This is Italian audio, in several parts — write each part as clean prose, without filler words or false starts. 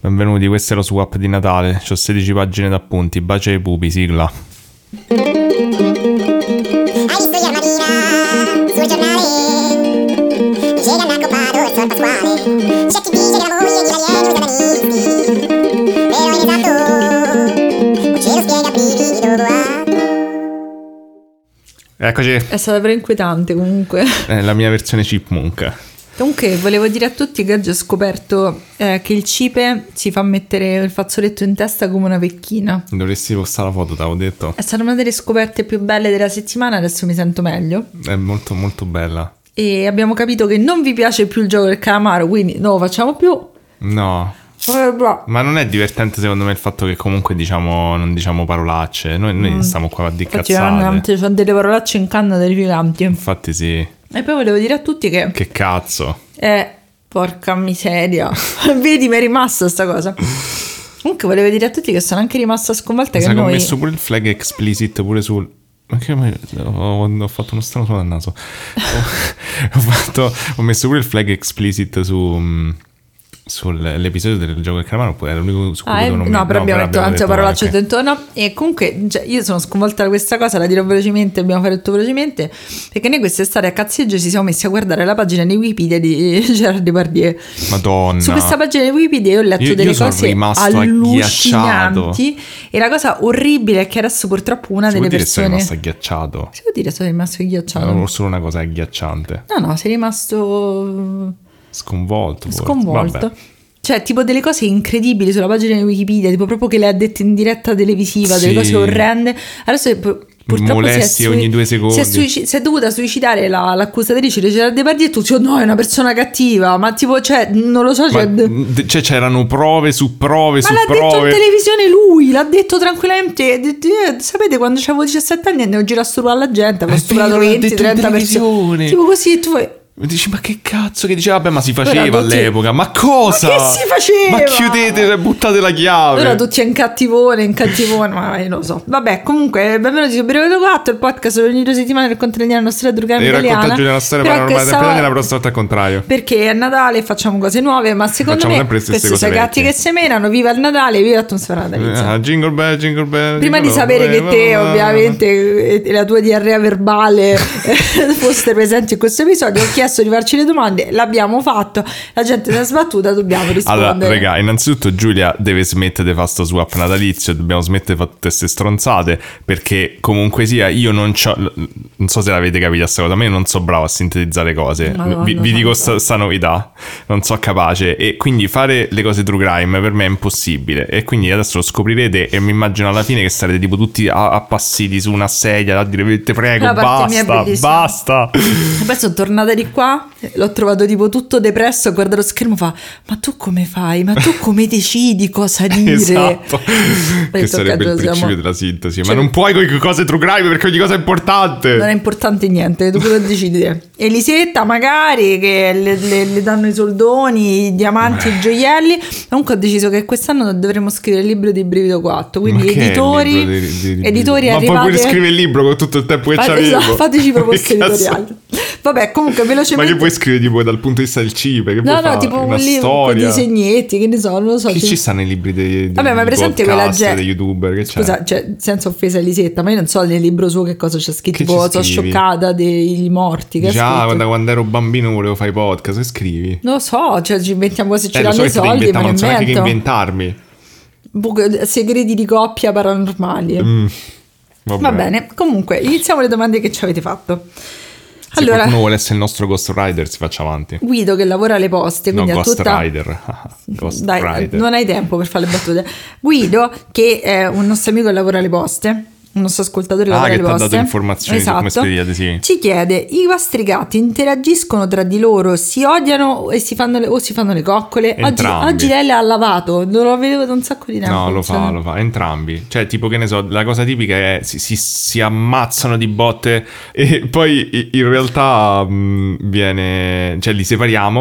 Benvenuti, questo è lo swap di Natale. C'ho 16 pagine d'appunti. Bacia ai pupi, sigla. Hai visto ieri mattina sul giornale? Dice che hanno accoppato il San Pasquale. C'è chi dice che la moglie di alieni satanisti, però in esatto ce lo spiega brivido. Eccoci. È stata però inquietante comunque. È la mia versione chipmunk. Comunque volevo dire a tutti che oggi ho scoperto che il cipe si fa mettere il fazzoletto in testa come una vecchina. Dovresti postare la foto, t'avevo detto. È stata una delle scoperte più belle della settimana, adesso mi sento meglio. È molto molto bella. E abbiamo capito che non vi piace più il gioco del calamaro, quindi non lo facciamo più. No. Ma non è divertente secondo me il fatto che comunque non diciamo parolacce. Noi stiamo qua a dire cazzate. C'ho delle parolacce in canna terrificanti. Infatti sì. E poi volevo dire a tutti che cazzo. Porca miseria. Vedi, mi è rimasta sta cosa. Comunque volevo dire a tutti che sono anche rimasta sconvolta che noi... ho messo pure il flag explicit pure sul... Ma che ho fatto uno strano suono al naso. Ho messo pure il flag explicit sull'episodio del gioco del calamaro, era l'unico su cui non no, però abbiamo detto anzi parolacce okay. intorno. E comunque io sono sconvolta da questa cosa, la dirò velocemente, abbiamo fatto tutto velocemente, perché noi quest'estate a cazzeggio ci siamo messi a guardare la pagina di Wikipedia di Gerard Depardieu. Madonna, su questa pagina di Wikipedia ho letto delle cose allucinanti e la cosa orribile è che adesso purtroppo una delle persone... Sei rimasto agghiacciato. Si può dire sei rimasto agghiacciato? Non solo una cosa agghiacciante. No, sei rimasto... Sconvolto. Vabbè. Cioè tipo delle cose incredibili sulla pagina di Wikipedia, tipo proprio che le ha dette in diretta televisiva, delle cose orrende. Adesso purtroppo molesti ogni 2 secondi. Si è dovuta suicidare l'accusatrice di Gerard Depardieu e tutti no, è una persona cattiva, ma tipo non lo so, c'erano prove su prove su prove. Ma l'ha detto in televisione lui, l'ha detto tranquillamente. Sapete, quando avevo 17 anni andavo a girare a stuprare alla gente, avevo stuprato 20-30 persone, tipo così, tu fai... Mi dici, ma che cazzo? Che diceva, vabbè, ma si faceva all'epoca. Ma cosa? Ma che si faceva? Ma chiudete, buttate la chiave. Ora tutti in cattivone, ma io non lo so. Vabbè, comunque, benvenuti su Brivido 4, il podcast ogni 2 settimane per raccontare la nostra storia drugana italiana. E raccontaggio della storia paranormale temporanea, la prossima volta al contrario. Perché è Natale, facciamo cose nuove, ma secondo me questi sono gatti che semenano. Viva il Natale, viva l'atmosfera natalizia. Jingle bell, jingle bell. Prima di sapere che te, ovviamente, e la tua diarrea verbale foste presenti in questo episodio, ho chiesto di farci le domande, l'abbiamo fatto, la gente si è sbattuta, dobbiamo rispondere. Allora, raga, innanzitutto Giulia deve smettere di fare sto swap natalizio, dobbiamo smettere di fare tutte queste stronzate, perché comunque sia, io non so se l'avete capito sta cosa, ma io non so bravo a sintetizzare cose. Vi dico sta novità, non so capace, e quindi fare le cose true crime per me è impossibile, e quindi adesso lo scoprirete e mi immagino alla fine che sarete tipo tutti appassiti su una sedia a dire te prego, basta. E poi sono tornata di qua, l'ho trovato tipo tutto depresso, guarda lo schermo, fa ma tu come fai? Ma tu come decidi cosa dire? Esatto. Che sarebbe il principio della sintesi. Ma non puoi con cose true crime perché ogni cosa è importante. Non è importante niente, tu puoi decidere. Elisetta magari che le danno i soldoni, i diamanti, i gioielli. Comunque ho deciso che quest'anno dovremmo scrivere il libro di Brivido 4, quindi editori ma arrivate... poi puoi scrivere il libro con tutto il tempo che c'avevo. Esatto, fateci proposte editoriali. Vabbè, comunque velocemente. Ma che puoi scrivere tipo dal punto di vista del cibo? Che no, tipo un libro con disegnetti, che ne so, non lo so. Chi ci sta nei libri dei vabbè, ma presente quella gente dei youtuber? Che scusa, cioè, senza offesa Elisetta, ma io non so nel libro suo che cosa c'è scritto. Tipo, sono scioccata dei morti. Che già, quando ero bambino volevo fare i podcast. Che scrivi? Non lo so, cioè ci inventiamo se ci danno i soldi, ma non so neanche che inventarmi. Segreti di coppia paranormali. Va bene, comunque iniziamo le domande che ci avete fatto. Se qualcuno vuole essere il nostro Ghost Rider si faccia avanti. Guido che lavora alle poste, quindi no, Ghost tutta... Rider. Ghost Dai, Rider. Non hai tempo per fare le battute. Guido che è un nostro amico che lavora alle poste, un nostro ascoltatore lavora alle poste, che ti ha dato informazioni su come spedite, sì. Ci chiede: i vostri gatti interagiscono tra di loro, si odiano e si fanno le coccole? Oggi lei le ha lavato, lo vedevo da un sacco di tempo. No, lo fa entrambi. Cioè tipo che ne so, la cosa tipica è si ammazzano di botte e poi in realtà viene, cioè li separiamo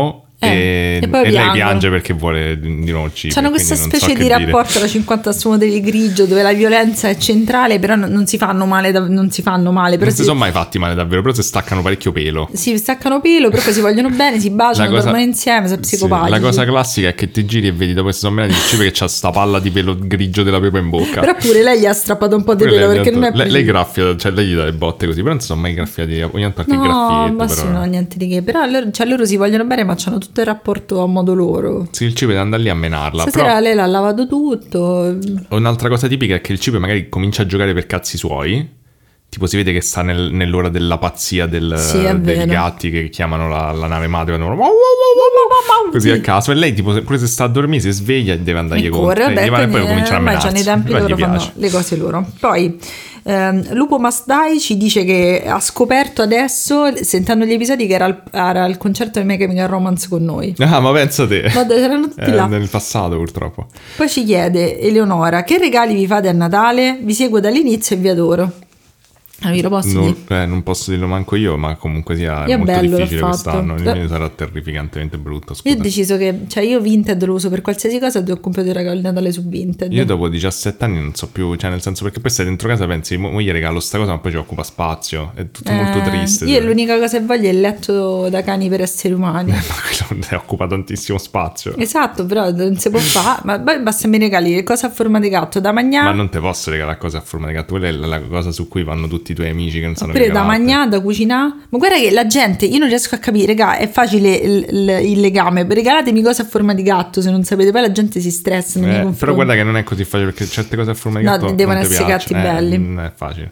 E poi lei piangono. piange perché vuole di nuovo il cibo. C'hanno quindi questa non so specie che di dire. rapporto alla 50 sfumature di grigio dove la violenza è centrale, però non si fanno male, non si fanno male. Però Non si sono mai fatti male davvero, però si staccano parecchio pelo. si staccano pelo, però poi si vogliono bene, si baciano, dormono insieme, sono sì, psicopatici. la cosa classica è che ti giri e vedi dopo che si sono menati il cibo che c'ha sta palla di pelo grigio della pepa in bocca. Però pure lei gli ha strappato un po' di Pure pelo lei, perché non è lei graffia, cioè lei gli dà le botte così, però non si sono mai graffiati, ogni tanto qualche graffietto. ma però. sì, no, niente di che. Però loro si vogliono bene, ma hanno tutto il rapporto a modo loro. Sì, il cibo deve andare lì a menarla. Stasera Però lei l'ha lavato tutto. un'altra cosa tipica è che il cibo magari comincia a giocare per cazzi suoi. Tipo si vede che sta nell'ora della pazzia Sì, è dei vero. gatti che chiamano la nave madre così a caso, e lei tipo pure se sta a dormire si sveglia e deve andargli E contro corre, e poi comincia a ormai menarsi. c'hanno i tempi Però loro, gli fanno piace. le cose loro. Poi Lupo Masdai ci dice che ha scoperto adesso, sentendo gli episodi, che era al concerto di My Chemical Romance con noi. Ah, ma pensa te. Guarda, c'erano tutti là. Nel passato purtroppo. Poi ci chiede Eleonora: che regali vi fate a Natale? Vi seguo dall'inizio e vi adoro. Vi lo posso dire? Non posso dirlo manco io, ma comunque sia Io molto bello, difficile l'ho quest'anno. fatto. Il mio sarà terrificantemente brutto, scusa. Io ho deciso che, cioè, io Vinted lo uso per qualsiasi cosa e ho comprato i regali di Natale su Vinted. Io dopo 17 anni non so più, cioè nel senso, perché poi stai dentro casa e pensi, mo gli regalo sta cosa ma poi ci occupa spazio, è tutto molto triste. Io l'unica cosa che voglio è il letto da cani per esseri umani. Ma quello ne occupa tantissimo spazio. Esatto, però non si può fare. Ma poi basta mi regali che cosa a forma di gatto da mangiare. Ma non te posso regalare cose a forma di gatto, quella è la cosa su cui vanno tutti i tuoi amici che non sanno Oppure da regalarti. mangiare, da cucinare. Ma guarda che la gente, io non riesco a capire, raga, è facile il legame. Regalatemi cose a forma di gatto, se non sapete, poi la gente si stressa nei miei confronti. Però guarda che non è così facile, perché certe cose a forma di No, gatto devono non ti essere gatti piacciono. belli. Non è facile.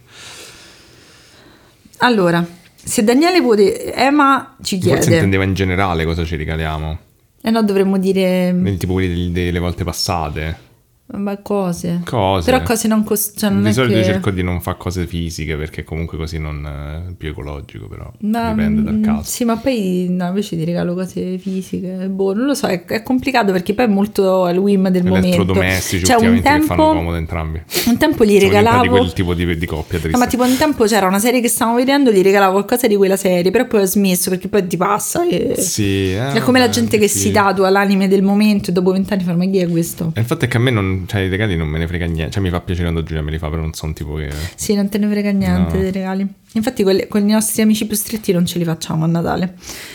Allora, se Daniele vuole, Emma ci Forse chiede. intendeva in generale cosa ci regaliamo. E no, dovremmo dire Tipo quelli delle volte passate. ma cose. Cose. Però cose non costano. Non Di è solito che... cerco di non fare cose fisiche perché comunque così non è più ecologico, però Ma, dipende dal caso. Sì, ma poi no, invece ti regalo cose fisiche. Boh, non lo so, è complicato perché poi è molto al whim del momento. Elettrodomestici Cioè, un ultimamente che fanno tempo, comodo entrambi. un tempo gli Siamo diventati regalavo. quel tipo di coppia triste. No, ma tipo un tempo c'era una serie che stavamo vedendo, gli regalavo qualcosa di quella serie, però poi ho smesso perché poi ti passa. Sì, È come la gente che sì. si tatua l'anime del momento e dopo 20 anni fa, ma chi è questo? E il fatto è che a me non, cioè, i regali non me ne frega niente. Cioè mi fa piacere quando Giulia me li fa, però non sono un tipo che... Sì, non te ne frega niente No. dei regali. Infatti con i nostri amici più stretti non ce li facciamo a Natale.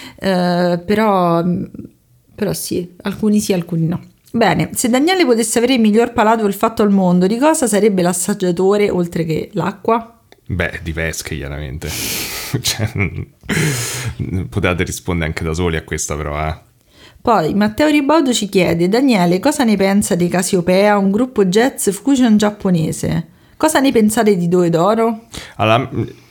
Però sì, alcuni sì, alcuni no. Bene, se Daniele potesse avere il miglior palato olfatto al mondo, di cosa sarebbe l'assaggiatore oltre che l'acqua? Beh, di pesche chiaramente. Cioè, potevate rispondere anche da soli a questa però, Poi Matteo Ribaudo ci chiede: Daniele, cosa ne pensa di Casiopea, un gruppo jazz fusion giapponese? Cosa ne pensate di Due d'Oro? Allora,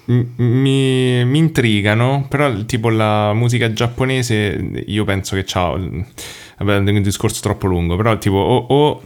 mi intrigano, però tipo la musica giapponese io penso che c'ha... Vabbè, è un discorso troppo lungo, però tipo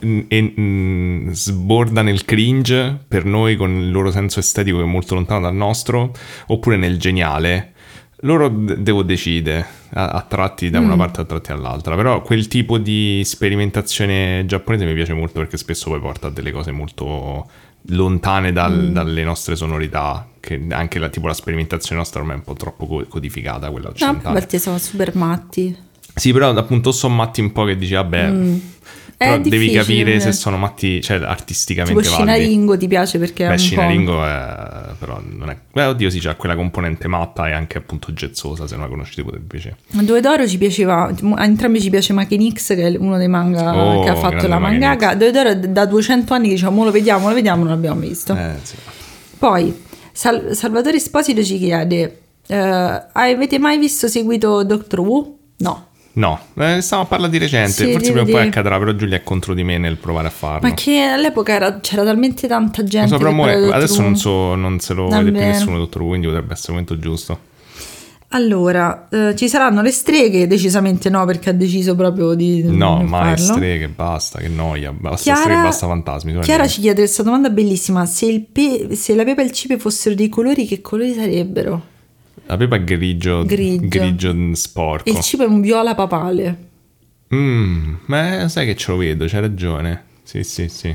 sborda nel cringe per noi con il loro senso estetico che è molto lontano dal nostro, oppure nel geniale. Loro devo decidere a tratti da una parte a tratti dall'altra, però quel tipo di sperimentazione giapponese mi piace molto perché spesso poi porta a delle cose molto lontane dalle nostre sonorità, che anche tipo la sperimentazione nostra ormai è un po' troppo codificata, quella No, a occidentale. volte sono super matti. Sì, però appunto sono matti un po' che dici vabbè, però È devi difficile. capire se sono matti, cioè artisticamente Tipo validi. Scinaringo ti piace perché è Beh, un Scinaringo però non è... Beh, oddio sì, c'ha quella componente matta e anche appunto jazzosa, se non la conosci ti potrebbe piacere. po'. Due d'Oro ci piaceva, a entrambi ci piace Maken X, che è uno dei manga Oh, che ha fatto grande la Maken mangaka. Due d'Oro è da 200 anni che diciamo mo lo vediamo, non l'abbiamo visto. Sì. Poi Salvatore Esposito ci chiede: avete mai seguito Doctor Who? No. No, stiamo a parlare di recente, Sì, forse prima o poi di- accadrà, però Giulia è contro di me nel provare a farlo. Ma che all'epoca c'era talmente tanta Non gente. so, però che mo parlava di adesso Doctor Who. non se lo vede più Davvero. nessuno Dottor Who, quindi potrebbe essere il momento giusto. Allora, ci saranno le streghe? Decisamente no, perché ha deciso proprio di No, non mai farlo. streghe, basta, che noia, basta streghe, basta fantasmi. Chiara ci chiede questa domanda bellissima: se la pepa e il cipe fossero dei colori, che colori sarebbero? La pepa è grigio Grigio. sporco. E il cibo è un viola papale. Ma sai che ce lo vedo, c'hai ragione. Sì.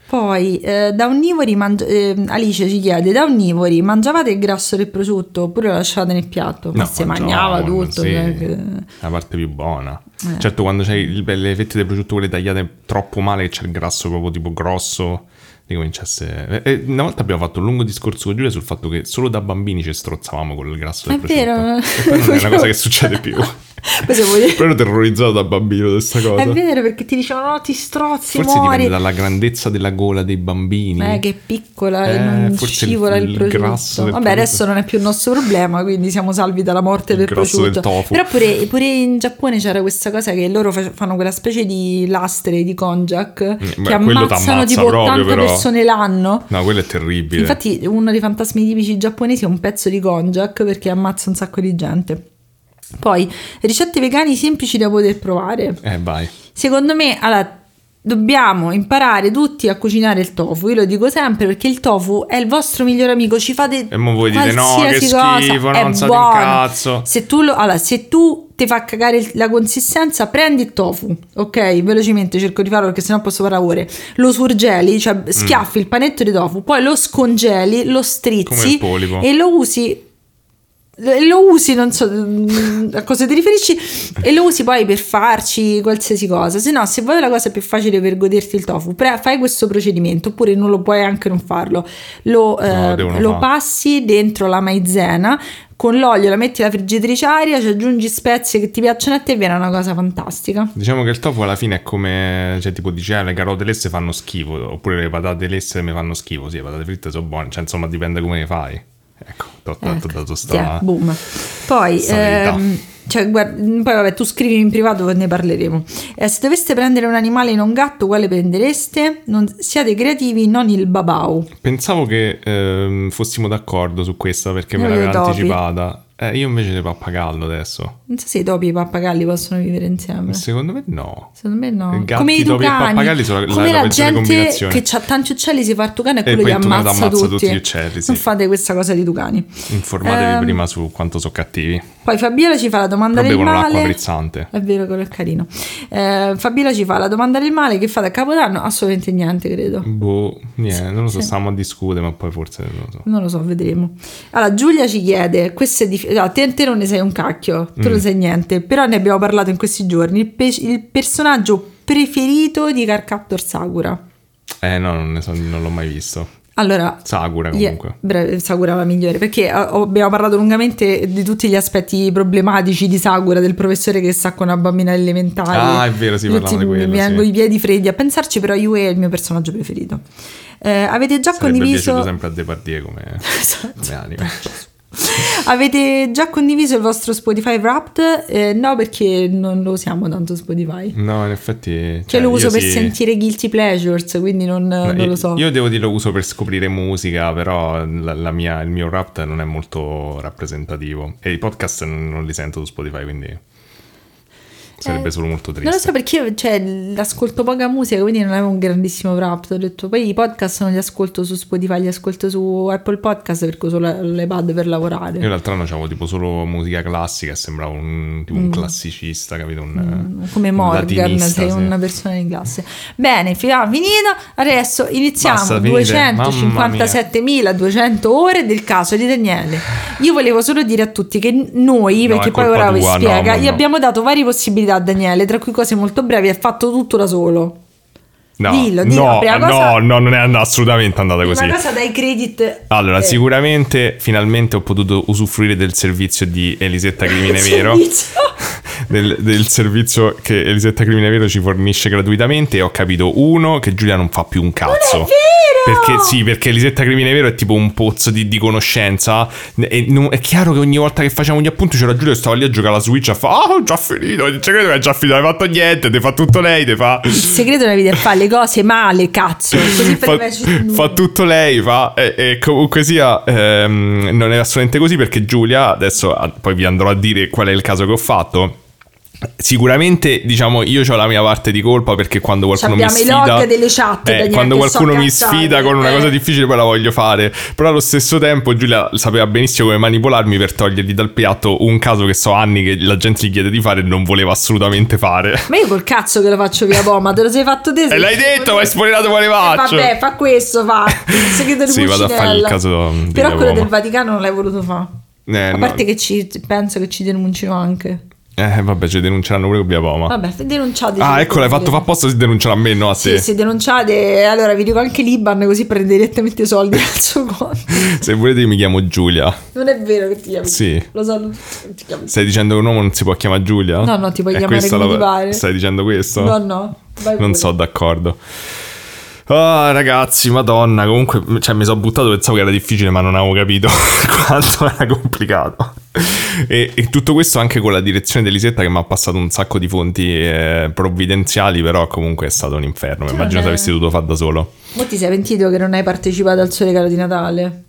Poi da onnivori Alice ci chiede: da onnivori mangiavate il grasso del prosciutto oppure lo lasciate nel piatto? Ma si mangiava tutto, sì, cioè, la parte più buona. Certo, quando c'hai le fette di prosciutto quelle tagliate troppo male, che c'è il grasso proprio tipo grosso, ricominciasse. Una volta abbiamo fatto un lungo discorso con Giulia sul fatto che solo da bambini ci strozzavamo con il grasso del prosciutto. vero. E poi non è una cosa che succede più. Però ero terrorizzato da bambino di questa cosa. È vero, perché ti dicevano no, ti strozzi, Forse muori. dipende dalla grandezza della gola dei bambini. Che è piccola e non forse scivola il grasso prosciutto. del Vabbè, adesso prosciutto. non è più il nostro problema, quindi siamo salvi dalla morte del grasso prosciutto. del tofu. Però pure in Giappone c'era questa cosa che loro fanno quella specie di lastre di konjac che quello ammazzano tipo t'ammazza 80 proprio, però. persone l'anno. No, quello è terribile. Infatti uno dei fantasmi tipici giapponesi è un pezzo di konjac perché ammazza un sacco di gente. Poi ricette vegane semplici da poter provare. Vai. Secondo me, allora, dobbiamo imparare tutti a cucinare il tofu. Io lo dico sempre perché il tofu è il vostro migliore amico. Ci fate E mo voi dite no, che qualsiasi cosa, schifo, è non so di buono. cazzo. Se tu ti fa cagare la consistenza, prendi il tofu, ok? Velocemente cerco di farlo perché sennò posso parlare ore. Lo surgeli, cioè schiaffi il panetto di tofu, poi lo scongeli, lo Come strizzi il polipo. e lo usi, non so a cosa ti riferisci, e lo usi poi per farci qualsiasi cosa. Se no, se vuoi la cosa più facile per goderti il tofu, fai questo procedimento, oppure non lo puoi anche non farlo. Lo passi dentro la maizena con l'olio, la metti alla friggitrice aria, ci aggiungi spezie che ti piacciono a te e viene una cosa fantastica. Diciamo che il tofu alla fine è come, cioè tipo dice le carote lesse fanno schifo, oppure le patate lesse mi fanno schifo. Sì, le patate fritte sono buone, cioè insomma dipende come le fai. Ecco, dato sta boom. Poi poi vabbè, tu scrivimi in privato e ne parleremo. Se doveste prendere un animale non gatto, quale prendereste? Non siate creativi, non il babau. Pensavo che fossimo d'accordo su questa perché me l'aveva anticipata. Io invece di pappagallo adesso. Non so se i topi e i pappagalli possono vivere insieme. Secondo me no. Secondo me no. Gatti, come i topi tucani. e pappagalli sono come la la gente combinazione. che ha tanti uccelli, si fa il tucano e E quello poi li il tucano ammazza ammazza tutti. tutti gli uccelli, sì. Non fate questa cosa di tucani. Informatevi prima su quanto sono cattivi. Poi Fabiola ci fa la domanda Però del bevono male. l'acqua frizzante. È vero, quello è carino. Fabiola ci fa la domanda del male: che fate a Capodanno? Assolutamente niente, credo. Niente, non lo so, stiamo a discutere, ma poi forse non lo so. Non lo so, vedremo. Allora, Giulia ci chiede: questo è te non ne sei un cacchio, tu non sai niente, però ne abbiamo parlato in questi giorni. Il personaggio preferito di Cardcaptor Sakura? No, non l'ho mai visto. Allora, Sakura comunque. Sakura la migliore, perché abbiamo parlato lungamente di tutti gli aspetti problematici di Sakura, del professore che sta con una bambina elementare. Ah, è vero, si parlava di quello. Mi vengono i piedi freddi a pensarci, però Yue è il mio personaggio preferito. Avete già condiviso. Mi piaciuto sempre a Depardieu come anime. Avete già condiviso il vostro Spotify Wrapped? No, perché non lo usiamo tanto Spotify. No, in effetti Cioè lo uso per sentire guilty pleasures, quindi non lo so. Io devo dire lo uso per scoprire musica, però il mio Wrapped non è molto rappresentativo e i podcast non li sento su Spotify, quindi sarebbe solo molto triste. Non lo so, perché io ascolto poca musica, quindi non avevo un grandissimo Wrapped. Ho detto, poi i podcast non li ascolto su Spotify, li ascolto su Apple Podcast perché uso l'iPad per lavorare. Io l'altro anno c'avevo tipo solo musica classica e sembrava un classicista, capito? Come Morgan, sei una persona di classe. Bene, finito. Adesso iniziamo. 257.200 ore del caso di Daniele. Io volevo solo dire a tutti che noi, perché poi ora vi spiega, gli abbiamo dato varie possibilità a Daniele, tra cui cose molto brevi, ha fatto tutto da solo. No, dillo, no, non è assolutamente andata così. Una cosa dai credit. Allora, sicuramente finalmente ho potuto usufruire del servizio di Elisetta Crimine Vero. del servizio che Elisetta Crimine Vero ci fornisce gratuitamente, e ho capito, uno, che Giulia non fa più un cazzo. Non è vero! Perché Elisetta Crimine Vero è tipo un pozzo di conoscenza. È chiaro che ogni volta che facciamo gli appunti c'era Giulia che stava lì a giocare alla Switch e fa ho già finito, il segreto è già finito, non hai fatto niente, ti fa tutto lei, ti fa. Il segreto della vita è fare le cose male, cazzo. Così fa tutto lei, e comunque sia, non è assolutamente così, perché Giulia, adesso poi vi andrò a dire qual è il caso che ho fatto. Sicuramente, diciamo, io ho la mia parte di colpa perché quando qualcuno mi Abbiamo i sfida, log delle chat, Daniele, quando che qualcuno so mi cazzate, sfida con una cosa difficile poi la voglio fare. Però allo stesso tempo Giulia sapeva benissimo come manipolarmi per togliergli dal piatto un caso che so anni che la gente gli chiede di fare e non voleva assolutamente fare. Ma io col cazzo che lo faccio via Poma, te lo sei fatto te? E l'hai detto, ma hai spoilerato quale faccio. Vabbè, fa questo, fa il segreto di Sì, vado a fare il Pulcinella. caso di Però quello Poma. del Vaticano non l'hai voluto fare. A No. parte che penso che ci denunciano anche. Vabbè, ci denunceranno pure con Via Poma. Vabbè, denunciate. Ecco, l'hai fatto fa apposta, si denunciano a me, no a te. Sì, se denunciate, allora vi dico anche l'Iban, così prende direttamente i soldi dal suo conto. Se volete mi chiamo Giulia. Non è vero che ti chiami. Sì. Lo so, non ti chiami. Stai dicendo che un uomo non si può chiamare Giulia? No, ti puoi chiamare questa come ti pare. Stai dicendo questo? No. Vai Non pure. so, d'accordo. Ah, ragazzi, madonna, comunque, cioè mi sono buttato, pensavo che era difficile, ma non avevo capito quanto era complicato. E tutto questo anche con la direzione di Elisetta che mi ha passato un sacco di fonti provvidenziali, però comunque è stato un inferno. Mi immagino se avessi dovuto fare da solo. Ma ti sei pentito che non hai partecipato al suo regalo di Natale?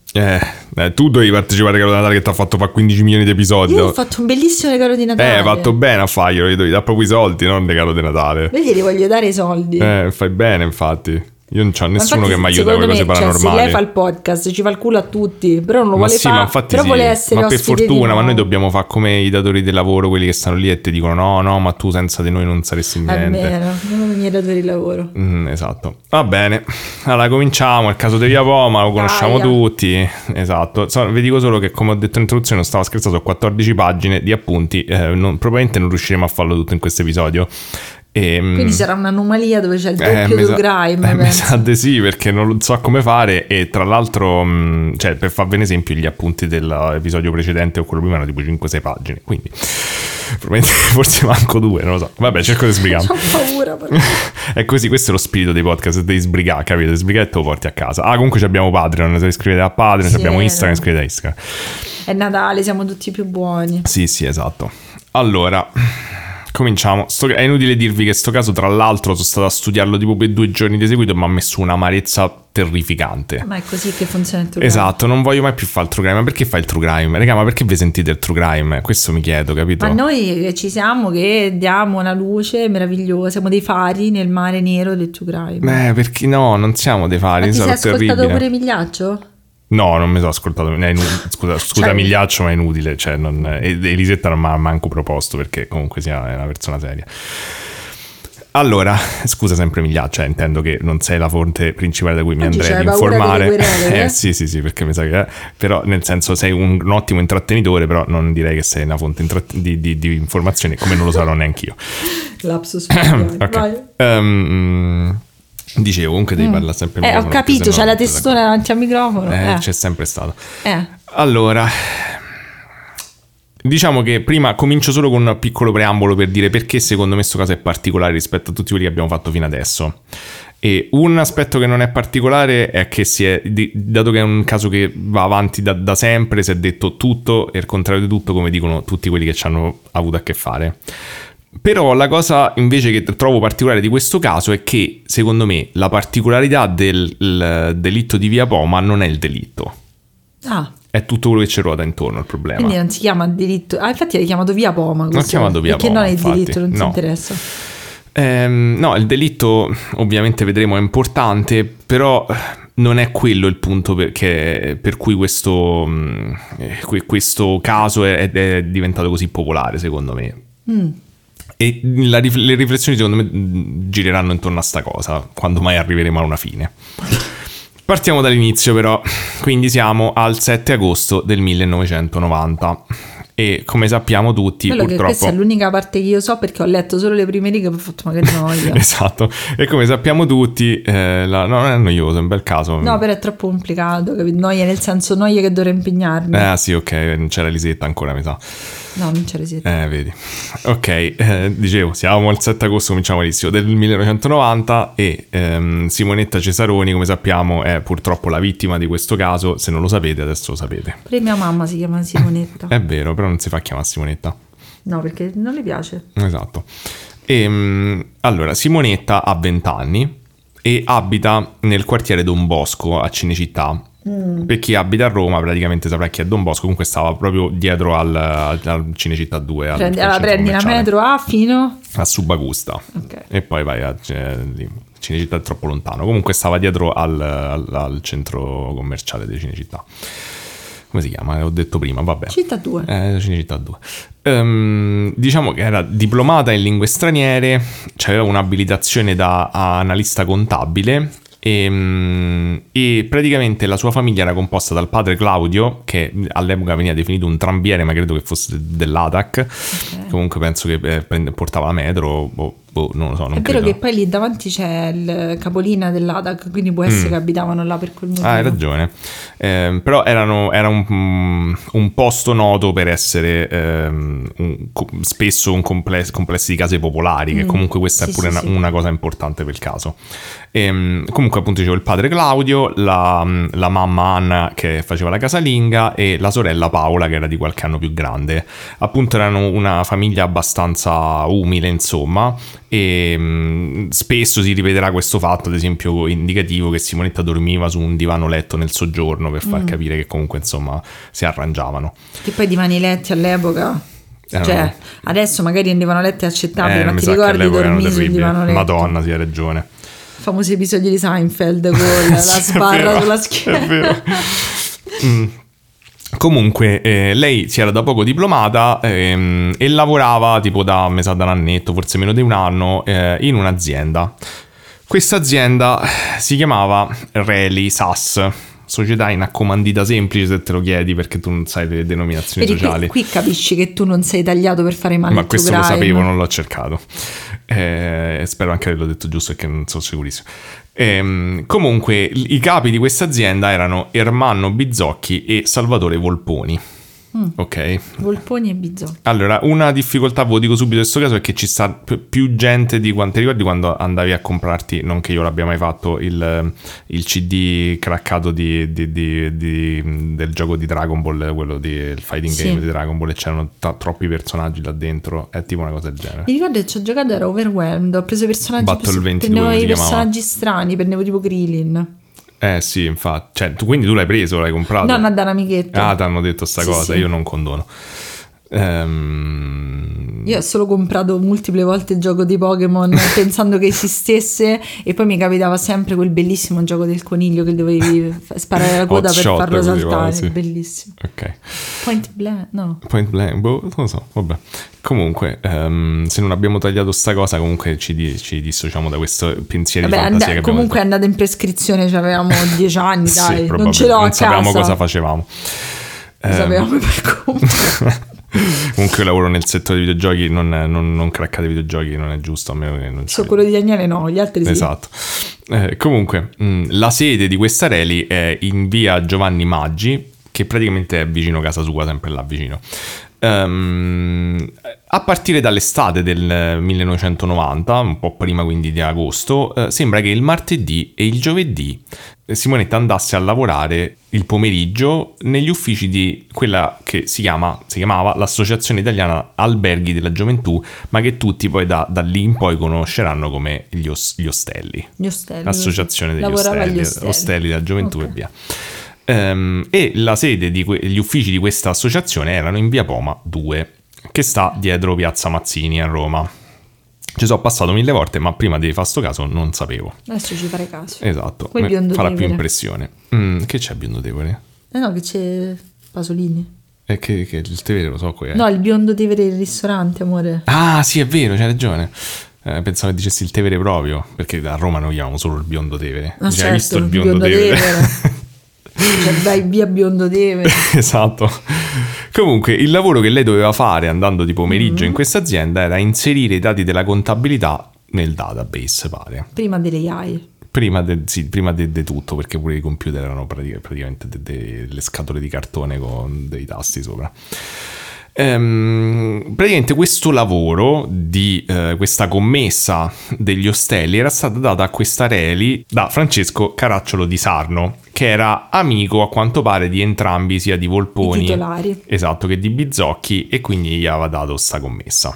Tu dovevi partecipare al regalo di Natale che ti ha fatto fare 15 milioni di episodi. Io ho fatto un bellissimo regalo di Natale. Hai fatto bene a farglielo, gli devi dare proprio i soldi, non un regalo di Natale. Vedi, gli voglio dare i soldi. Fai bene, infatti. Io non c'ho nessuno Infatti, che mi aiuta con le cose paranormali. Se lei fa il podcast, ci fa il culo a tutti, però non lo Ma vuole sì, fare. ma infatti però sì. vuole essere Ma per ospite di fortuna, ma noi. noi dobbiamo fare come i datori di lavoro, quelli che stanno lì e ti dicono no, ma tu senza di noi non saresti niente. Almeno, non i miei datori di lavoro. Esatto. Va bene. Allora cominciamo. Il caso di Via Poma lo conosciamo tutti. Esatto. Vi dico solo che, come ho detto in introduzione, non stavo scherzando, ho 14 pagine di appunti. Probabilmente non riusciremo a farlo tutto in questo episodio. Quindi sarà un'anomalia dove c'è il doppio del crime. Mi sa di sì, perché non so come fare. E tra l'altro, cioè, per farvi un esempio, gli appunti dell'episodio precedente o quello prima erano tipo 5-6 pagine. Quindi probabilmente forse manco 2, non lo so. Vabbè, cerco di sbrigarmi. Ho paura però. È così, questo è lo spirito dei podcast, devi sbrigare, capito? Sbrigare e te lo porti a casa. Comunque abbiamo Patreon, se iscrivete a Patreon, abbiamo Instagram, iscrivete a Instagram. È Natale, siamo tutti più buoni. Sì, esatto. Allora, cominciamo. È inutile dirvi che sto caso, tra l'altro, sono stato a studiarlo tipo per 2 giorni di seguito e mi ha messo un'amarezza terrificante. Ma è così che funziona il true crime. Esatto, non voglio mai più fare il true crime. Ma perché fai il true crime? Raga, ma perché vi sentite il true crime? Questo mi chiedo, capito? Ma noi ci siamo che diamo una luce meravigliosa, siamo dei fari nel mare nero del true crime. Perché no, non siamo dei fari, Ma ti sei sarà ascoltato terribile. pure Migliaccio? No, non mi sono ascoltato. Scusa Cioè- Migliaccio, ma è inutile. Cioè, Elisetta non mi ha manco proposto perché comunque sia una persona seria. Allora, scusa sempre Migliaccio, intendo che non sei la fonte principale da cui mi Oggi andrei c'hai ad paura informare. delle querele, Sì, perché mi sa che però nel senso sei un ottimo intrattenitore, però non direi che sei una fonte di informazioni, come non lo sarò neanch'io. Lapsus familiare. Ok. Vai. Dicevo, comunque devi parlare sempre al Ho microfono, capito, perché c'è sennò la testona davanti al microfono. c'è sempre stato. Eh. Allora, diciamo che prima comincio solo con un piccolo preambolo per dire perché secondo me questo caso è particolare rispetto a tutti quelli che abbiamo fatto fino adesso. E un aspetto che non è particolare è che dato che è un caso che va avanti da sempre, si è detto tutto e il contrario di tutto, come dicono tutti quelli che ci hanno avuto a che fare. Però la cosa invece che trovo particolare di questo caso è che secondo me la particolarità del delitto di Via Poma non è il delitto. È tutto quello che ci ruota intorno il problema. Quindi non si chiama delitto. Infatti l'hai chiamato Via Poma. L'ho chiamato Via perché Poma, non è il infatti. delitto, non ti No. interessa. No, il delitto ovviamente vedremo è importante, però non è quello il punto per cui questo caso è diventato così popolare, secondo me. E le riflessioni secondo me gireranno intorno a sta cosa, quando mai arriveremo a una fine. Partiamo dall'inizio però, quindi siamo al 7 agosto del 1990 e come sappiamo tutti Quello purtroppo... che questa è l'unica parte che io so perché ho letto solo le prime righe e ho fatto ma che noia. Esatto, e come sappiamo tutti, no, non è noioso, è un bel caso. No, però è troppo complicato, capito? Noia nel senso noia che dovrei impegnarmi. Sì, ok, non c'era Lisetta ancora, mi sa. No, non c'è resetta. Vedi. Ok, dicevo, siamo al 7 agosto, cominciamo all'inizio del 1990 e Simonetta Cesaroni, come sappiamo, è purtroppo la vittima di questo caso. Se non lo sapete, adesso lo sapete. Pure mia mamma si chiama Simonetta. È vero, però non si fa chiamare Simonetta. No, perché non le piace. Esatto. Allora, Simonetta ha 20 anni e abita nel quartiere Don Bosco a Cinecittà. Per chi abita a Roma praticamente saprà chi è Don Bosco, comunque stava proprio dietro al Cinecittà 2. Prendi la metro fino a Subagusta, e poi vai a Cinecittà è troppo lontano, comunque stava dietro al centro commerciale di Cinecittà. Come si chiama? Ho detto prima, vabbè. Città 2. Cinecittà 2. Diciamo che era diplomata in lingue straniere, aveva un'abilitazione da analista contabile e praticamente la sua famiglia era composta dal padre Claudio, che all'epoca veniva definito un trambiere, ma credo che fosse dell'ATAC. Comunque penso che portava la metro, non lo so. È vero che poi lì davanti c'è il capolinea dell'ATAC, quindi può essere che abitavano là per quel motivo. Hai ragione. Però era un posto noto per essere spesso un complessi di case popolari, che comunque questa è pure una cosa importante per il caso. Comunque appunto dicevo il padre Claudio, la mamma Anna che faceva la casalinga e la sorella Paola che era di qualche anno più grande. Appunto erano una famiglia abbastanza umile, insomma, e spesso si ripeterà questo fatto, ad esempio indicativo, che Simonetta dormiva su un divano letto nel soggiorno, per far capire che comunque insomma si arrangiavano. Che poi divani letti all'epoca, cioè adesso magari un divano letto è accettabile, ma ti ricordi dormire sul divano letto? Madonna, sì, hai ragione. Famosi episodi di Seinfeld con la sbarra sulla schiena. È vero. Comunque lei si era da poco diplomata e lavorava tipo da un annetto, forse meno di un anno, in un'azienda. Questa azienda si chiamava Reli SAS, società in accomandita semplice, se te lo chiedi, perché tu non sai le denominazioni sociali. Qui capisci che tu non sei tagliato per fare male. Ma questo lo sapevo, non l'ho cercato. Spero anche di averlo detto giusto, perché non sono sicurissimo. Comunque i capi di questa azienda erano Ermanno Bizzocchi e Salvatore Volponi. Ok, Volponi e Bizzocchi. Allora, una difficoltà, ve lo dico subito in questo caso, è che ci sta più gente di quanto ricordi quando andavi a comprarti, non che io l'abbia mai fatto, il CD craccato del gioco di Dragon Ball, quello del fighting game di Dragon Ball, e c'erano troppi personaggi là dentro, è tipo una cosa del genere. Mi ricordo che ci ho giocato, ero overwhelmed, ho preso personaggi, Battle 22, prendevo i personaggi strani, prendevo tipo Krillin. Sì, infatti. Cioè, quindi tu l'hai preso, l'hai comprato? No, da un amichetto. Ah, ti hanno detto sta cosa, io non condono. Io ho solo comprato multiple volte il gioco di Pokémon pensando che esistesse, e poi mi capitava sempre quel bellissimo gioco del coniglio che dovevi sparare la coda per farlo saltare, sì. Bellissimo. Ok. Point Blank, non lo so, vabbè. Comunque, se non abbiamo tagliato sta cosa, comunque ci dissociamo da questo pensiero di fantasia che comunque è andata in prescrizione, cioè avevamo 10 anni, dai, sì, non ce l'ho a casa. Non sapevamo cosa facevamo. Lo sapevamo per conto. Comunque io lavoro nel settore dei videogiochi, non craccate i videogiochi, non è giusto, a meno che non so quello di Daniele, no, gli altri sì. Esatto. Comunque la sede di questa Reli è in via Giovanni Maggi, che praticamente è vicino casa sua, sempre là vicino. A partire dall'estate del 1990, un po' prima quindi di agosto, sembra che il martedì e il giovedì Simonetta andasse a lavorare il pomeriggio negli uffici di quella che si chiamava l'Associazione Italiana Alberghi della Gioventù, ma che tutti poi da lì in poi conosceranno come gli Ostelli. L'Associazione degli Ostelli della Gioventù, okay. E via. E la sede gli uffici di questa associazione erano in via Poma 2, che sta dietro piazza Mazzini a Roma. Ci sono passato 1000 volte, ma prima di fare sto caso non sapevo. Adesso ci fare caso. Esatto, farà più impressione. Che c'è Biondo Tevere? No, che c'è Pasolini. E che il Tevere lo so qual è. No, il Biondo Tevere, il ristorante, amore. Ah, sì, è vero, c'hai ragione. Pensavo che dicessi il Tevere proprio, perché a Roma noi chiamiamo solo il Biondo Tevere. Ah, certo, hai visto il Biondo Tevere? Cioè, vai via Biondo Tevere. Esatto. Comunque il lavoro che lei doveva fare andando di pomeriggio in questa azienda era inserire i dati della contabilità nel database, pare. Prima delle AI. Prima di tutto, perché pure i computer erano praticamente delle scatole di cartone con dei tasti sopra. Praticamente questo lavoro di questa commessa degli ostelli era stata data a questa Reli da Francesco Caracciolo di Sarno, che era amico a quanto pare di entrambi, sia di Volponi, i titolari, esatto, che di Bizzocchi, e quindi gli aveva dato sta commessa.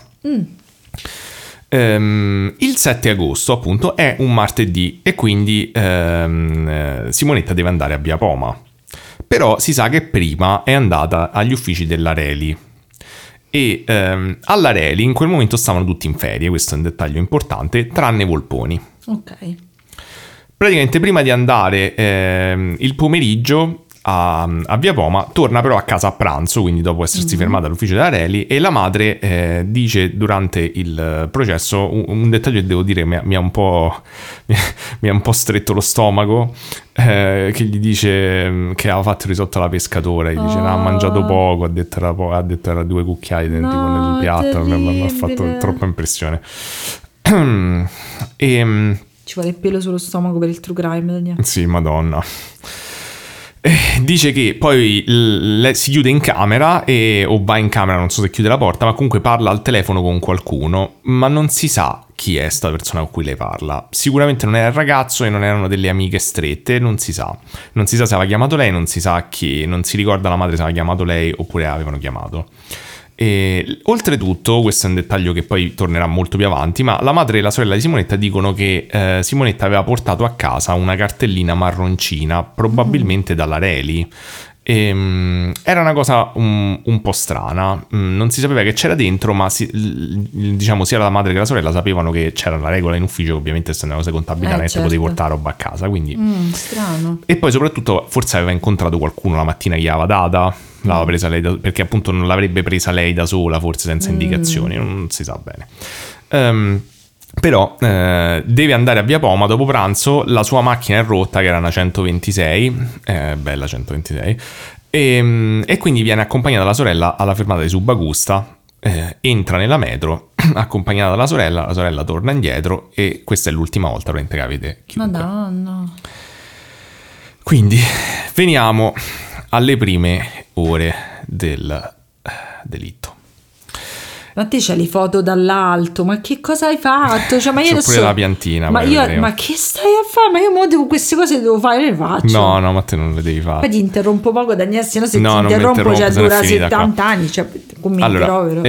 Il 7 agosto appunto è un martedì, e quindi Simonetta deve andare a via Poma. Però si sa che prima è andata agli uffici dell'Areli. E all'Areli in quel momento stavano tutti in ferie, questo è un dettaglio importante, tranne Volponi. Ok. Praticamente prima di andare il pomeriggio a Via Poma, torna però a casa a pranzo, quindi dopo essersi fermata all'ufficio dell'Areli, e la madre dice durante il processo un dettaglio che devo dire mi ha un po' stretto lo stomaco, che gli dice che aveva fatto il risotto alla pescatore, gli dice ha mangiato poco, ha detto era 2 cucchiai tipo nel piatto, mi ha fatto troppa impressione. Ci vuole il pelo sullo stomaco per il true crime, Daniele. Sì, madonna. Dice che poi si chiude in camera o va in camera, non so se chiude la porta, ma comunque parla al telefono con qualcuno, ma non si sa chi è sta persona con cui lei parla. Sicuramente non era il ragazzo e non erano delle amiche strette, non si sa se aveva chiamato lei, non si sa chi, non si ricorda la madre se aveva chiamato lei oppure avevano chiamato. E oltretutto, questo è un dettaglio che poi tornerà molto più avanti, ma la madre e la sorella di Simonetta dicono che Simonetta aveva portato a casa una cartellina marroncina, probabilmente dall'Areli. Era una cosa un po' strana, non si sapeva che c'era dentro, ma diciamo sia la madre che la sorella sapevano che c'era la regola in ufficio, ovviamente essendo cose contabili certo. potevi portare roba a casa, quindi strano. E poi soprattutto forse aveva incontrato qualcuno la mattina che gli aveva data, l'aveva presa lei perché appunto non l'avrebbe presa lei da sola, forse senza indicazioni, non si sa bene. Però deve andare a Via Poma dopo pranzo, la sua macchina è rotta, che era una 126, bella 126, e quindi viene accompagnata dalla sorella alla fermata di Subagusta, entra nella metro accompagnata dalla sorella torna indietro e questa è l'ultima volta che avete chiunque. Madonna. Quindi veniamo alle prime ore del delitto. Ma te c'hai le foto dall'alto, ma che cosa hai fatto? Cioè, ma io c'ho adesso... pure la piantina. Ma che stai a fare? Ma io mo queste cose devo fare, le faccio. No, ma te non le devi fare. Poi ti interrompo poco, Daniele, se no se ti interrompo cioè dura 70 anni, cioè commenti allora,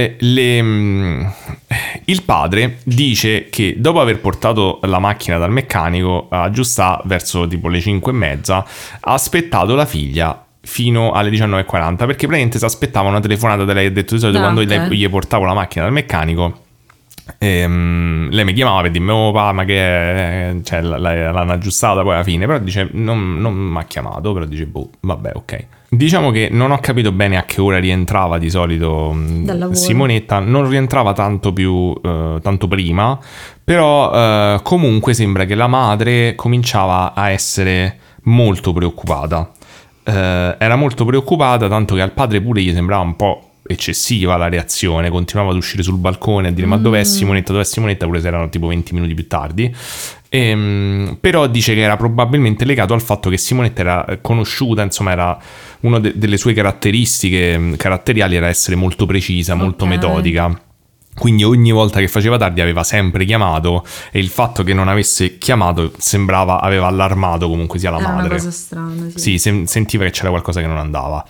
il padre dice che dopo aver portato la macchina dal meccanico a aggiustare verso tipo le 5:30, ha aspettato la figlia fino alle 19:40 perché praticamente si aspettava una telefonata da lei. Ha detto di solito quando gli portavo la macchina dal meccanico lei mi chiamava per dirmi oh papà ma che è? Cioè l'hanno aggiustata poi alla fine, però dice non mi ha chiamato, però dice boh vabbè ok. Diciamo che non ho capito bene a che ora rientrava di solito Simonetta, non rientrava tanto prima, però comunque sembra che la madre cominciava a essere molto preoccupata. Era molto preoccupata, tanto che al padre pure gli sembrava un po' eccessiva la reazione, continuava ad uscire sul balcone a dire ma dov'è Simonetta, pure se erano tipo 20 minuti più tardi. Però dice che era probabilmente legato al fatto che Simonetta era conosciuta, insomma era una delle sue caratteristiche caratteriali era essere molto precisa, molto metodica. Quindi ogni volta che faceva tardi aveva sempre chiamato e il fatto che non avesse chiamato aveva allarmato comunque sia la madre. Era una cosa strana, sì, sentiva che c'era qualcosa che non andava.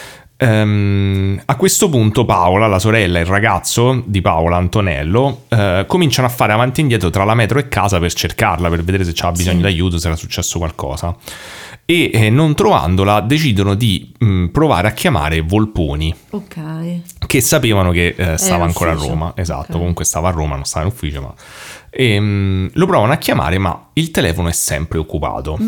A questo punto Paola, la sorella e il ragazzo di Paola, Antonello, cominciano a fare avanti e indietro tra la metro e casa per cercarla, per vedere se c'era bisogno d'aiuto, se era successo qualcosa. E non trovandola decidono di provare a chiamare Volponi, che sapevano che stava ancora a Roma. Esatto, comunque stava a Roma, non stava in ufficio, ma lo provano a chiamare, ma il telefono è sempre occupato.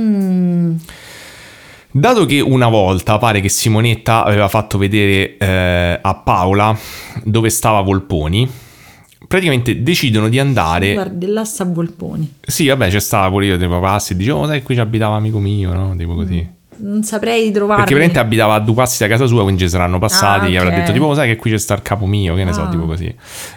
Dato che una volta pare che Simonetta aveva fatto vedere a Paola dove stava Volponi, praticamente decidono di andare. Guardi, là sta Volponi. Sì, vabbè, c'è stata pure io, tipo passi e dicevo, sai, qui ci abitava amico mio, no? Tipo così. Non saprei trovarli. Perché veramente abitava a 2 passi da casa sua, quindi ci saranno passati, gli avrà detto tipo, sai che qui c'è sta il capo mio, che ne so, tipo così.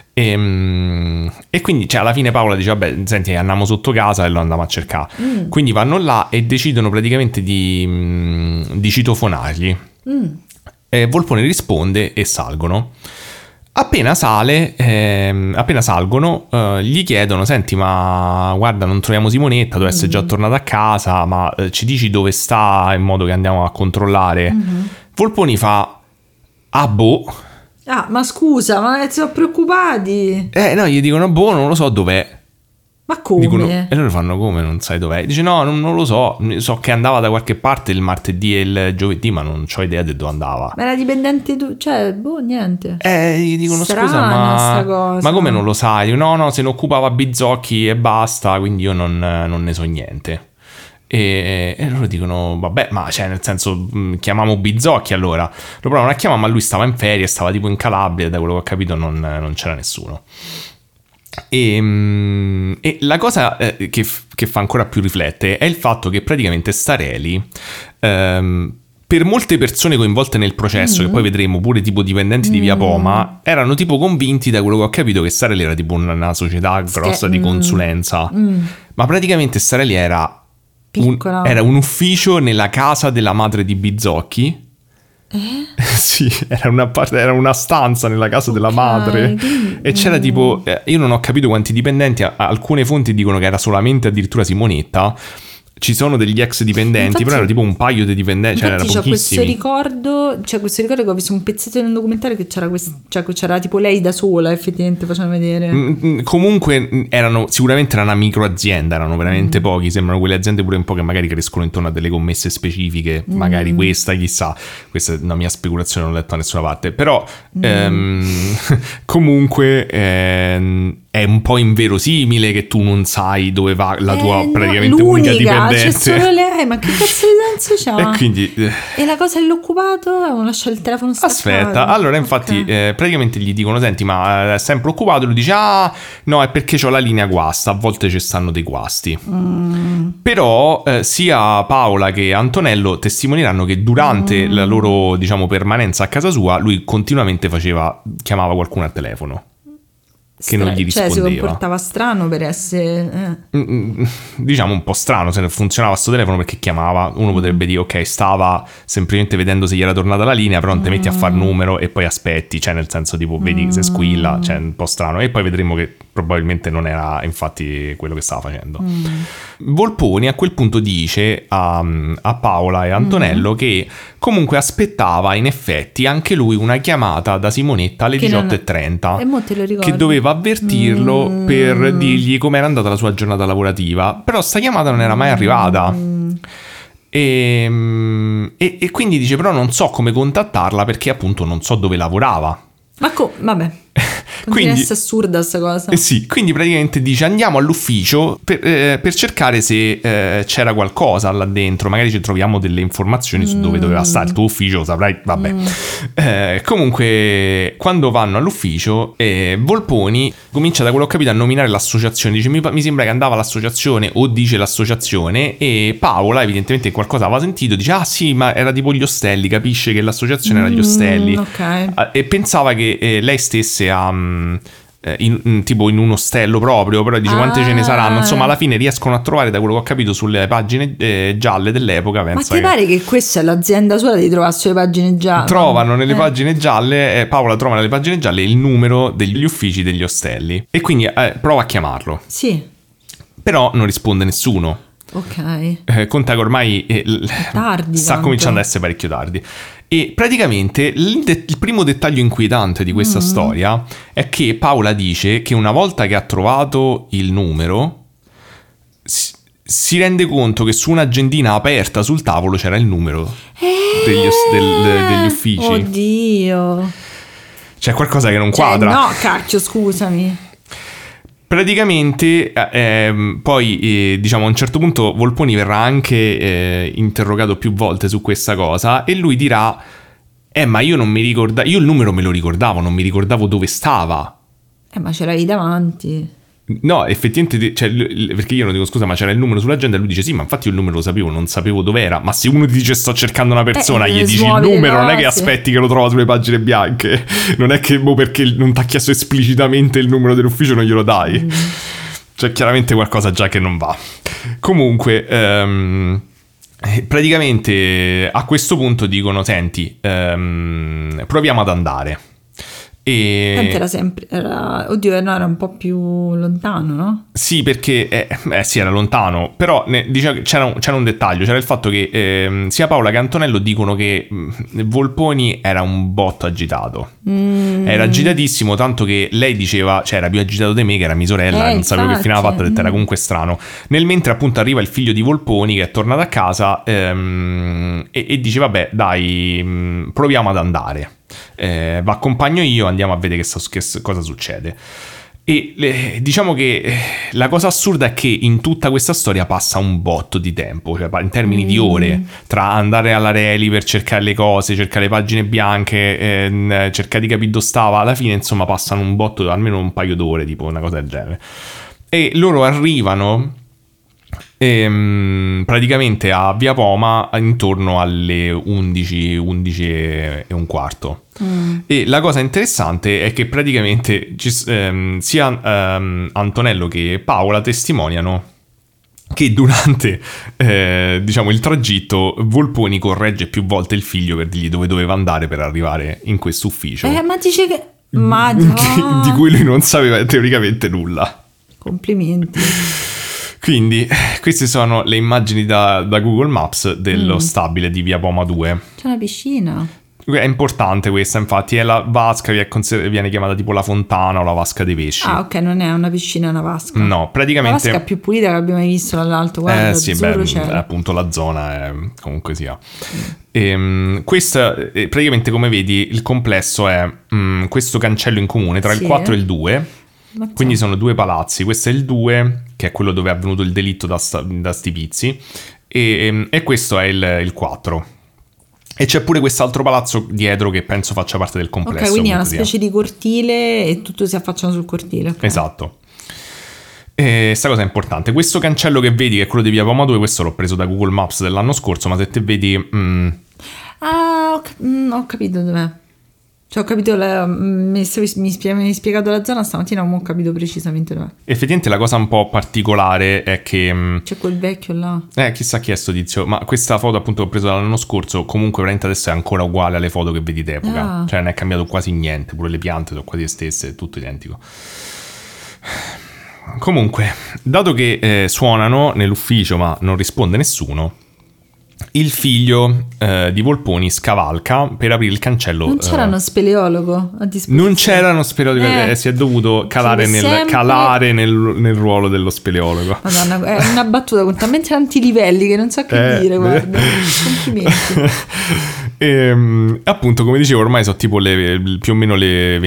E quindi, cioè, alla fine Paola dice, vabbè, senti, andiamo sotto casa e lo andiamo a cercare. Quindi vanno là e decidono praticamente di citofonargli. E Volpone risponde e salgono. Appena salgono, gli chiedono, senti, ma guarda, non troviamo Simonetta, deve essere già tornata a casa, ma ci dici dove sta in modo che andiamo a controllare? Volponi fa, boh. Ma scusa, ma sono preoccupati. No, gli dicono, boh, non lo so dov'è. Ma come? Dicono, e loro fanno come, non sai dov'è? Dice no, non lo so, so che andava da qualche parte il martedì e il giovedì, ma non ho idea di dove andava. Ma era dipendente tu, cioè, niente. Gli dicono Strana scusa, sta cosa. ma come non lo sai? No, se ne occupava Bizzocchi e basta, quindi io non ne so niente. E loro dicono vabbè, ma cioè nel senso chiamiamo Bizzocchi allora. Lo provano a chiamare, ma lui stava in ferie, stava tipo in Calabria, da quello che ho capito non c'era nessuno. E la cosa che fa ancora più riflettere è il fatto che praticamente Stareli, per molte persone coinvolte nel processo, che poi vedremo pure tipo dipendenti di Via Poma, erano tipo convinti, da quello che ho capito, che Stareli era tipo una società grossa di consulenza. Ma praticamente Stareli era un ufficio nella casa della madre di Bizzocchi. Sì, era una stanza nella casa della madre. E c'era tipo, io non ho capito quanti dipendenti, alcune fonti dicono che era solamente addirittura Simonetta. Ci sono degli ex dipendenti, infatti, però era tipo un paio di dipendenti, cioè era pochissimi. Questo ricordo che ho visto un pezzetto in un documentario che c'era tipo lei da sola, effettivamente facevano vedere. Comunque sicuramente era una microazienda, erano veramente pochi, sembrano quelle aziende pure un po' che magari crescono intorno a delle commesse specifiche, magari questa, chissà, questa è una mia speculazione, non l'ho letta da nessuna parte, però comunque è un po' inverosimile che tu non sai dove va la tua praticamente unica dipendente. C'è solo lei, ma che cazzo di senso c'ha? E quindi e la cosa dell'occupato? Avevano lasciato il telefono staccato. Aspetta, allora infatti praticamente gli dicono senti, ma è sempre occupato? Lui dice no, è perché c'ho la linea guasta, a volte ci stanno dei guasti. Però sia Paola che Antonello testimonieranno che durante la loro, diciamo, permanenza a casa sua lui continuamente chiamava qualcuno al telefono che non gli rispondeva. Cioè si comportava strano per essere diciamo un po' strano, se funzionava sto telefono perché chiamava. Uno potrebbe dire ok, stava semplicemente vedendo se gli era tornata la linea, però non ti metti a far numero e poi aspetti, cioè nel senso tipo vedi se squilla, cioè un po' strano. E poi vedremo che probabilmente non era infatti quello che stava facendo. Volponi a quel punto dice a Paola e Antonello che comunque aspettava in effetti anche lui una chiamata da Simonetta alle 18:30 che doveva avvertirlo per dirgli com'era andata la sua giornata lavorativa, però sta chiamata non era mai arrivata. E quindi dice però non so come contattarla perché appunto non so dove lavorava. Ma vabbè. Quindi è assurda sta cosa. Sì, quindi praticamente dice andiamo all'ufficio per cercare se c'era qualcosa là dentro, magari ci troviamo delle informazioni su dove doveva stare il tuo ufficio, saprai, vabbè. Comunque quando vanno all'ufficio Volponi comincia, da quello che ho capito, a nominare l'associazione, dice mi sembra che andava all'associazione o dice l'associazione, e Paola evidentemente qualcosa aveva sentito, dice sì, ma era tipo gli ostelli, capisce che l'associazione era gli ostelli, e pensava che lei stesse tipo in un ostello proprio, però dice quante ce ne saranno, insomma alla fine riescono a trovare, da quello che ho capito, sulle pagine gialle dell'epoca. Ma ti pare che questa è l'azienda sola di trovare sulle pagine gialle? Trovano nelle pagine gialle, Paola trova nelle pagine gialle il numero degli uffici degli ostelli e quindi prova a chiamarlo. Sì. Però non risponde nessuno. Ok. Conta che ormai tardi, sta cominciando ad essere parecchio tardi. E praticamente il primo dettaglio inquietante di questa storia è che Paola dice che una volta che ha trovato il numero si rende conto che su un'agendina aperta sul tavolo c'era il numero degli uffici. Oddio, c'è qualcosa che non quadra. No, cacchio, scusami. Praticamente poi diciamo a un certo punto Volponi verrà anche interrogato più volte su questa cosa e lui dirà ma io non mi ricordavo, io il numero me lo ricordavo, non mi ricordavo dove stava. Ma ce l'avevi davanti. No, effettivamente, cioè, perché io non dico scusa, ma c'era il numero sull'agenda e lui dice sì, ma infatti io il numero lo sapevo, non sapevo dov'era. Ma se uno ti dice sto cercando una persona, gli dici il numero, non è che aspetti che lo trova sulle pagine bianche. Non è che perché non ti ha chiesto esplicitamente il numero dell'ufficio non glielo dai. C'è chiaramente qualcosa già che non va. Comunque praticamente a questo punto dicono senti, proviamo ad andare. Tanto era sempre, oddio, no, era un po' più lontano, no? Sì, perché sì, era lontano, però diciamo, c'era un dettaglio, c'era il fatto che sia Paola che Antonello dicono che Volponi era un botto agitato. Era agitatissimo, tanto che lei diceva, cioè era più agitato di me, che era mia sorella, non sapevo che fine aveva fatto, era comunque strano. Nel mentre appunto arriva il figlio di Volponi che è tornato a casa e dice vabbè dai, proviamo ad andare. Vi accompagno io, andiamo a vedere che cosa succede. E diciamo che la cosa assurda è che in tutta questa storia passa un botto di tempo, cioè in termini di ore, tra andare alla Reli per cercare le cose, cercare le pagine bianche, cercare di capire dove stava, alla fine insomma passano un botto, almeno un paio d'ore, tipo una cosa del genere. E loro arrivano praticamente a Via Poma intorno alle 11 e un quarto. E la cosa interessante è che praticamente sia Antonello che Paola testimoniano che durante diciamo il tragitto Volponi corregge più volte il figlio per dirgli dove doveva andare per arrivare in questo ufficio, ma dice che di cui lui non sapeva teoricamente nulla. Complimenti. Quindi queste sono le immagini da Google Maps dello stabile di Via Poma 2. C'è una piscina. È importante questa, infatti, è la vasca che viene chiamata tipo la fontana o la vasca dei pesci. Ah, ok, non è una piscina, è una vasca. No, praticamente... La vasca più pulita che abbiamo mai visto dall'alto, guarda, sì, appunto la zona è comunque sia. Questa, praticamente come vedi, il complesso è questo cancello in comune tra il 4 e il 2. Quindi sono due palazzi. Questo è il 2, che è quello dove è avvenuto il delitto da sti pizzi, e questo è il 4. E c'è pure quest'altro palazzo dietro che penso faccia parte del complesso. Ok, quindi è una specie di cortile e tutto si affacciano sul cortile. Okay. Esatto. E sta cosa è importante. Questo cancello che vedi, che è quello di Via Poma 2, questo l'ho preso da Google Maps dell'anno scorso, ma se te vedi... ho capito dov'è. Cioè, ho capito, mi hai spiegato la zona stamattina, non ho capito precisamente dov'è. Effettivamente la cosa un po' particolare è che... C'è quel vecchio là. Chissà chi è sto tizio, ma questa foto appunto che ho preso dall'anno scorso, comunque veramente adesso è ancora uguale alle foto che vedi d'epoca. Cioè non è cambiato quasi niente, pure le piante sono quasi le stesse, è tutto identico. Comunque, dato che suonano nell'ufficio ma non risponde nessuno, il figlio di Volponi scavalca per aprire il cancello. Non c'era uno speleologo a disposizione. Non c'era uno speleologo, si è dovuto calare nel ruolo dello speleologo. Madonna, è una battuta con talmente tanti livelli che non so che dire, guarda. Complimenti. Appunto, come dicevo, ormai sono tipo più o meno le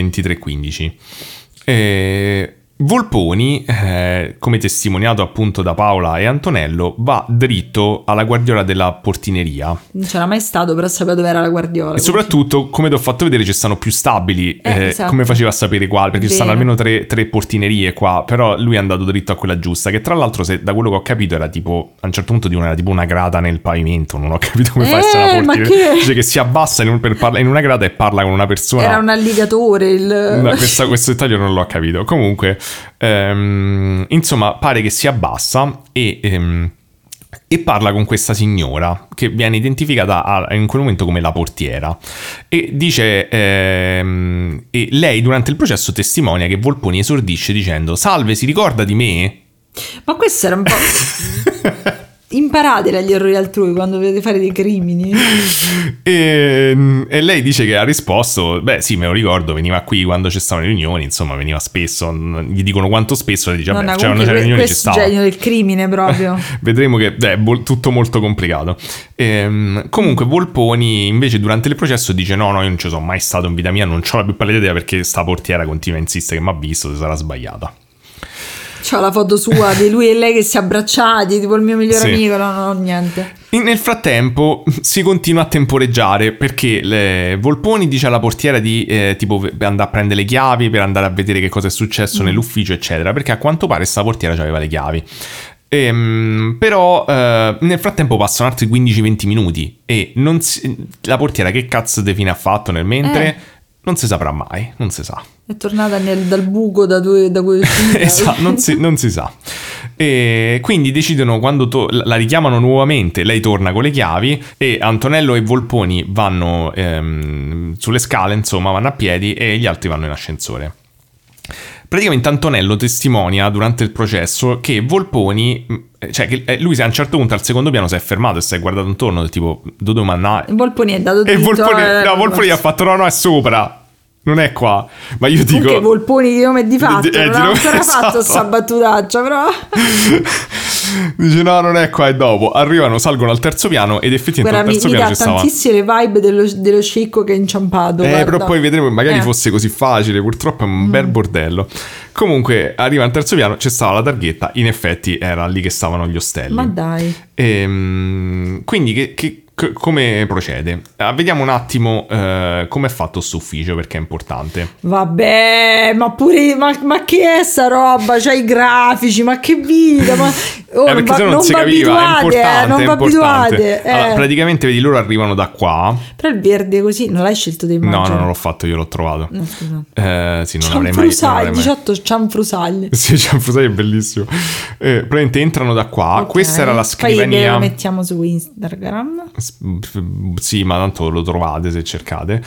23:15. Volponi, come testimoniato appunto da Paola e Antonello, va dritto alla guardiola della portineria. Non c'era mai stato, però sapeva dove era la guardiola. E soprattutto, come ti ho fatto vedere, ci stanno più stabili. Esatto. Come faceva a sapere quale? Perché ci stanno almeno tre portinerie qua. Però lui è andato dritto a quella giusta, che tra l'altro, da quello che ho capito, era tipo, a un certo punto era tipo una grata nel pavimento. Non ho capito come fa a essere una portineria. Dice che si abbassa in una grata e parla con una persona. Era un alligatore. No, questo dettaglio non l'ho capito. Comunque... insomma, pare che si abbassa e parla con questa signora che viene identificata in quel momento come la portiera, e dice e lei durante il processo testimonia che Volponi esordisce dicendo: "Salve, si ricorda di me?" Ma questo era un po'... Imparate dagli errori altrui quando dovete fare dei crimini. E lei dice che ha risposto: "Beh sì, me lo ricordo, veniva qui quando ci stavano le riunioni, insomma veniva spesso." Gli dicono quanto spesso, lei dice: "Beh, quando c'era riunioni ci stava." Questo è il genio del crimine proprio. Vedremo che è tutto molto complicato. Comunque Volponi invece durante il processo dice: no, io non ci sono mai stato in vita mia, non c'ho la più pallida idea, perché sta portiera continua a insistere che mi ha visto, si sarà sbagliata. C'ho la foto sua di lui e lei che si abbracciati, tipo il mio migliore amico, no, niente. Nel frattempo si continua a temporeggiare, perché Volponi dice alla portiera di tipo andare a prendere le chiavi per andare a vedere che cosa è successo nell'ufficio, eccetera, perché a quanto pare sta portiera aveva le chiavi. Però nel frattempo passano altri 15-20 minuti e la portiera che cazzo di fine ha fatto nel mentre? Non si saprà mai, non si sa. È tornata dal buco da cui esatto, non si sa. E quindi decidono, quando la richiamano nuovamente, lei torna con le chiavi e Antonello e Volponi vanno sulle scale, insomma, vanno a piedi e gli altri vanno in ascensore. Praticamente Antonello testimonia durante il processo che Volponi, cioè che lui a un certo punto al secondo piano si è fermato e si è guardato intorno, tipo, dove mannà? Volponi è dato E Volponi ha fatto no, è sopra, non è qua. Ma io dico... Comunque Volponi di nome e di fatto, non ha ancora esatto. fatto sta battutaccia, però... Dice no, non è qua, è dopo. Arrivano, salgono al terzo piano ed effettivamente al terzo piano ci stava. Tantissime vibe dello scicco che è inciampato. Però poi vedremo, magari fosse così facile, purtroppo è un bel bordello. Comunque arriva al terzo piano, c'è stava la targhetta, in effetti era lì che stavano gli ostelli. Ma dai. Quindi come procede? Vediamo un attimo come è fatto sto ufficio, perché è importante. Vabbè, ma pure ma che è sta roba? C'hai i grafici, ma che vita, ma perché se non si capiva, è importante, non è vi importante. abituate. Allora, praticamente vedi, loro arrivano da qua. Però il verde così non l'hai scelto di immagine? No, non l'ho fatto, io l'ho trovato. No, scusa. Sì, non avrei mai. 18 cianfrusaglie. Sì, cianfrusaglie è bellissimo. Praticamente entrano da qua. Okay. Questa era la scrivania. Poi lo mettiamo su Instagram. Sì, ma tanto lo trovate se cercate.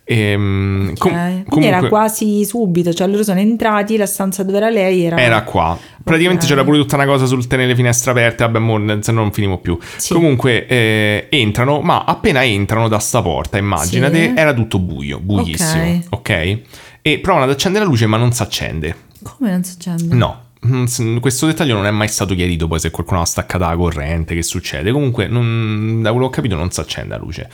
Quindi era quasi subito, cioè loro sono entrati, la stanza dove era lei era qua. Praticamente c'era pure tutta una cosa sul tenere le finestre aperte, vabbè, se no non finimo più. Sì. Comunque entrano, ma appena entrano da sta porta, immaginate, era tutto buioissimo, ok? E provano ad accendere la luce, ma non si accende. Come non si accende? No. Questo dettaglio non è mai stato chiarito, poi se qualcuno ha staccata la corrente, che succede? Comunque, da quello che ho capito, non si accende la luce.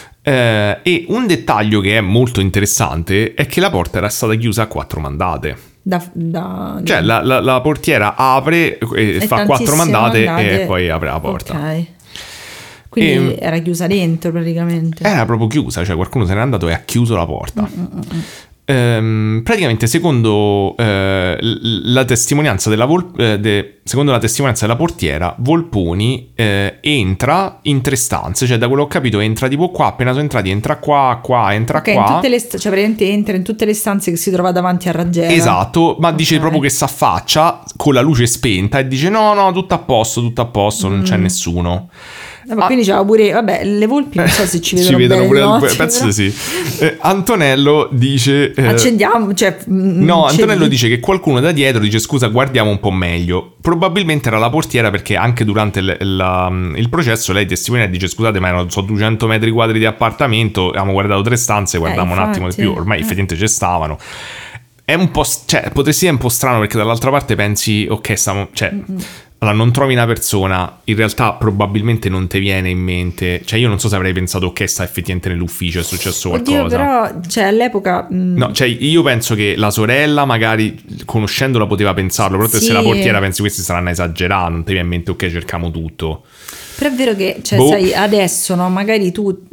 E un dettaglio che è molto interessante è che la porta era stata chiusa a 4 mandate. Cioè la portiera apre e fa 4 mandate e poi apre la porta. Ok. Quindi era chiusa dentro praticamente. Era proprio chiusa, cioè qualcuno se n'è andato e ha chiuso la porta. Praticamente secondo la testimonianza secondo la testimonianza della portiera, Volponi entra in 3 stanze, cioè da quello che ho capito entra tipo qua, appena sono entrati entra qua, entra qua. In tutte cioè praticamente entra in tutte le stanze che si trova davanti a Raggiera. Esatto, ma dice proprio che s'affaccia con la luce spenta e dice no, tutto a posto, non c'è nessuno. Ma quindi c'era pure, vabbè, le volpi non so se ci vedono pure notte, penso sì. Antonello dice accendiamo, cioè no, Antonello dice che qualcuno da dietro dice scusa, guardiamo un po' meglio. Probabilmente era la portiera, perché anche durante il processo lei testimonia e dice scusate, ma erano 200 metri quadri di appartamento, abbiamo guardato 3 stanze, guardiamo un attimo di più, ormai effettivamente ci stavano. È un po', cioè potresti un po' strano, perché dall'altra parte pensi ok, stiamo, cioè allora non trovi una persona, in realtà probabilmente non ti viene in mente, cioè io non so se avrei pensato ok, sta effettivamente nell'ufficio, è successo qualcosa. Oddio, però cioè all'epoca no, cioè io penso che la sorella magari conoscendola poteva pensarlo, però se la portiera pensi questi saranno esagerati, non ti viene in mente ok, cerchiamo tutto. Però è vero che, cioè, sai, adesso, no, magari tu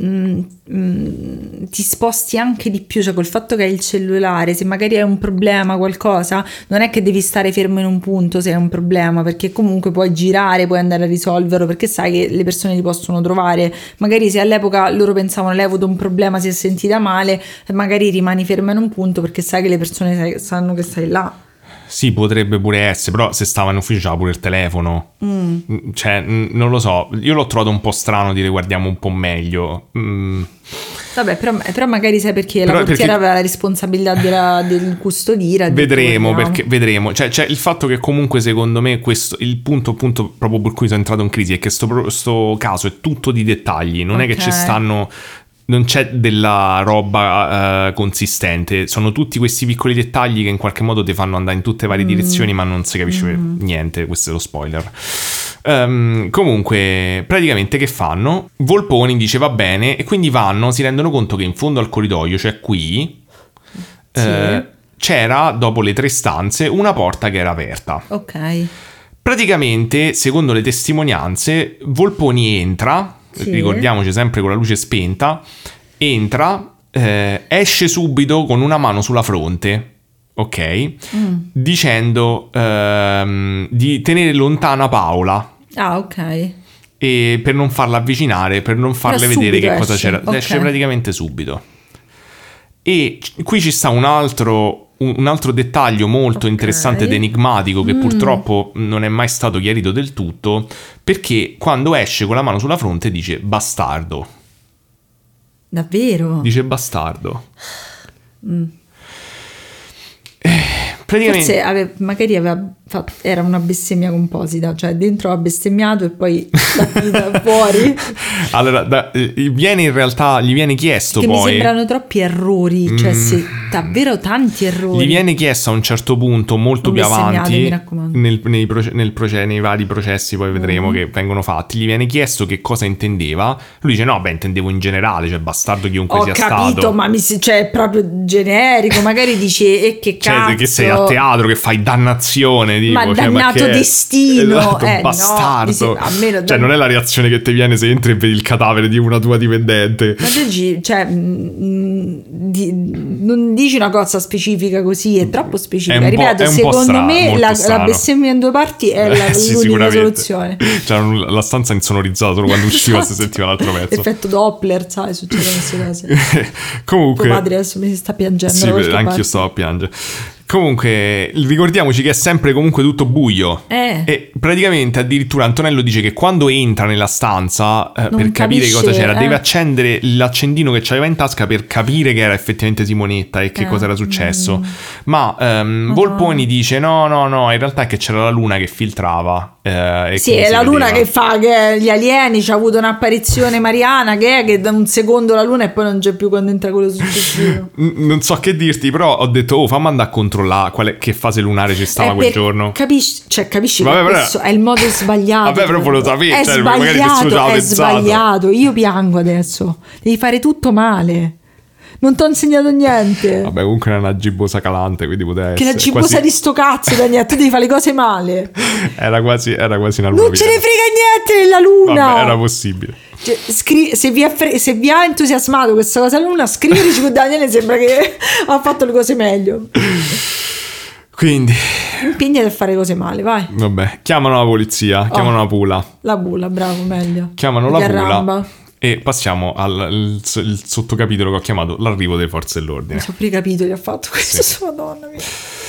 ti sposti anche di più, cioè col fatto che hai il cellulare, se magari hai un problema, qualcosa, non è che devi stare fermo in un punto se hai un problema, perché comunque puoi girare, puoi andare a risolverlo, perché sai che le persone ti possono trovare. Magari se all'epoca loro pensavano lei ha avuto un problema, si è sentita male, magari rimani fermo in un punto perché sai che le persone sanno che stai là. Sì, potrebbe pure essere, però se stava in ufficio c'era pure il telefono. Cioè, non lo so, io l'ho trovato un po' strano dire guardiamo un po' meglio. Vabbè, però magari sai perché la portiera aveva la responsabilità del custodire. Vedremo. Cioè, c'è il fatto che comunque secondo me il punto appunto proprio per cui sono entrato in crisi è che sto caso è tutto di dettagli, non è che ci stanno... Non c'è della roba consistente, sono tutti questi piccoli dettagli che in qualche modo ti fanno andare in tutte le varie direzioni, ma non si capisce niente, questo è lo spoiler. Comunque, praticamente che fanno? Volponi dice va bene, e quindi si rendono conto che in fondo al corridoio, cioè qui, c'era, dopo le 3 stanze, una porta che era aperta. Ok. Praticamente, secondo le testimonianze, Volponi entra... ricordiamoci sempre con la luce spenta, entra, esce subito con una mano sulla fronte, ok? Dicendo di tenere lontana Paola. Ah, ok. E per non farla avvicinare, per non farle vedere che cosa c'era. Okay. Esce praticamente subito. E qui ci sta un altro un altro dettaglio molto interessante ed enigmatico che purtroppo non è mai stato chiarito del tutto, perché quando esce con la mano sulla fronte dice bastardo. Davvero? Dice bastardo. Praticamente... Forse magari era una bestemmia composita, cioè dentro ha bestemmiato e poi l'ha finita fuori. Allora, gli viene chiesto che poi... mi sembrano troppi errori, cioè davvero tanti errori. Gli viene chiesto a un certo punto, molto più avanti, mi raccomando. nei vari processi, poi vedremo che vengono fatti, gli viene chiesto che cosa intendeva. Lui dice no, intendevo in generale, cioè bastardo chiunque sia stato. Ho capito, ma cioè, è proprio generico, magari dice e che cazzo. Cioè, che sei a teatro, che fai dannazione, dico, ma dannato destino, esatto, bastardo. No, almeno cioè non è la reazione che ti viene se entri e vedi il cadavere di una tua dipendente. Ma tu cioè, non dici una cosa specifica così, è troppo specifica. Ripeto, secondo me la bestemmia in due parti è l'unica soluzione. Cioè la stanza insonorizzata solo quando usciva si sentiva l'altro pezzo. Effetto Doppler, sai, succedono queste cose. Comunque tuo padre adesso mi si sta piangendo. Sì, anch'io stavo a piangere. Comunque, ricordiamoci che è sempre comunque tutto buio. E praticamente addirittura Antonello dice che quando entra nella stanza per capire cosa c'era, deve accendere l'accendino che c'aveva in tasca per capire che era effettivamente Simonetta e che cosa era successo. Ma Volponi dice no, in realtà è che c'era la luna che filtrava. Sì, è la luna che fa che gli alieni, c'ha avuto un'apparizione mariana che da un secondo la luna e poi non c'è più quando entra quello successivo. Non so che dirti, però ho detto fammi andare a controllare che fase lunare ci stava quel giorno. Capisci che questo è il modo sbagliato. Vabbè, però lo sapevi, è sbagliato. Io piango adesso. Devi fare tutto male. Non ti ho insegnato niente. Vabbè, comunque era una gibbosa calante, quindi poteva essere. Che la gibbosa quasi... di sto cazzo, Daniele, tu devi fare le cose male. Era quasi una luna. Non ce ne frega niente della luna. Vabbè, era possibile. Cioè, se vi ha entusiasmato questa cosa luna, scriveteci con Daniele, sembra che ha fatto le cose meglio. Quindi impegnati a fare cose male, vai. Vabbè, chiamano la polizia, chiamano la Pula. La Pula, bravo, meglio. Chiamano la Pula. E passiamo al sottocapitolo che ho chiamato l'arrivo delle forze dell'ordine. Non so più i capitoli ha fatto questo, sì. Madonna mia.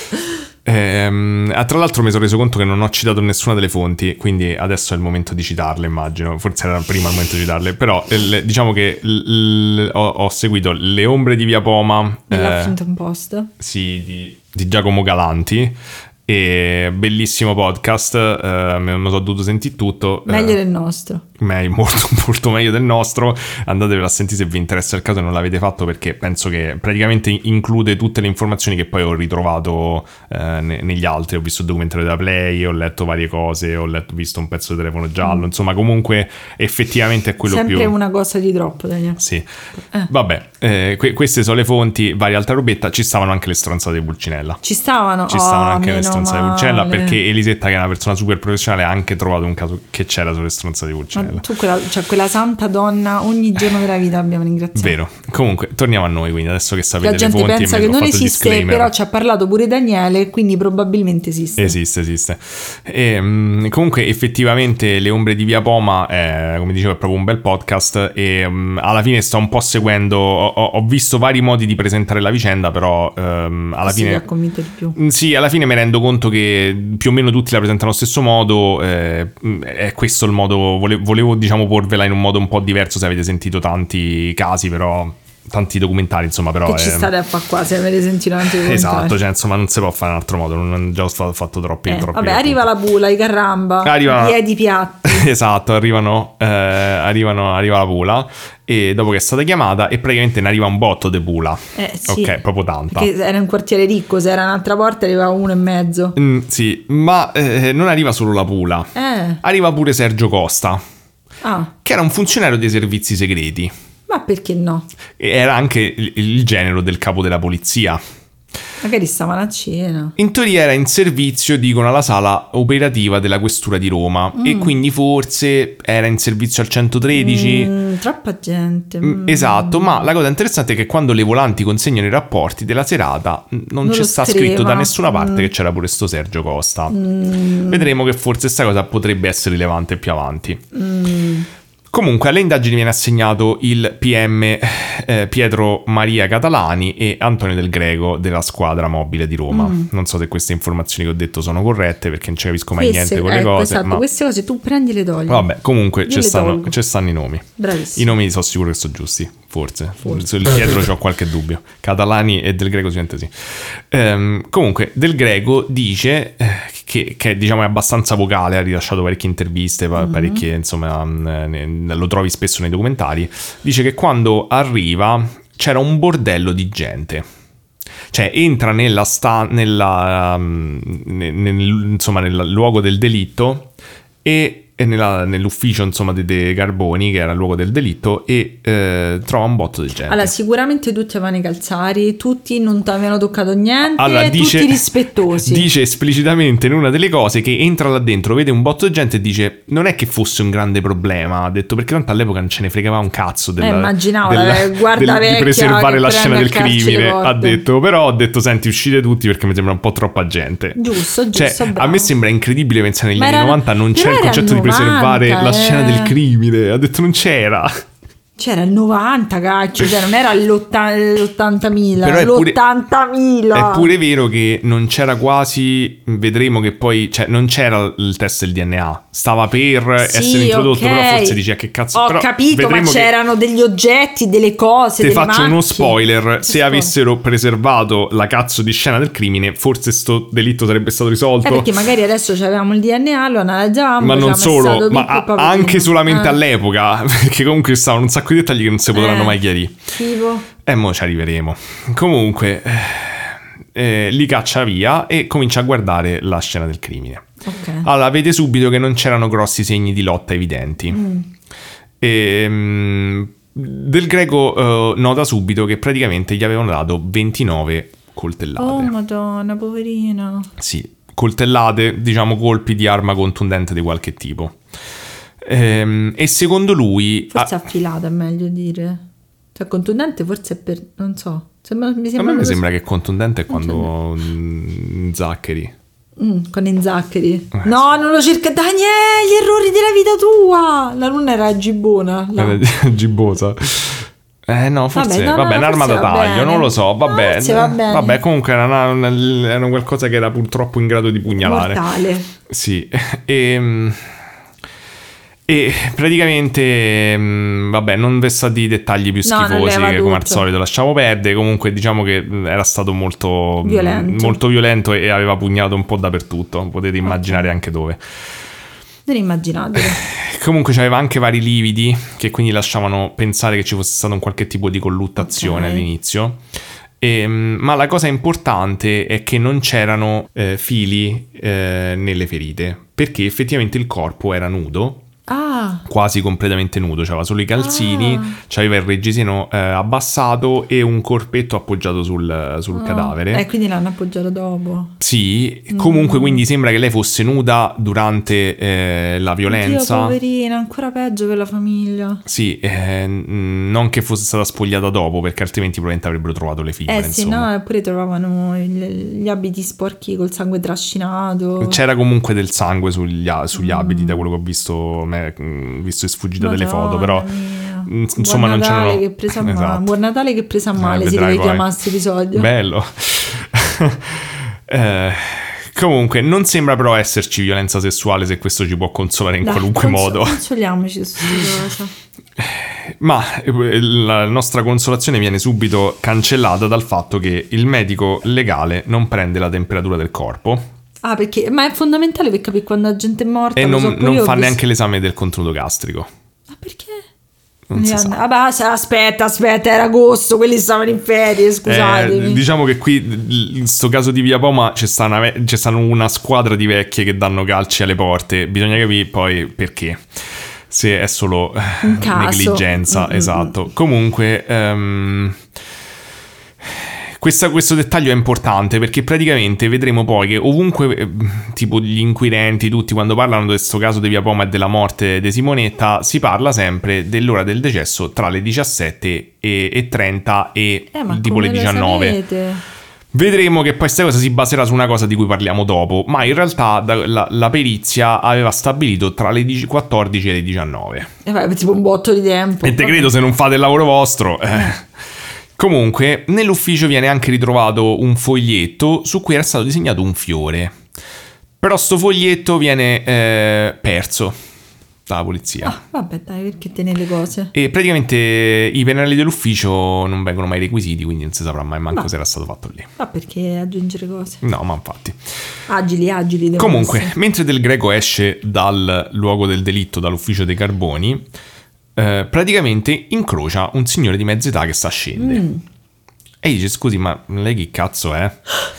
Tra l'altro mi sono reso conto che non ho citato nessuna delle fonti, quindi adesso è il momento di citarle, immagino. Forse era prima il momento di citarle, però diciamo che ho seguito Le ombre di Via Poma dell'Huffington Post. Sì, di Giacomo Galanti. E bellissimo podcast, me lo sono dovuto sentire tutto. Meglio del nostro. Molto, molto meglio del nostro. Andatevelo a sentire se vi interessa il caso e non l'avete fatto, perché penso che praticamente include tutte le informazioni che poi ho ritrovato negli altri. Ho visto il documentario della Play, ho letto varie cose, visto un pezzo di Telefono Giallo. Insomma, comunque effettivamente è quello sempre più... una cosa di troppo, Daniele. Sì. Vabbè, queste sono le fonti, varie altra robetta. Ci stavano anche le stronzate di Pulcinella. Ci stavano anche le stronzate di Pulcinella, perché Elisetta, che è una persona super professionale, ha anche trovato un caso che c'era sulle stronzate di Pulcinella. Tu quella santa donna ogni giorno della vita abbiamo ringraziato. Vero. Comunque torniamo a noi, quindi adesso che sapete la gente le fonti, pensa che non esiste, però ci ha parlato pure Daniele, quindi probabilmente esiste. Esiste. E comunque effettivamente Le ombre di Via Poma è, come dicevo, è proprio un bel podcast, e alla fine sto un po' seguendo, ho visto vari modi di presentare la vicenda, però alla fine mi ha convinto di più. Sì, alla fine mi rendo conto che più o meno tutti la presentano allo stesso modo. È questo il modo. Volevo diciamo porvela in un modo un po' diverso, se avete sentito tanti casi, però tanti documentari, insomma, però che ci state a fare qua se avete sentito tanti documentari. Esatto, cioè insomma non si può fare in un altro modo, non già ho fatto troppi vabbè, arriva la Pula, i Carramba, i piedi piatti. Esatto, arriva la Pula, e dopo che è stata chiamata, e praticamente ne arriva un botto de Pula. Sì, ok, proprio tanta, perché era un quartiere ricco, se era un'altra porta arrivava 1,5. Sì, ma non arriva solo la Pula, arriva pure Sergio Costa, che era un funzionario dei servizi segreti. Ma perché no? Era anche il genero del capo della polizia. Magari stavano a cena. In teoria era in servizio, dicono, alla sala operativa della questura di Roma, e quindi forse era in servizio al 113. Troppa gente. Esatto, ma la cosa interessante è che quando le volanti consegnano i rapporti della serata non c'è sta scritto da nessuna parte che c'era pure sto Sergio Costa. Vedremo che forse sta cosa potrebbe essere rilevante più avanti. Comunque alle indagini viene assegnato il PM Pietro Maria Catalani e Antonio Del Greco della squadra mobile di Roma. Non so se queste informazioni che ho detto sono corrette, perché non ci capisco mai niente con le cose. Esatto, ma queste cose tu prendi le togli. Vabbè, comunque ci stanno i nomi. Bravissimo. I nomi sono sicuro che sono giusti, forse. Sul Pietro c'ho qualche dubbio. Catalani e Del Greco sicuramente sì. Comunque Del Greco dice che diciamo è abbastanza vocale, ha rilasciato parecchie interviste, parecchie, insomma, lo trovi spesso nei documentari. Dice che quando arriva c'era un bordello di gente. Cioè entra nel luogo del delitto e nell'ufficio, insomma, dei Carboni, che era il luogo del delitto, e trova un botto di gente. Allora, sicuramente tutti avevano i calzari, tutti non ti avevano toccato niente, allora, tutti rispettosi. Dice esplicitamente in una delle cose che entra là dentro, vede un botto di gente e dice non è che fosse un grande problema, ha detto, perché tanto all'epoca non ce ne fregava un cazzo immaginavo, di preservare la scena del crimine, ha detto, però ho detto senti, uscite tutti perché mi sembra un po' troppa gente. Giusto, cioè, bravo. A me sembra incredibile pensare negli anni 90 non c'era il concetto di preservare la scena del crimine, ha detto non c'era. C'era il 90, cacchio, cioè non era l'80.000, però l'80.000. È pure vero che non c'era quasi, vedremo che poi, cioè non c'era il test del DNA, stava per essere introdotto, però forse dice che cazzo. Ho capito, ma c'erano degli oggetti, delle cose, te faccio uno spoiler, se avessero preservato la cazzo di scena del crimine, forse sto delitto sarebbe stato risolto. Perché magari adesso avevamo il DNA, lo analizzavamo, ma non solo, ma anche solamente all'epoca, perché comunque stavano un sacco di dettagli che non si potranno mai chiarire. Tipo? Mo ci arriveremo. Comunque li caccia via e comincia a guardare la scena del crimine. Okay. Allora vede subito che non c'erano grossi segni di lotta evidenti. Del Greco nota subito che praticamente gli avevano dato 29 coltellate. Oh madonna, poverina. Sì, coltellate, diciamo colpi di arma contundente di qualche tipo. E secondo lui forse affilata è meglio dire, cioè contundente forse è per, non so, a me mi sembra che contundente è quando zaccheri con inzaccheri. No, non lo cerca, Daniele, gli errori della vita tua. La luna era gibbona, gibbosa. No, forse vabbè, un'arma da taglio, non lo so, vabbè. Vabbè, comunque era qualcosa che era purtroppo in grado di pugnalare. Mortale. Sì. E praticamente, vabbè, non vi sto di dettagli più schifosi che come al solito lasciamo perdere. Comunque diciamo che era stato molto violento e aveva pugnato un po' dappertutto. Potete immaginare anche dove. Non immaginabile. Comunque c'aveva anche vari lividi che quindi lasciavano pensare che ci fosse stato un qualche tipo di colluttazione all'inizio. Ma la cosa importante è che non c'erano fili nelle ferite, perché effettivamente il corpo era nudo. Quasi completamente nudo, c'aveva solo i calzini, c'aveva il reggiseno abbassato e un corpetto appoggiato sul cadavere. Quindi l'hanno appoggiato dopo. Sì, comunque quindi sembra che lei fosse nuda durante la violenza. Oddio, poverina, ancora peggio per la famiglia. Sì, non che fosse stata spogliata dopo, perché altrimenti probabilmente avrebbero trovato le fibre. Sì, insomma. no, eppure trovavano gli abiti sporchi col sangue trascinato. C'era comunque del sangue sugli abiti, da quello che ho visto e sfuggita delle foto, però insomma non c'erano. Buon Natale che presa a male, si deve chiamare questo episodio. Bello. Comunque non sembra però esserci violenza sessuale, se questo ci può consolare in qualunque modo. Consoliamoci su questa cosa. Ma la nostra consolazione viene subito cancellata dal fatto che il medico legale non prende la temperatura del corpo. Perché? Ma è fondamentale per capire quando la gente è morta. E non fa neanche l'esame del contenuto gastrico. Ma perché? Non si sa. Aspetta, era agosto, quelli stavano in ferie, scusatemi. Diciamo che qui, in sto caso di Via Poma, c'è stanno una squadra di vecchie che danno calci alle porte. Bisogna capire poi perché. Se è solo negligenza, esatto. Comunque... Questo dettaglio è importante perché praticamente vedremo poi che ovunque, tipo gli inquirenti, tutti quando parlano di questo caso di Via Poma e della morte di Simonetta, si parla sempre dell'ora del decesso tra le 17:30 e tipo le 19. Vedremo che poi questa cosa si baserà su una cosa di cui parliamo dopo, ma in realtà la perizia aveva stabilito tra le 14 e le 19. Tipo un botto di tempo. E te credo se non fate il lavoro vostro. Comunque, nell'ufficio viene anche ritrovato un foglietto su cui era stato disegnato un fiore. Però sto foglietto viene perso dalla polizia. Vabbè, dai, perché tieni le cose? E praticamente i pennelli dell'ufficio non vengono mai requisiti, quindi non si saprà mai manco se era stato fatto lì. Ma perché aggiungere cose? No, ma infatti. Agili devono Comunque, essere. mentre Del Greco esce dal luogo del delitto, dall'ufficio dei carboni, praticamente incrocia un signore di mezza età che sta a scendere. E gli dice: scusi, ma lei chi cazzo è?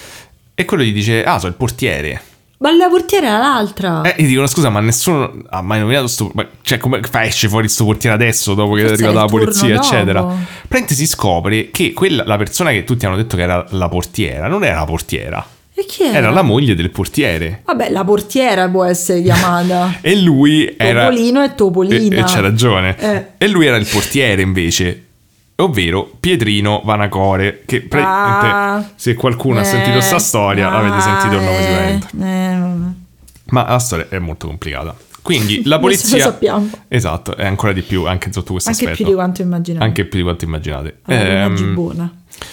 E quello gli dice: ah, sono il portiere. Ma la portiera era l'altra. E gli dicono: scusa, ma nessuno ha mai nominato sto... Cioè, come esce fuori sto portiere adesso, dopo che è Forse arrivata la è il turno polizia, dopo. eccetera? Praticamente si scopre che la persona che tutti hanno detto che era la portiera non era la portiera. E chi era? Era la moglie del portiere. Vabbè, la portiera può essere chiamata. E lui era... Topolino e Topolina. E c'ha ragione. Eh. E lui era il portiere invece, ovvero Pietrino Vanacore, che praticamente, se qualcuno ha sentito sta storia, avete sentito il nome sicuramente. Vabbè. Ma la storia è molto complicata. Quindi la Adesso polizia... lo sappiamo. Esatto, è ancora di più, anche sotto questo Anche aspetto. più di quanto immaginavo. Anche più di quanto immaginate. Una gibbona.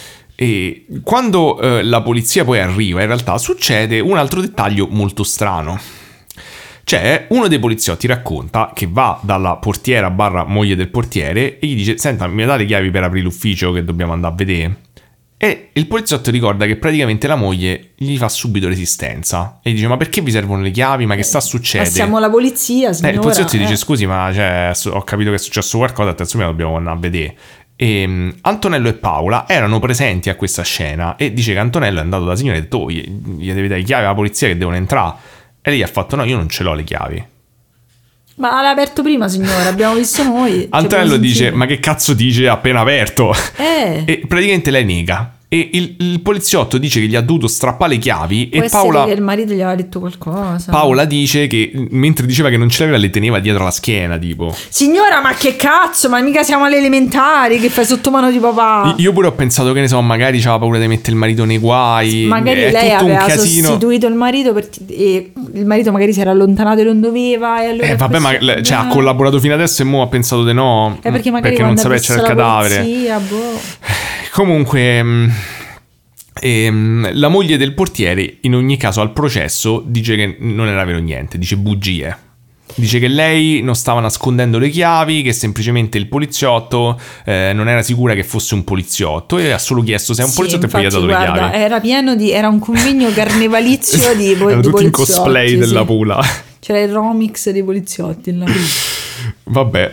E quando la polizia poi arriva, in realtà succede un altro dettaglio molto strano. Cioè, uno dei poliziotti racconta che va dalla portiera / moglie del portiere e gli dice: senta, mi dà le chiavi per aprire l'ufficio che dobbiamo andare a vedere? E il poliziotto ricorda che praticamente la moglie gli fa subito resistenza e gli dice: ma perché vi servono le chiavi? Ma che sta succedendo? Ma siamo la polizia, signora. Il poliziotto gli dice: scusi, ma ho capito che è successo qualcosa, attenzione, dobbiamo andare a vedere. E Antonello e Paola erano presenti a questa scena e dice che Antonello è andato da signora e ha detto: gli devi dare le chiavi alla polizia che devono entrare. E lei gli ha fatto: no, io non ce l'ho le chiavi. Ma l'ha aperto prima, signora, abbiamo visto noi. Antonello dice: ma che cazzo dice appena aperto? E praticamente lei nega. E il poliziotto dice che gli ha dovuto strappare le chiavi. Può e Paola, che il marito gli aveva detto qualcosa. Paola dice che mentre diceva che non ce l'aveva, le teneva dietro la schiena, tipo. Signora, ma che cazzo? Ma mica siamo alle elementari, che fai sotto mano di papà? Io pure ho pensato, che ne so, magari c'aveva paura di mettere il marito nei guai. Magari è lei tutto aveva un casino. sostituito il marito e il marito magari si era allontanato e non doveva. E allora Vabbè, ma ha collaborato fino adesso e mo ha pensato di no. Perché magari non sapeva c'era il cadavere. Polizia, boh. Comunque. La moglie del portiere in ogni caso al processo dice che non era vero niente, dice bugie. Dice che lei non stava nascondendo le chiavi, che semplicemente il poliziotto non era sicura che fosse un poliziotto e ha solo chiesto se è un poliziotto, infatti, e poi gli ha dato le chiavi. Era pieno era un convegno carnevalizio di Era tutto in cosplay della Pula. C'era il remix dei poliziotti là. Vabbè.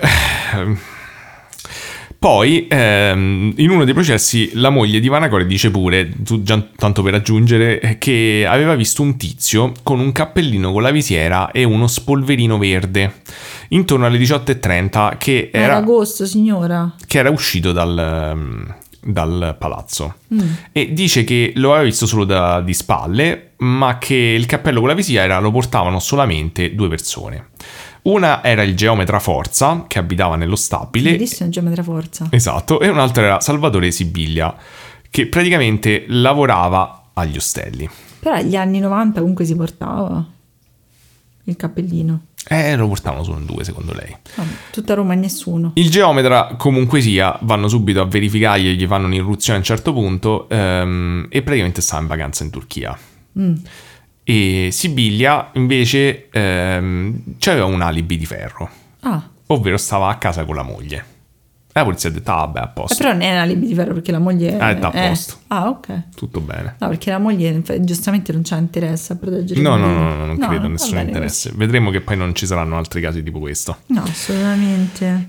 Poi, in uno dei processi, la moglie di Vanacore dice pure, tanto per aggiungere, che aveva visto un tizio con un cappellino con la visiera e uno spolverino verde intorno alle 18:30 che era agosto, signora. Che era uscito dal palazzo. E dice che lo aveva visto solo di spalle, ma che il cappello con la visiera lo portavano solamente 2 persone. Una era il geometra Forza, che abitava nello stabile. Bellissimo geometra Forza. Esatto. E un'altra era Salvatore Sibiglia, che praticamente lavorava agli ostelli. Però agli anni 90 comunque si portava il cappellino. Lo portavano solo in 2, secondo lei. Tutta Roma e nessuno. Il geometra, comunque sia, vanno subito a verificargli, gli fanno un'irruzione a un certo punto e praticamente stava in vacanza in Turchia. E Sibiglia invece c'aveva un alibi di ferro, ovvero stava a casa con la moglie. La polizia ha detto: vabbè, a posto. Però non è un alibi di ferro perché la moglie è a posto. Ok. Tutto bene. No, perché la moglie giustamente non c'ha interesse a proteggere No, non credo nessun interesse. Così. Vedremo che poi non ci saranno altri casi tipo questo. No, assolutamente.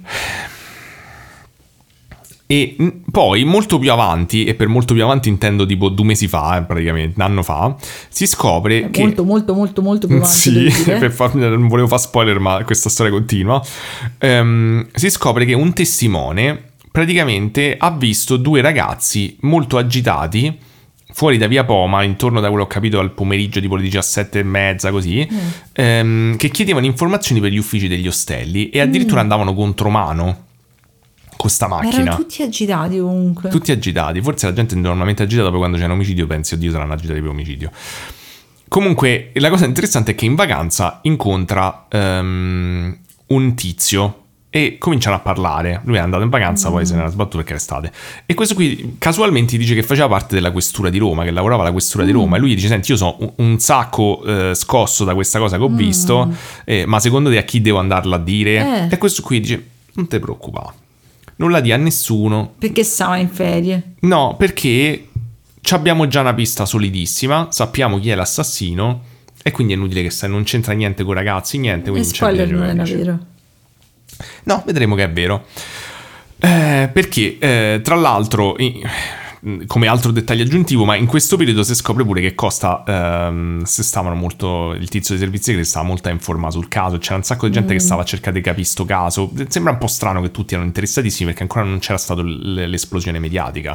E poi molto più avanti, e per molto più avanti intendo tipo 2 mesi fa, praticamente un anno fa, si scopre che molto più avanti. Sì, non volevo fare spoiler, ma questa storia continua. Si scopre che un testimone praticamente ha visto 2 ragazzi molto agitati fuori da via Poma, intorno, da quello che ho capito, al pomeriggio tipo le 17:30 così, che chiedevano informazioni per gli uffici degli ostelli e addirittura andavano contromano con sta macchina. Erano tutti agitati comunque. Tutti agitati. Forse la gente è normalmente agitata, poi quando c'è un omicidio pensi, oddio, saranno agitati per omicidio. Comunque, la cosa interessante è che in vacanza incontra un tizio e cominciano a parlare. Lui è andato in vacanza, poi se ne era sbattuto perché era estate. E questo qui casualmente dice che faceva parte della questura di Roma, che lavorava alla questura di Roma. E lui dice: senti, io sono un sacco scosso da questa cosa che ho visto, ma secondo te a chi devo andarla a dire? E questo qui dice: non ti preoccupare, non la dia a nessuno. Perché stava in ferie? No, perché abbiamo già una pista solidissima, sappiamo chi è l'assassino e quindi è inutile che non c'entra niente con i ragazzi, niente. E Quindi spoiler non era vero. No, vedremo che è vero. Perché, tra l'altro, come altro dettaglio aggiuntivo, ma in questo periodo si scopre pure che Costa, se stavano molto, il tizio dei servizi segreti stava molto a informare sul caso, c'era un sacco di gente che stava a cercare di capire sto caso. Sembra un po' strano che tutti erano interessatissimi perché ancora non c'era stata l'esplosione mediatica.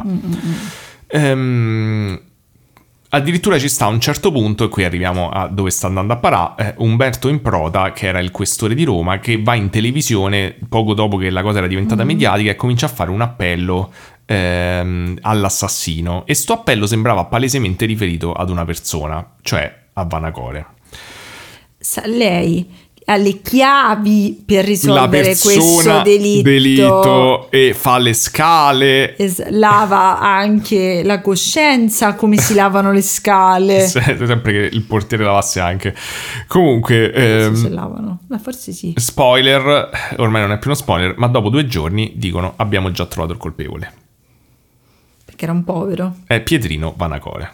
Addirittura ci sta a un certo punto, e qui arriviamo a dove sta andando a parare, Umberto Improta, che era il questore di Roma, che va in televisione poco dopo che la cosa era diventata mediatica e comincia a fare un appello all'assassino, e sto appello sembrava palesemente riferito ad una persona, cioè a Vanacore. Lei ha le chiavi per risolvere La persona questo delitto e fa le scale, lava anche la coscienza, come si lavano le scale. sempre che il portiere lavasse anche. Comunque Se lavano, ma forse sì. Spoiler, ormai non è più uno spoiler, ma dopo 2 giorni dicono: abbiamo già trovato il colpevole. Perché era un povero. È Pietrino Vanacore.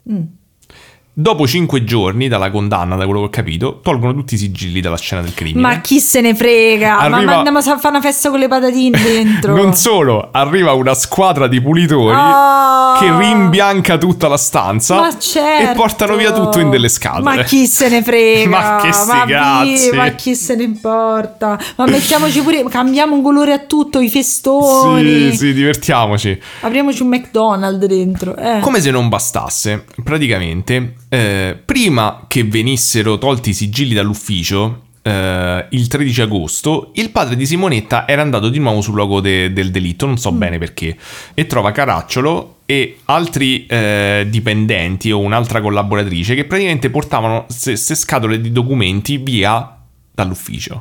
Dopo 5 giorni dalla condanna, da quello che ho capito, tolgono tutti i sigilli dalla scena del crimine. Ma chi se ne frega? Ma andiamo a fare una festa con le patatine dentro. Non solo, arriva una squadra di pulitori che rimbianca tutta la stanza. Ma certo. E portano via tutto in delle scatole. Ma chi se ne frega? Ma che cazzi. Ma chi se ne importa? Ma mettiamoci pure, cambiamo un colore a tutto, i festoni. Sì, divertiamoci. Apriamoci un McDonald's dentro. Come se non bastasse, praticamente, prima che venissero tolti i sigilli dall'ufficio, il 13 agosto, il padre di Simonetta era andato di nuovo sul luogo del delitto, non so bene perché, e trova Caracciolo e altri dipendenti o un'altra collaboratrice che praticamente portavano queste scatole di documenti via dall'ufficio.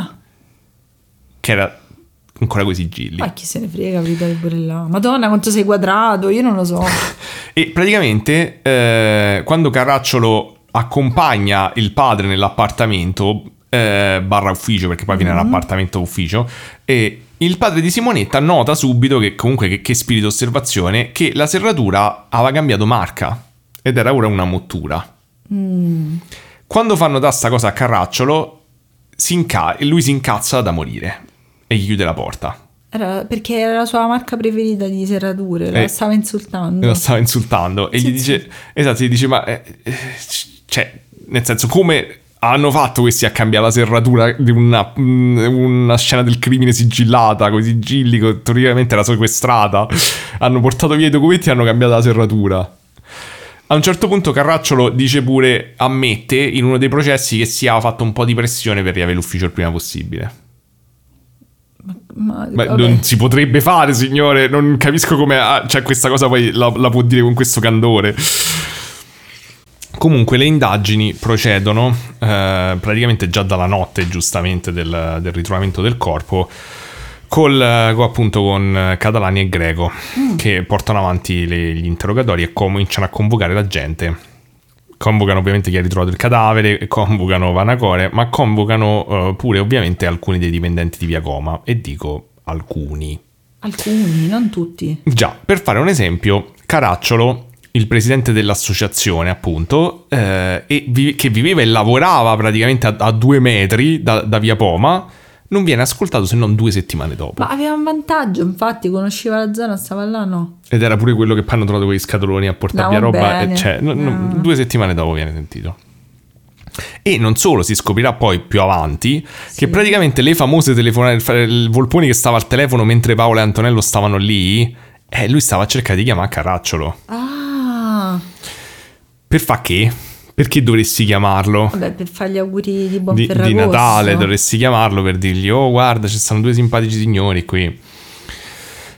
Che era ancora coi sigilli. Ma chi se ne frega, vedi pure là. Madonna, quanto sei quadrato, io non lo so. E praticamente quando Caracciolo accompagna il padre nell'appartamento barra ufficio, perché poi viene l'appartamento ufficio, e il padre di Simonetta nota subito che comunque che spirito osservazione, che la serratura aveva cambiato marca ed era ora una mottura. Quando fanno da sta cosa a Caracciolo lui si incazza da morire e gli chiude la porta. Perché era la sua marca preferita di serrature, la stava insultando. E gli dice, esatto, gli dice: ma cioè, nel senso, come hanno fatto questi a cambiare la serratura di una scena del crimine sigillata con i sigilli che teoricamente era sequestrata? Hanno portato via i documenti e hanno cambiato la serratura. A un certo punto Caracciolo dice pure, ammette in uno dei processi, che si aveva fatto un po' di pressione per riavere l'ufficio il prima possibile. Ma non si potrebbe fare, signore. Non capisco come cioè questa cosa poi la può dire con questo candore. Comunque le indagini procedono praticamente già dalla notte, giustamente, del ritrovamento del corpo, appunto con Catalani e Greco, che portano avanti gli interrogatori e cominciano a convocare la gente. Convocano ovviamente chi ha ritrovato il cadavere, convocano Vanacore, ma convocano pure ovviamente alcuni dei dipendenti di Via Coma. E dico alcuni, non tutti. Già, per fare un esempio, Caracciolo, il presidente dell'associazione appunto, che viveva e lavorava praticamente a 2 metri da Via Poma, non viene ascoltato se non 2 settimane dopo. Ma aveva un vantaggio, infatti, conosceva la zona, stava là, no? Ed era pure quello che poi hanno trovato quei scatoloni a portare via roba, e cioè, 2 settimane dopo viene sentito. E non solo, si scoprirà poi più avanti che praticamente le famose telefonate, il Volponi che stava al telefono mentre Paolo e Antonello stavano lì, lui stava a cercare di chiamare Caracciolo. Per fa che? Perché dovresti chiamarlo? Vabbè, per fare gli auguri di buon Ferragosto. Di Natale dovresti chiamarlo per dirgli: oh, guarda, ci stanno 2 simpatici signori qui.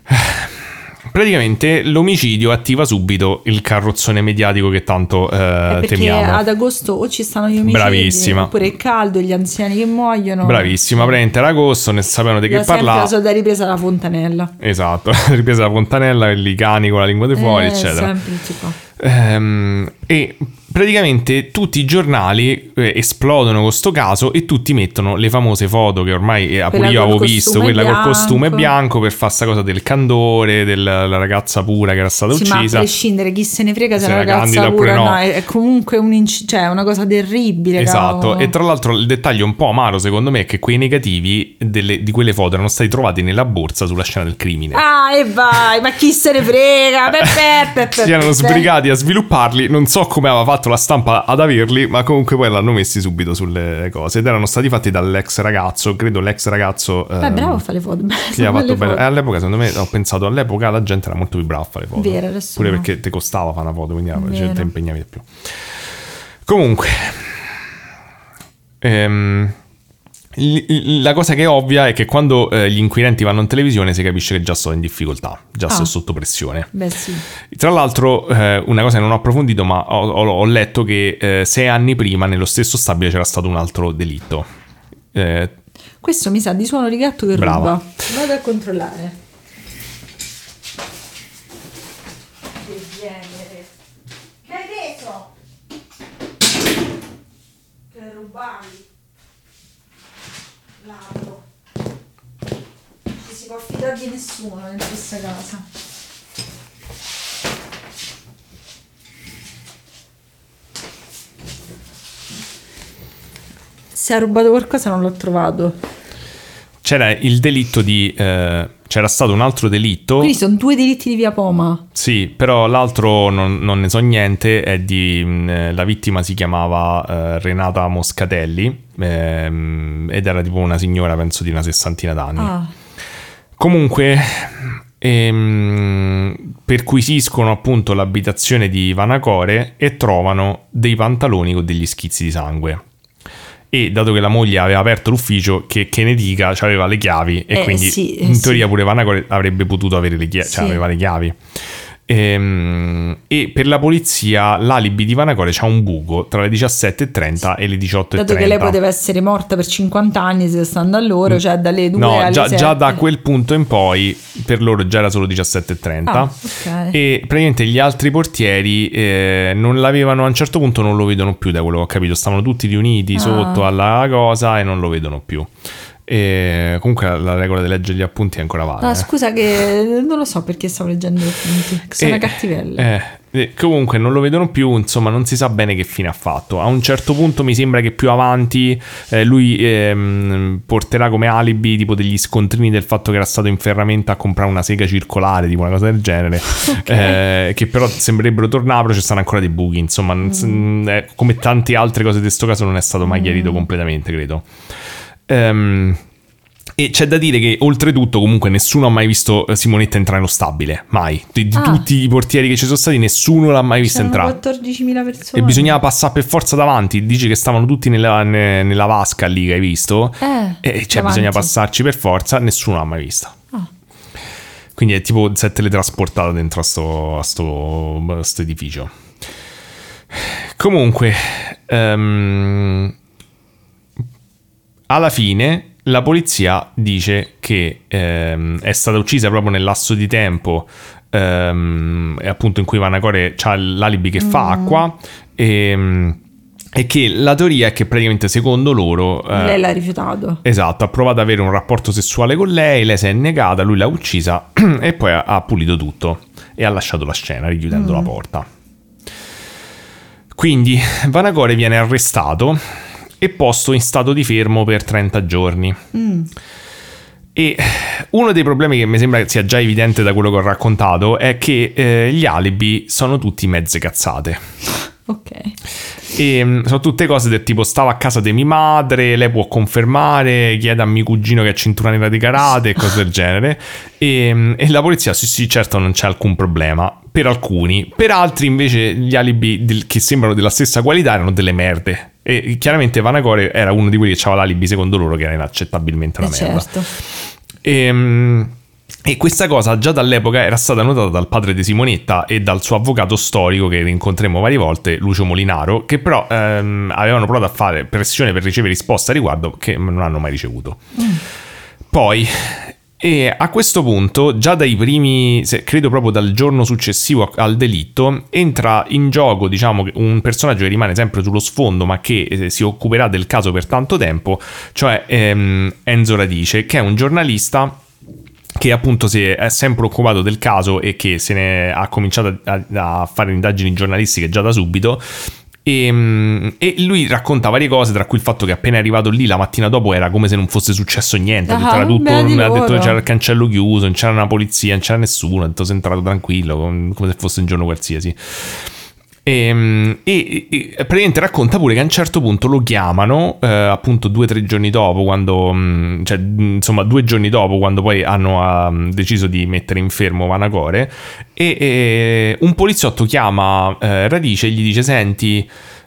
Praticamente l'omicidio attiva subito il carrozzone mediatico che tanto Perché temiamo. ad agosto o ci stanno gli omicidi, Bravissima. oppure il caldo, gli anziani che muoiono. Bravissima, praticamente ad agosto ne sapevano di che parlare. La solita ripresa la fontanella. Esatto, ripresa la fontanella, i cani con la lingua di fuori, eccetera. Sempre tipo. E praticamente tutti i giornali esplodono con sto caso e tutti mettono le famose foto che ormai pure io avevo visto, quella col costume bianco per fare sta cosa del candore, della ragazza pura che era stata Sì, ma a uccisa. prescindere chi se ne frega se Se la era ragazza candida pura oppure no. no, è comunque cioè, una cosa terribile. Esatto, cavolo. e tra l'altro il dettaglio un po' amaro secondo me è che quei negativi di quelle foto erano stati trovati nella borsa sulla scena del crimine. Ah, e vai, ma chi se ne frega? Si erano sbrigati a svilupparli, non so come aveva fatto la stampa ad averli, ma comunque poi l'hanno messi subito sulle cose ed erano stati fatti dall'ex ragazzo, credo l'ex ragazzo. Beh, bravo a fare le foto. Sì, ha fatto bene. All'epoca secondo me, ho pensato, all'epoca la gente era molto più brava a fare foto. Vero, adesso pure no. perché ti costava fare una foto, quindi Vero. te impegnavi di più. Comunque la cosa che è ovvia è che quando gli inquirenti vanno in televisione si capisce che già sono in difficoltà, già sono sotto pressione. Beh, sì. Tra l'altro una cosa che non ho approfondito, ma ho letto che 6 anni prima nello stesso stabile c'era stato un altro delitto. Questo mi sa di suono di gatto che Brava. ruba. Vado a controllare. Che genere. Che hai preso? Che rubavi? Ladro. Ci si può fidare di nessuno in questa casa. Se ha rubato qualcosa non l'ho trovato. C'era il delitto di... c'era stato un altro delitto. Quindi sono 2 delitti di via Poma. Sì, però l'altro non ne so niente, è di... la vittima si chiamava Renata Moscatelli ed era tipo una signora, penso di una 60ina d'anni. Ah. Comunque perquisiscono appunto l'abitazione di Vanacore e trovano dei pantaloni con degli schizzi di sangue. E dato che la moglie aveva aperto l'ufficio, che ne dica, aveva le chiavi e quindi sì, in teoria sì. pure Vanacore avrebbe potuto avere le chiavi, cioè Sì. aveva le chiavi. E per la polizia l'alibi di Vanacore c'ha un buco tra le 17:30 e le 18:30. Dato che lei poteva essere morta per 50 anni se stando a loro, cioè dalle 2 No, alle già 7. da quel punto in poi per loro già era solo 17:30. Ah, ok. E praticamente gli altri portieri non l'avevano, a un certo punto non lo vedono più, da quello che ho capito, stavano tutti riuniti sotto alla cosa e non lo vedono più. E comunque la regola di leggere gli appunti è ancora valida. Ah, scusa che non lo so perché stavo leggendo gli appunti, che sono una cattivella. Comunque non lo vedono più, insomma non si sa bene che fine ha fatto. A un certo punto mi sembra che più avanti lui porterà come alibi tipo degli scontrini del fatto che era stato in ferramenta a comprare una sega circolare, tipo una cosa del genere. Okay. Che però sembrerebbero tornare, però ci stanno ancora dei buchi, insomma come tante altre cose di questo caso non è stato mai chiarito completamente, credo. E c'è da dire che oltretutto comunque nessuno ha mai visto Simonetta entrare nello stabile, mai. Di tutti i portieri che ci sono stati nessuno l'ha mai vista entrare. 14.000 persone. E bisognava passare per forza davanti. Dici che stavano tutti nella vasca lì che hai visto, e cioè davanti. bisogna passarci per forza, nessuno l'ha mai vista. Quindi è tipo si è teletrasportato dentro a sto edificio. Comunque alla fine la polizia dice che è stata uccisa proprio nel lasso di tempo appunto in cui Vanacore c'ha l'alibi che fa acqua e che la teoria è che praticamente secondo loro lei l'ha rifiutato. Esatto, ha provato ad avere un rapporto sessuale con lei si è negata, lui l'ha uccisa e poi ha pulito tutto e ha lasciato la scena richiudendo la porta. Quindi Vanacore viene arrestato e posto in stato di fermo per 30 giorni. E uno dei problemi che mi sembra che sia già evidente da quello che ho raccontato è che gli alibi sono tutti mezze cazzate. Ok. E sono tutte cose del tipo stava a casa di mia madre, lei può confermare, chiede a mio cugino che ha cintura nera di karate e cose del genere. E la polizia sì certo non c'è alcun problema per alcuni, per altri invece gli alibi che sembrano della stessa qualità erano delle merde. E chiaramente Vanacore era uno di quelli che aveva l'alibi secondo loro che era inaccettabilmente una merda. Certo. E E questa cosa già dall'epoca era stata notata dal padre di Simonetta e dal suo avvocato storico, che rincontremmo varie volte, Lucio Molinaro, che però avevano provato a fare pressione per ricevere risposta a riguardo, che non hanno mai ricevuto. Poi, e a questo punto, già dai primi, credo proprio dal giorno successivo al delitto, entra in gioco, diciamo, un personaggio che rimane sempre sullo sfondo, ma che si occuperà del caso per tanto tempo, cioè Enzo Radice, che è un giornalista che appunto si è sempre occupato del caso e che se ne ha cominciato a fare indagini giornalistiche già da subito. E lui racconta varie cose, tra cui il fatto che appena è arrivato lì la mattina dopo era come se non fosse successo niente. Ha detto che c'era il cancello chiuso, non c'era una polizia, non c'era nessuno, ha detto sei entrato tranquillo, come se fosse un giorno qualsiasi. E praticamente racconta pure che a un certo punto lo chiamano appunto 2 o 3 giorni dopo, quando cioè insomma 2 giorni dopo, quando poi hanno deciso di mettere in fermo Vanacore, e un poliziotto chiama Radice e gli dice: senti,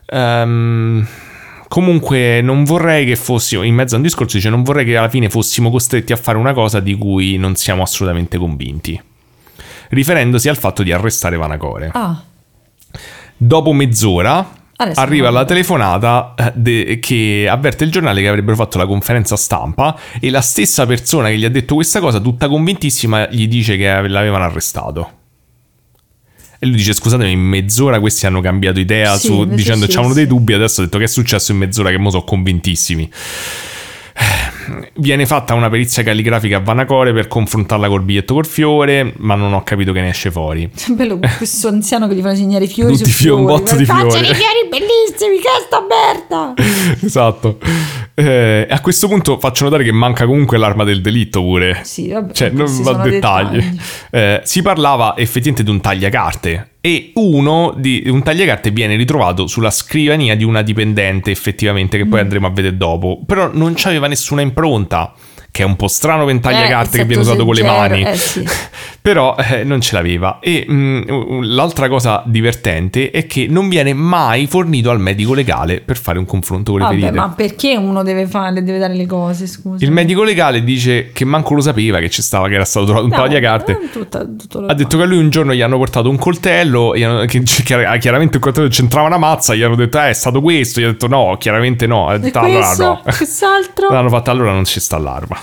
comunque non vorrei che fossimo, in mezzo a un discorso dice, non vorrei che alla fine fossimo costretti a fare una cosa di cui non siamo assolutamente convinti, riferendosi al fatto di arrestare Vanacore. Dopo mezz'ora arriva la telefonata che avverte il giornale che avrebbero fatto la conferenza stampa, e la stessa persona che gli ha detto questa cosa, tutta convintissima, gli dice che l'avevano arrestato. E lui dice: scusatemi, in mezz'ora questi hanno cambiato idea, dicendo c'hanno dei dubbi, adesso ho detto che è successo in mezz'ora, che mo sono convintissimi. Viene fatta una perizia calligrafica a Vanacore per confrontarla col biglietto col fiore, ma non ho capito che ne esce fuori. È bello questo anziano che gli fa segnare fiori tutti su fiori. Un botto di fiori. Faccia dei fiori bellissimi, che è sta merda. Esatto. A questo punto faccio notare che manca comunque l'arma del delitto pure. Sì, vabbè, cioè non va a dettagli. Si parlava effettivamente di un tagliacarte, e un tagliacarte viene ritrovato sulla scrivania di una dipendente, effettivamente, che poi andremo a vedere dopo, però non c'aveva nessuna impronta, che è un po' strano per un tagliacarte che viene usato con le mani, sì. Però non ce l'aveva. E l'altra cosa divertente è che non viene mai fornito al medico legale per fare un confronto con le ferite. Ma perché uno deve dare le cose, scusa? Il medico legale dice che manco lo sapeva che era stato trovato un tagliacarte. Ha detto che a lui un giorno gli hanno portato un coltello, che chiaramente il coltello c'entrava una mazza, gli hanno detto è stato questo, gli ha detto no, chiaramente no. Ha detto, allora no. Quest'altro? L'hanno fatto, allora non ci sta l'arma.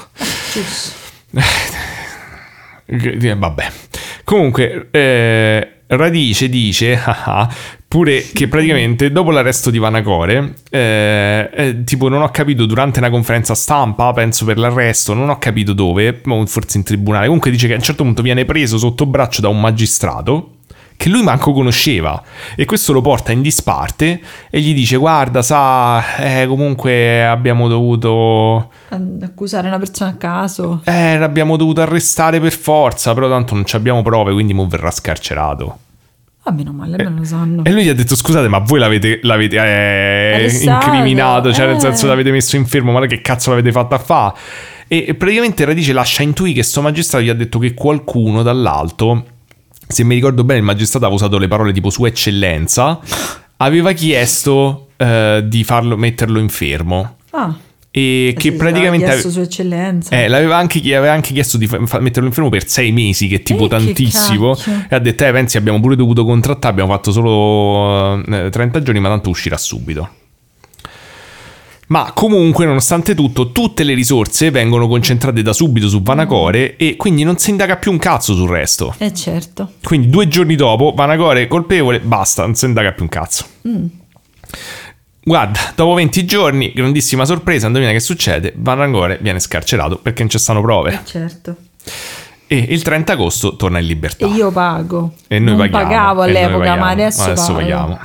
Vabbè, comunque Radice dice pure che praticamente dopo l'arresto di Vanacore tipo non ho capito, durante una conferenza stampa penso per l'arresto, non ho capito dove, forse in tribunale, comunque dice che a un certo punto viene preso sotto braccio da un magistrato che lui manco conosceva, e questo lo porta in disparte e gli dice: guarda, comunque abbiamo dovuto accusare una persona a caso, l'abbiamo dovuto arrestare per forza, però tanto non abbiamo prove, quindi mo verrà scarcerato. Meno male, almeno lo sanno. E lui gli ha detto: scusate, ma voi l'avete incriminato, cioè nel senso l'avete messo in fermo, ma che cazzo l'avete fatto a fa? E praticamente Radice lascia intuire che sto magistrato gli ha detto che qualcuno dall'alto, se mi ricordo bene il magistrato aveva usato le parole tipo Sua Eccellenza, aveva chiesto di metterlo in fermo. E che praticamente aveva chiesto Sua Eccellenza, aveva anche chiesto di metterlo in fermo per 6 mesi, che è tipo tantissimo, e ha detto pensi, abbiamo pure dovuto contrattare, abbiamo fatto solo 30 giorni, ma tanto uscirà subito. Ma comunque, nonostante tutto, tutte le risorse vengono concentrate da subito su Vanacore, e quindi non si indaga più un cazzo sul resto. Certo. Quindi 2 giorni dopo, Vanacore colpevole, basta, non si indaga più un cazzo. Guarda, dopo 20 giorni, grandissima sorpresa, indovina che succede? Vanacore viene scarcerato perché non ci stanno prove. Certo. E il 30 agosto torna in libertà. E io pago. E noi non paghiamo. Pagavo all'epoca, ma adesso paghiamo.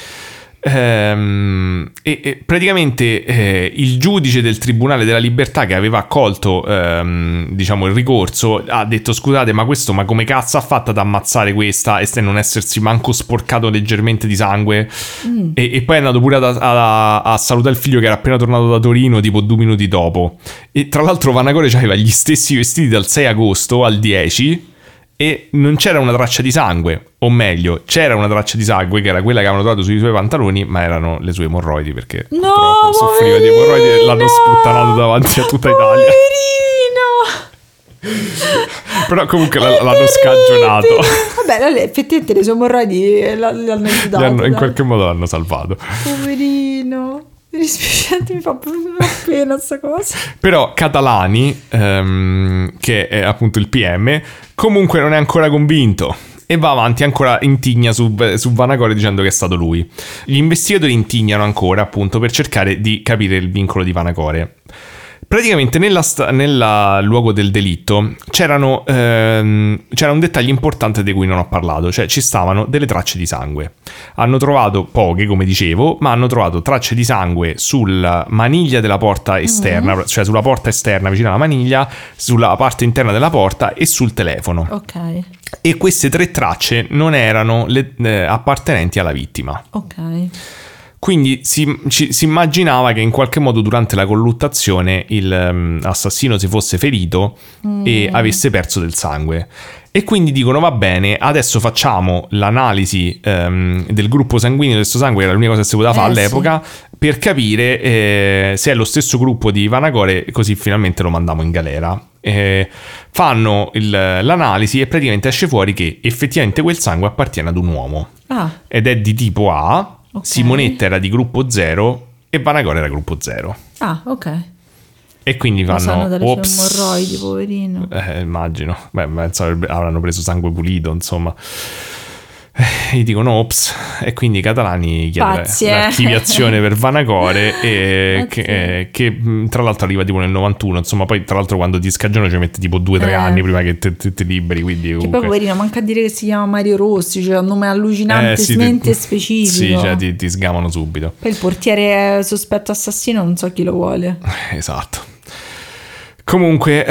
E praticamente il giudice del Tribunale della Libertà, che aveva accolto diciamo il ricorso, ha detto: scusate, ma come cazzo ha fatto ad ammazzare questa e non essersi manco sporcato leggermente di sangue? E poi è andato pure a salutare il figlio che era appena tornato da Torino tipo 2 minuti dopo. E tra l'altro Vanacore aveva gli stessi vestiti dal 6 agosto al 10 e non c'era una traccia di sangue, o meglio, c'era una traccia di sangue che era quella che avevano trovato sui suoi pantaloni, ma erano le sue emorroidi, perché purtroppo soffriva di emorroidi e l'hanno sputtanato davanti a tutta Italia. Però comunque l'hanno scagionato. Vabbè, effettivamente le sue emorroidi l'hanno aiutato. In qualche modo l'hanno salvato. Poverino. Mi dispiace, mi fa proprio pena sta cosa. Però Catalani, che è appunto il PM, comunque non è ancora convinto e va avanti ancora, intigna su Vanacore dicendo che è stato lui. Gli investigatori intignano ancora, appunto, per cercare di capire il vincolo di Vanacore. Praticamente nel luogo del delitto c'era un dettaglio importante di cui non ho parlato, cioè ci stavano delle tracce di sangue. Hanno trovato poche, come dicevo, ma hanno trovato tracce di sangue sulla maniglia della porta esterna, cioè sulla porta esterna vicino alla maniglia, sulla parte interna della porta e sul telefono. Ok. E queste 3 tracce non erano appartenenti alla vittima. Ok. Quindi si immaginava che in qualche modo durante la colluttazione l'assassino si fosse ferito e avesse perso del sangue. E quindi dicono: va bene, adesso facciamo l'analisi del gruppo sanguigno del suo sangue, era l'unica cosa che si poteva fare all'epoca, per capire se è lo stesso gruppo di Vanacore, così finalmente lo mandiamo in galera. Fanno l'analisi e praticamente esce fuori che effettivamente quel sangue appartiene ad un uomo ed è di tipo A. Okay. Simonetta era di gruppo 0 e Vanacore era gruppo 0. Ah, ok. E quindi vanno... Sanno dalle emorroidi, poverino. Immagino. Beh, penso avranno preso sangue pulito, insomma. Gli dicono ops, e quindi Catalani chiede l'archiviazione per Vanacore che tra l'altro arriva tipo nel 91, insomma. Poi tra l'altro quando ti scagionano ci mette tipo 2-3 anni prima che te liberi, quindi che poi poverino manca a dire che si chiama Mario Rossi, cioè un nome allucinantemente specifico. Sì, cioè ti sgamano subito. Poi il portiere sospetto assassino non so chi lo vuole. Esatto. Comunque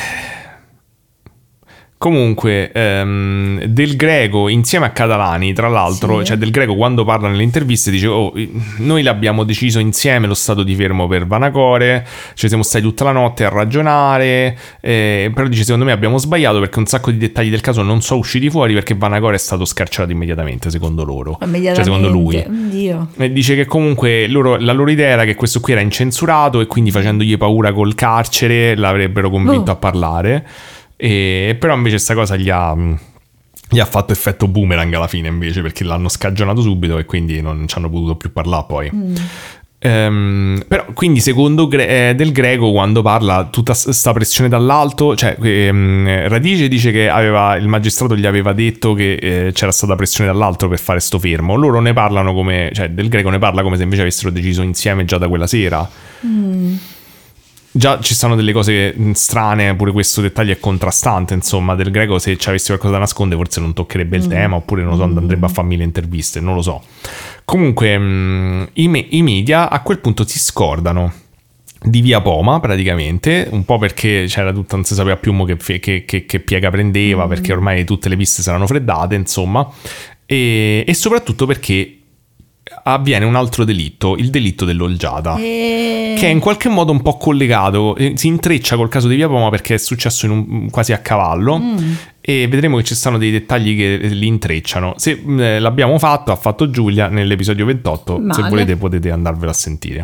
Del Greco insieme a Catalani, tra l'altro, cioè Del Greco quando parla nelle interviste dice: noi l'abbiamo deciso insieme lo stato di fermo per Vanacore, ci siamo stati tutta la notte a ragionare, però dice secondo me abbiamo sbagliato perché un sacco di dettagli del caso non sono usciti fuori perché Vanacore è stato scarcerato immediatamente, secondo loro, cioè secondo lui. Oddio. E dice che comunque la loro idea era che questo qui era incensurato e quindi facendogli paura col carcere l'avrebbero convinto a parlare. Però invece sta cosa gli ha fatto effetto boomerang alla fine, invece, perché l'hanno scagionato subito e quindi non ci hanno potuto più parlare poi. Però quindi secondo Del Greco quando parla tutta sta pressione dall'alto, cioè Radice dice che il magistrato gli aveva detto che c'era stata pressione dall'alto per fare sto fermo. Loro ne parlano come, cioè Del Greco ne parla come se invece avessero deciso insieme già da quella sera. Già ci stanno delle cose strane, pure questo dettaglio è contrastante, insomma. Del Greco se ci avessi qualcosa da nascondere forse non toccherebbe il tema, oppure non so, andrebbe a farmi le interviste, non lo so. Comunque i media a quel punto si scordano di Via Poma praticamente, un po' perché c'era tutta, non si sapeva più che piega prendeva, perché ormai tutte le piste saranno freddate, insomma, e soprattutto perché avviene un altro delitto, il delitto dell'olgiata, che è in qualche modo un po' collegato, si intreccia col caso di Via Poma perché è successo quasi a cavallo, e vedremo che ci stanno dei dettagli che li intrecciano. Se l'abbiamo fatto, ha fatto Giulia nell'episodio 28, se volete potete andarvelo a sentire.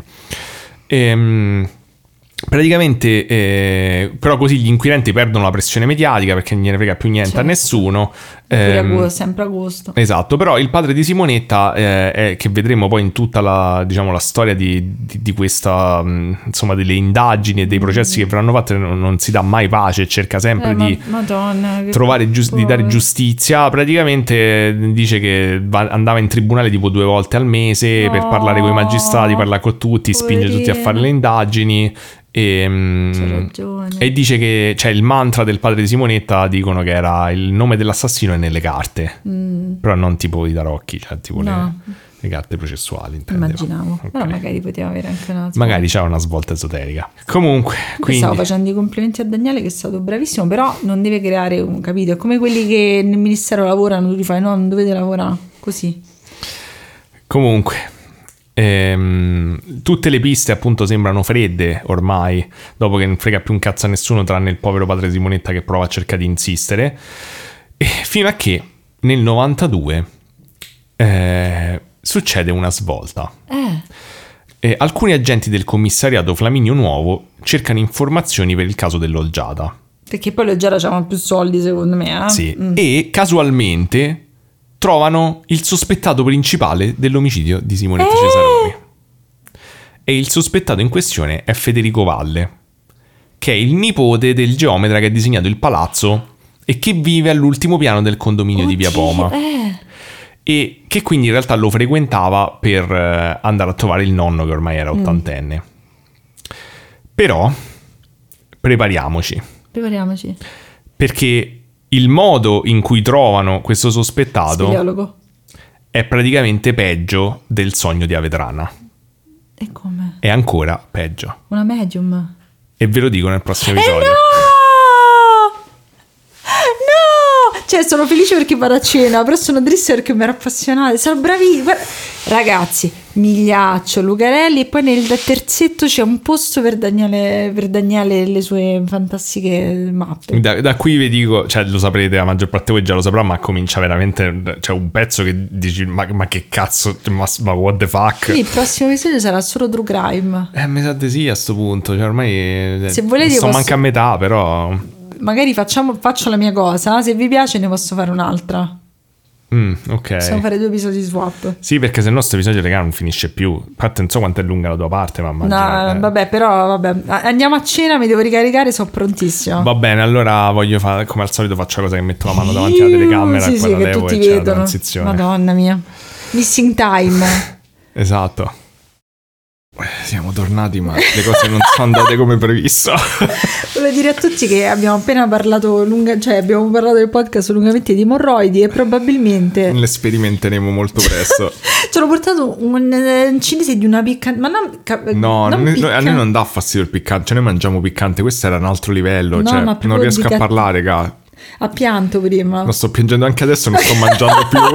Praticamente però così gli inquirenti perdono la pressione mediatica perché non gliene frega più niente a nessuno. Sempre agosto. Esatto, però il padre di Simonetta che vedremo poi in tutta la storia di questa, insomma, delle indagini e dei processi che verranno fatti, non si dà mai pace, cerca sempre di trovare di dare giustizia. Praticamente dice che andava in tribunale tipo 2 volte al mese per parlare con i magistrati, parlare con tutti, spinge tutti a fare le indagini. E dice che il mantra del padre di Simonetta dicono che era il nome dell'assassino è nelle carte, però non tipo i tarocchi, cioè tipo le carte processuali, immaginavo. Okay. Però magari poteva avere anche una magari c'era una svolta esoterica. Comunque quindi... stavo facendo i complimenti a Daniele che è stato bravissimo, però non deve creare un capito, è come quelli che nel ministero lavorano, tu gli fai no, non dovete lavorare così. Comunque tutte le piste appunto sembrano fredde ormai, dopo che non frega più un cazzo a nessuno tranne il povero padre Simonetta che prova a cercare di insistere, fino a che nel 92 succede una svolta. Alcuni agenti del commissariato Flaminio Nuovo cercano informazioni per il caso dell'olgiata. Perché poi leggera c'avevano più soldi, secondo me. Sì. E casualmente trovano il sospettato principale dell'omicidio di Simonetta Cesaroni. E il sospettato in questione è Federico Valle, che è il nipote del geometra che ha disegnato il palazzo e che vive all'ultimo piano del condominio di Via Poma. E che quindi in realtà lo frequentava per andare a trovare il nonno che ormai era ottantenne. Però prepariamoci. Perché il modo in cui trovano questo sospettato Speleologo. è praticamente peggio del sogno di Avetrana. E come? È ancora peggio. Una medium. E ve lo dico nel prossimo episodio. No! Cioè, sono felice perché vado a cena, però sono triste perché mi ero appassionata. Sono bravi. Ragazzi, Migliaccio, Lucarelli, e poi nel terzetto c'è un posto per Daniele e le sue fantastiche mappe. Da qui vi dico, cioè lo saprete, la maggior parte di voi già lo saprà, ma comincia veramente, cioè un pezzo che dici ma che cazzo, ma what the fuck. Quindi il prossimo episodio sarà solo true crime. Mi sa di sì a sto punto, cioè ormai se volete sto manca a metà, però magari faccio la mia cosa, se vi piace ne posso fare un'altra. Ok. Possiamo fare 2 episodi swap. Sì, perché se il nostro episodio, raga, non finisce più. Infatti non so quanto è lunga la tua parte, ma immagino, vabbè, però andiamo a cena, mi devo ricaricare, sono prontissima. Va bene, allora voglio fare come al solito, faccio la cosa che metto la mano davanti alla telecamera sì, e poi la che levo tutti e c'è la vedono. transizione. Madonna mia. Missing time. Esatto. Siamo tornati, ma le cose non sono andate come previsto. Volevo dire a tutti che abbiamo appena parlato abbiamo parlato del podcast lungamente di emorroidi e probabilmente Le sperimenteremo molto presto. ci hanno portato un cinese di una piccante, ma non a noi non dà fastidio il piccante, cioè noi mangiamo piccante, questo era un altro livello, No, cioè ma proprio non riesco di a parlare, raga. ha pianto prima. Non sto piangendo anche adesso, non sto mangiando più.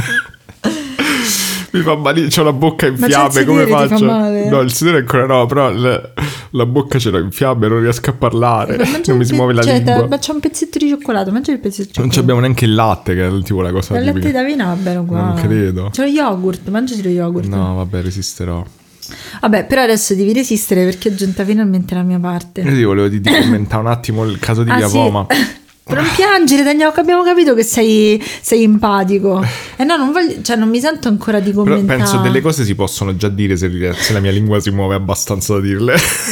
Mi fa male, c'ho la bocca in fiamme, come faccio? Ti fa male? No, il sedere ancora no, però la bocca ce l'ho in fiamme, non riesco a parlare, non mi si muove la lingua. Ma c'è un pezzetto di cioccolato, mangia il pezzetto di Non cioccolato. abbiamo neanche il latte, che è tipo la cosa Il latte tipica. d'avena, vabbè, uguale. Non credo. C'è lo yogurt, mangiati lo yogurt. No, vabbè, resisterò. Vabbè, però adesso devi resistere perché è giunta finalmente la mia parte. Io ti volevo di commentare un attimo il caso di Via Poma. Non piangere, Daniele, abbiamo capito che sei empatico. No, non voglio, cioè non mi sento ancora di commentare. Però penso delle cose si possono già dire se la mia lingua si muove abbastanza da dirle.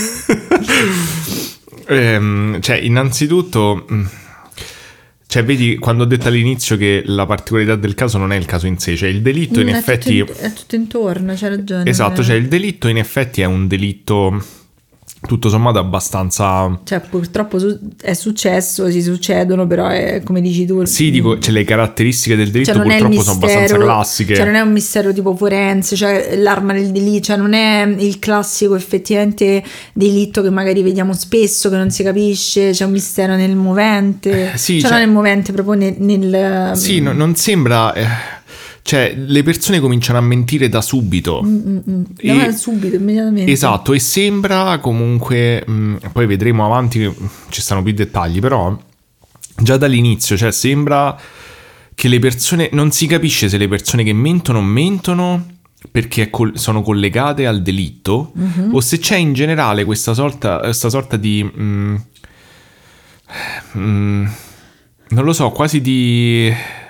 Cioè, innanzitutto, cioè, vedi, quando ho detto all'inizio che la particolarità del caso non è il caso in sé, cioè il delitto in effetti è tutto intorno, c'hai ragione. Esatto, cioè il delitto in effetti è un delitto tutto sommato abbastanza, cioè purtroppo è successo, si succedono, però è come dici tu. Sì, dico, cioè le caratteristiche del delitto, cioè, purtroppo sono abbastanza classiche. Cioè non è un mistero tipo forense, cioè l'arma del delitto, cioè non è il classico effettivamente delitto che magari vediamo spesso, che non si capisce, c'è un mistero nel movente, sì, cioè non nel movente, proprio nel sì, non sembra. Cioè, le persone cominciano a mentire da subito. Subito, immediatamente. Esatto, e sembra comunque, poi vedremo avanti che ci stanno più dettagli, però già dall'inizio, cioè sembra che le persone, non si capisce se le persone che mentono perché sono collegate al delitto, o se c'è in generale questa sorta di non lo so, quasi di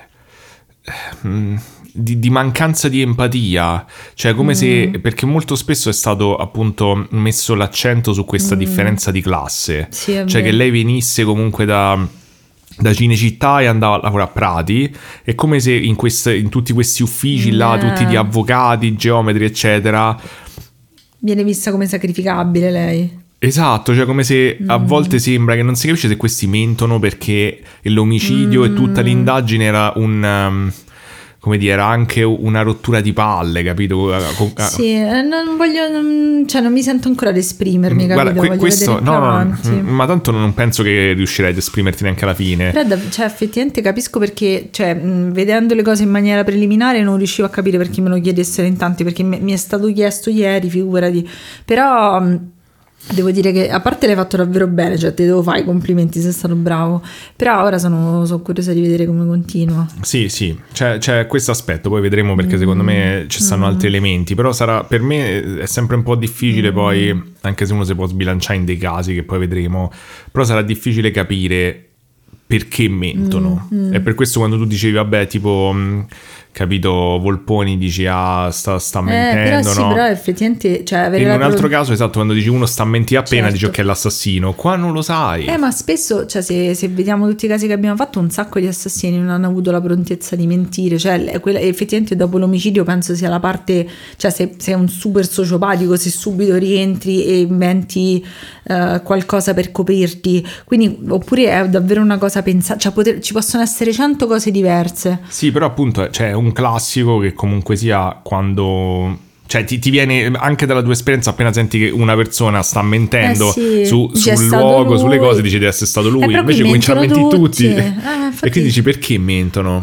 mancanza di empatia, cioè come se, perché molto spesso è stato appunto messo l'accento su questa differenza di classe, sì, cioè che lei venisse comunque da Cinecittà e andava a lavorare a Prati, è come se in tutti questi uffici là, tutti di avvocati, geometri eccetera, viene vista come sacrificabile lei. Esatto, cioè come se a volte sembra che non si capisce se questi mentono perché l'omicidio e tutta l'indagine era come dire, era anche una rottura di palle, capito? Sì, non voglio, cioè non mi sento ancora ad esprimermi, capito? Guarda, questo ma tanto non penso che riuscirai ad esprimerti neanche alla fine. Però, cioè, effettivamente capisco perché, cioè, vedendo le cose in maniera preliminare non riuscivo a capire perché me lo chiedessero in tanti, perché mi è stato chiesto ieri, figurati. Però Devo dire che a parte l'hai fatto davvero bene, cioè ti devo fare i complimenti, sei stato bravo, però ora sono curiosa di vedere come continua. Sì, c'è questo aspetto, poi vedremo, perché secondo me ci stanno altri elementi, però sarà, per me è sempre un po' difficile poi, anche se uno si può sbilanciare in dei casi che poi vedremo, però sarà difficile capire perché mentono. E per questo quando tu dicevi vabbè, tipo capito, Volponi, dici sta mentendo, però sì, no? però effettivamente, cioè, avere in la un altro caso, esatto, quando dici uno sta mentendo appena, Certo. dici ok, è l'assassino, qua non lo sai. Ma spesso, cioè, se vediamo tutti i casi che abbiamo fatto, un sacco di assassini non hanno avuto la prontezza di mentire, cioè effettivamente dopo l'omicidio penso sia la parte, cioè se sei un super sociopatico, se subito rientri e inventi qualcosa per coprirti, quindi, oppure è davvero una cosa pensata, cioè ci possono essere 100 cose diverse. Sì, però appunto c'è un classico che comunque sia quando... Cioè ti viene anche dalla tua esperienza, appena senti che una persona sta mentendo sì, sul dice, luogo, lui. sulle cose, dici deve essere stato lui, però invece qui cominciano a mentire mentono tutti. infatti. E quindi dici perché mentono?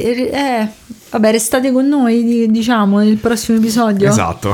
Vabbè, restate con noi, diciamo, nel prossimo episodio. Esatto.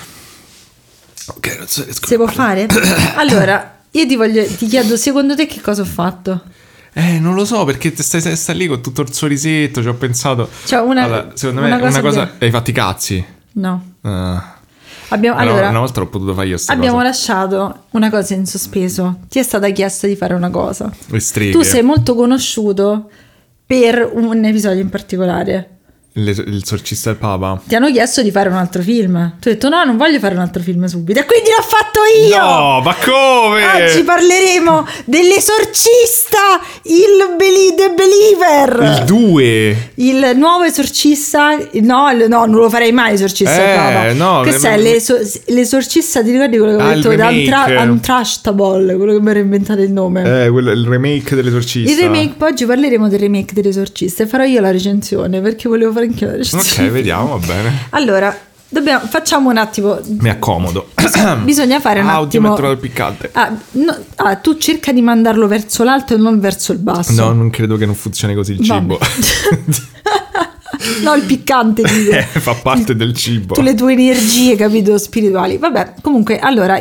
Ok, non so, Si può fare? Allora, io ti chiedo, secondo te che cosa ho fatto? Non lo so, perché stai lì con tutto il sorrisetto, ci ho pensato. Cioè, Allora, secondo me una cosa... Hai fatto i cazzi? No. Ah. Allora, una volta l'ho potuto fare io sta abbiamo cosa. lasciato una cosa in sospeso. Ti è stata chiesta di fare una cosa. Le streghe. Tu sei molto conosciuto per un episodio in particolare. Il sorcista del Papa? Ti hanno chiesto di fare un altro film. Tu hai detto no, non voglio fare un altro film subito. E quindi l'ho fatto io. No, ma come? Oggi parleremo dell'esorcista, The Believer. Il 2. Il nuovo esorcista. No, non lo farei mai esorcista del Papa. No, questo è l'esorcista, ti ricordi quello che ho detto? il remake. Untrustable, quello che mi era inventato il nome. Il remake dell'esorcista. Il remake, poi oggi parleremo del remake dell'esorcista e farò io la recensione perché volevo fare anche la recensione. Ok, vediamo, va bene. Allora, facciamo un attimo. Mi accomodo. Bisogna fare un Oddio, attimo. mi ha trovato il piccante. Tu cerca di mandarlo verso l'alto e non verso il basso. No, non credo che non funzioni così il cibo. No, il piccante dico. Fa parte del cibo. Tu le tue energie, capito, spirituali. Vabbè, comunque, allora,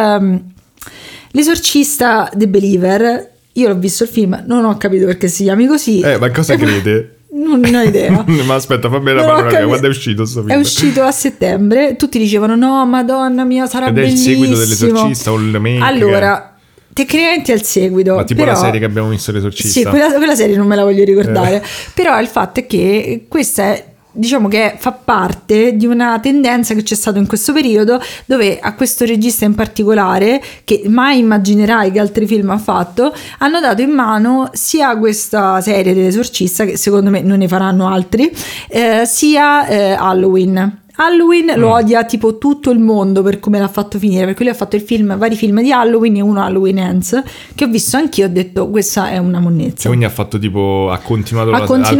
l'esorcista The Believer, io l'ho visto il film, non ho capito perché si chiami così. Ma cosa crede? Non ho idea. Ma aspetta, fammi la parola. Quando è uscito sto film? È uscito a settembre. Tutti dicevano no, madonna mia, sarà Ed è bellissimo. il seguito dell'esorcista o il remake? Allora, tecnicamente è il seguito. Ma tipo però, la serie che abbiamo visto l'esorcista? Sì, quella serie non me la voglio ricordare. Però il fatto è che questa è, diciamo che fa parte di una tendenza che c'è stato in questo periodo, dove a questo regista in particolare, che mai immaginerai che altri film ha fatto, hanno dato in mano sia questa serie dell'esorcista, che secondo me non ne faranno altri, sia Halloween. Halloween lo odia tipo tutto il mondo per come l'ha fatto finire, perché lui ha fatto vari film di Halloween e uno Halloween Ends che ho visto anch'io, ho detto questa è una monnezza. Cioè, quindi ha fatto tipo, ha continuato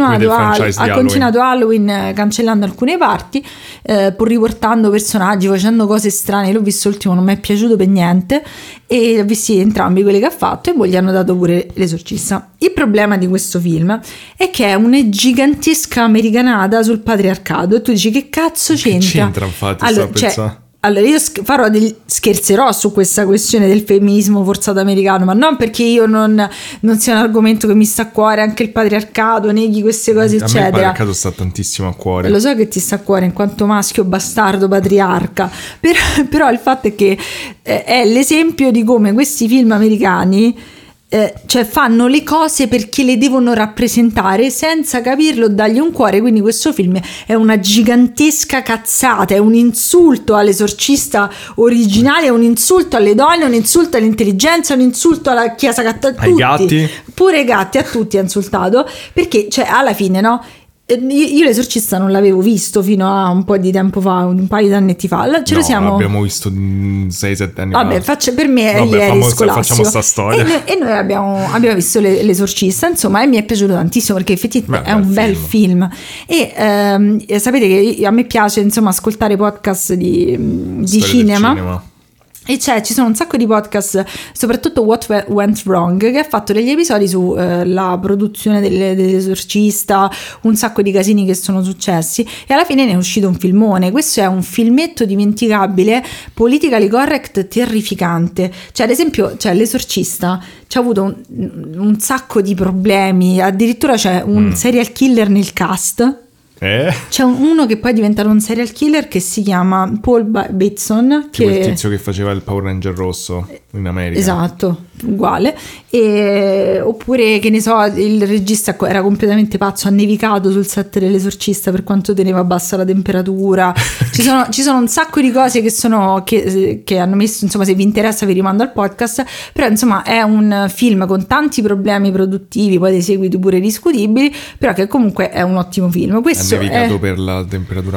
Halloween cancellando alcune parti, pur riportando personaggi, facendo cose strane. L'ho visto l'ultimo, non mi è piaciuto per niente, e ho visti entrambi quelli che ha fatto e poi gli hanno dato pure l'esorcista. Il problema di questo film è che è una gigantesca americanata sul patriarcato e tu dici che cazzo c'entra? Che c'entra, infatti, allora io scherzerò su questa questione del femminismo forzato americano, ma non perché io non sia un argomento che mi sta a cuore, anche il patriarcato, neghi queste cose eccetera. A me il patriarcato sta tantissimo a cuore. Lo so che ti sta a cuore in quanto maschio bastardo patriarca, però il fatto è che è l'esempio di come questi film americani cioè fanno le cose perché le devono rappresentare senza capirlo, dargli un cuore. Quindi questo film è una gigantesca cazzata, è un insulto all'esorcista originale, è un insulto alle donne, è un insulto all'intelligenza, è un insulto alla chiesa cattolica, ai gatti, pure ai gatti, a tutti ha insultato, perché cioè alla fine no, io l'esorcista non l'avevo visto fino a un po' di tempo fa, un paio di annetti fa. L'abbiamo visto 6-7 anni fa. Per me è ieri scolastico. Facciamo sta storia. E noi abbiamo visto l'esorcista, insomma, e mi è piaciuto tantissimo perché effettivamente è un bel film. E sapete che a me piace insomma ascoltare podcast di cinema. E ci sono un sacco di podcast, soprattutto What Went Wrong, che ha fatto degli episodi su la produzione dell'Esorcista, un sacco di casini che sono successi, e alla fine ne è uscito un filmone. Questo è un filmetto dimenticabile, politically correct, terrificante. Cioè, ad esempio, l'Esorcista ci ha avuto un sacco di problemi, addirittura c'è un serial killer nel cast. C'è uno che poi è diventato un serial killer che si chiama Paul Bateson, che il tizio che faceva il Power Ranger rosso in America. Esatto, uguale. Oppure, che ne so, il regista era completamente pazzo, ha nevicato sul set dell'Esorcista per quanto teneva bassa la temperatura. ci sono un sacco di cose che hanno messo, insomma, se vi interessa vi rimando al podcast, però insomma è un film con tanti problemi produttivi, poi dei seguiti pure discutibili, però che comunque è un ottimo film. Questo nevicato per la temperatura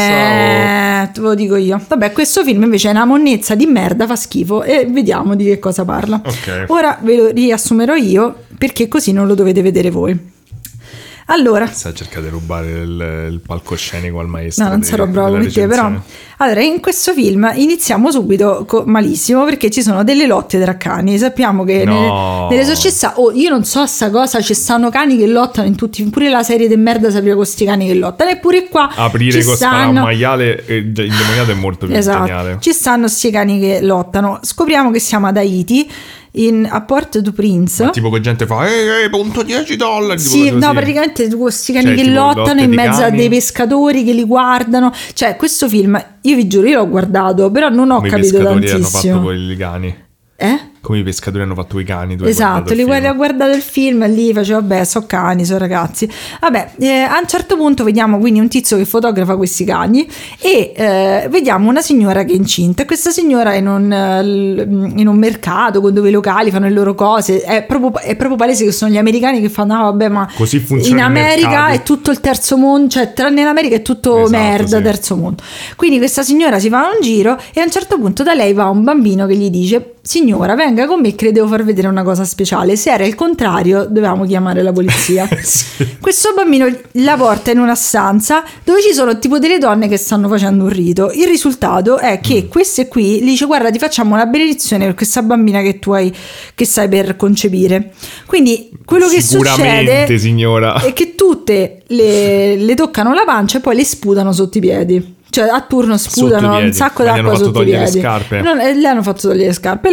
bassa te lo dico io. Vabbè, questo film invece è una monnezza di merda, fa schifo, e vediamo di che cosa parla. Ora ve lo riassumerò io, perché così non lo dovete vedere voi. Allora, sta cercando di rubare il palcoscenico al maestro. No, non sarò bravo per te, però. Allora, in questo film iniziamo subito malissimo, perché ci sono delle lotte tra cani. Sappiamo che nell'Esorcista, io non so sta cosa, ci stanno cani che lottano in tutti, pure la serie de merda sapeva con sti cani che lottano, eppure qua aprire con spara un maiale indemoniato è molto più geniale. Ci stanno sti cani che lottano. Scopriamo che siamo ad Haiti, a Port-au-Prince. Ma tipo che gente fa punto $10. Sì, no, praticamente questi cani che lottano in mezzo a dei pescatori che li guardano. Cioè, questo film, io vi giuro, io l'ho guardato, però non ho capito tantissimo. I pescatori hanno fatto quelli cani. Come i pescatori hanno fatto i cani. Esatto, ho guardato il film e lì facevo, vabbè, so cani, so ragazzi. Vabbè, a un certo punto vediamo quindi un tizio che fotografa questi cani e vediamo una signora che è incinta. Questa signora è in un mercato con dove i locali fanno le loro cose. È proprio palese che sono gli americani che fanno, vabbè, ma così funziona in America è tutto il terzo mondo, cioè tranne in America è tutto merda, sì. Terzo mondo. Quindi questa signora si fa un giro e a un certo punto da lei va un bambino che gli dice: signora, venga con me che le devo far vedere una cosa speciale. Se era il contrario dovevamo chiamare la polizia. Sì. Questo bambino la porta in una stanza dove ci sono tipo delle donne che stanno facendo un rito. Il risultato è che queste qui gli dice: guarda, ti facciamo una benedizione per questa bambina che stai per concepire. Quindi quello che succede, signora, è che tutte le toccano la pancia e poi le sputano sotto i piedi. Cioè a turno sputano un sacco d'acqua sotto i piedi. Le scarpe. Le hanno fatto togliere le scarpe.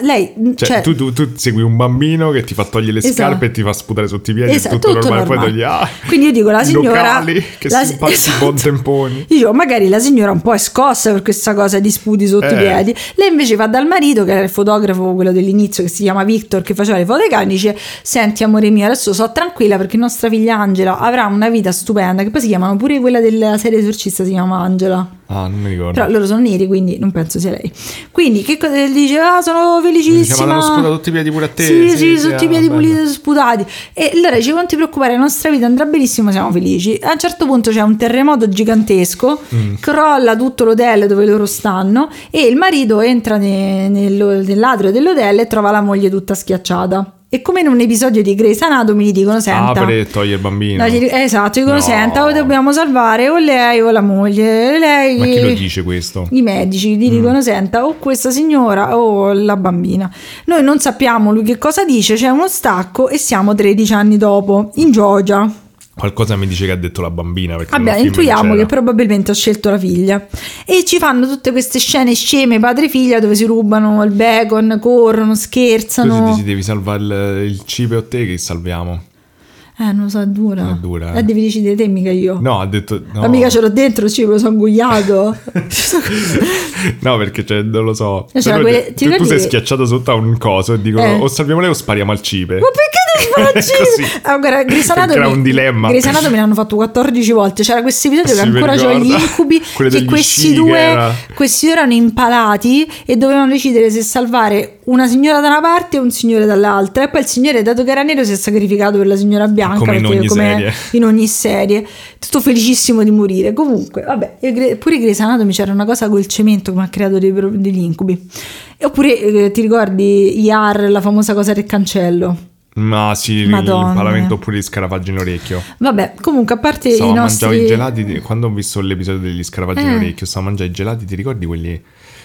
Cioè, tu segui un bambino che ti fa togliere le scarpe e ti fa sputare sotto i piedi. Esatto, tutto normale. Poi togli, quindi io dico, la signora locali, che simpatici buontemponi. Io dico, magari la signora un po' è scossa per questa cosa di sputi sotto i piedi. Lei invece va dal marito, che era il fotografo, quello dell'inizio, che si chiama Victor, che faceva le foto ai cani, dice: senti amore mio, adesso sto tranquilla perché nostra figlia Angela avrà una vita stupenda, che poi si chiamano pure quella della serie Esorcista, si chiama Angela. Non mi ricordo. Però loro sono neri, quindi non penso sia lei. Quindi che cosa dice? Sono felicissima. Ma hanno sputato tutti i piedi pure a te. Sì, tutti i piedi puliti sputati. E allora dice: non ti preoccupare, la nostra vita andrà benissimo, siamo felici. A un certo punto c'è un terremoto gigantesco, crolla tutto l'hotel dove loro stanno e il marito entra nell'atrio dell'hotel e trova la moglie tutta schiacciata. E come in un episodio di Grey's Anatomy gli dicono: senta, apre e toglie il bambino. Esatto, dicono: senta, o dobbiamo salvare o lei o la moglie. Lei, ma chi lo dice questo? I medici gli dicono: senta, o questa signora o la bambina. Noi non sappiamo lui che cosa dice, c'è uno stacco e siamo 13 anni dopo in Georgia. Qualcosa mi dice che ha detto la bambina. Vabbè, intuiamo che probabilmente ha scelto la figlia. E ci fanno tutte queste scene sceme padre-figlia dove si rubano il bacon, corrono, scherzano. Tu devi salvare il cibo o te che salviamo? Non lo so, è dura. Devi decidere te, mica io. No, ha detto no. Ma mica ce l'ho dentro, il cibo, sono ingoiato. No, perché non lo so. Tu sei schiacciato sotto a un coso e dicono: o salviamo lei o spariamo al cibo. Ma perché devi fare il cibo? Guarda, era un dilemma. Grey's Anatomy l'hanno fatto 14 volte. C'era questo episodio che ancora c'ho gli incubi, che questi due erano impalati e dovevano decidere se salvare una signora da una parte e un signore dall'altra. E poi il signore, dato che era nero, si è sacrificato per la signora bianca, come in ogni serie, tutto felicissimo di morire. Comunque, vabbè, pure Grey's Anatomy c'era una cosa col cemento che mi ha creato degli incubi. Oppure ti ricordi IAR, la famosa cosa del cancello? Ma sì, l'impalamento oppure gli scarafaggi in orecchio. Vabbè, comunque, a parte mangiavo i gelati quando ho visto l'episodio degli scarafaggi in orecchio, stavo a mangiare i gelati, ti ricordi quelli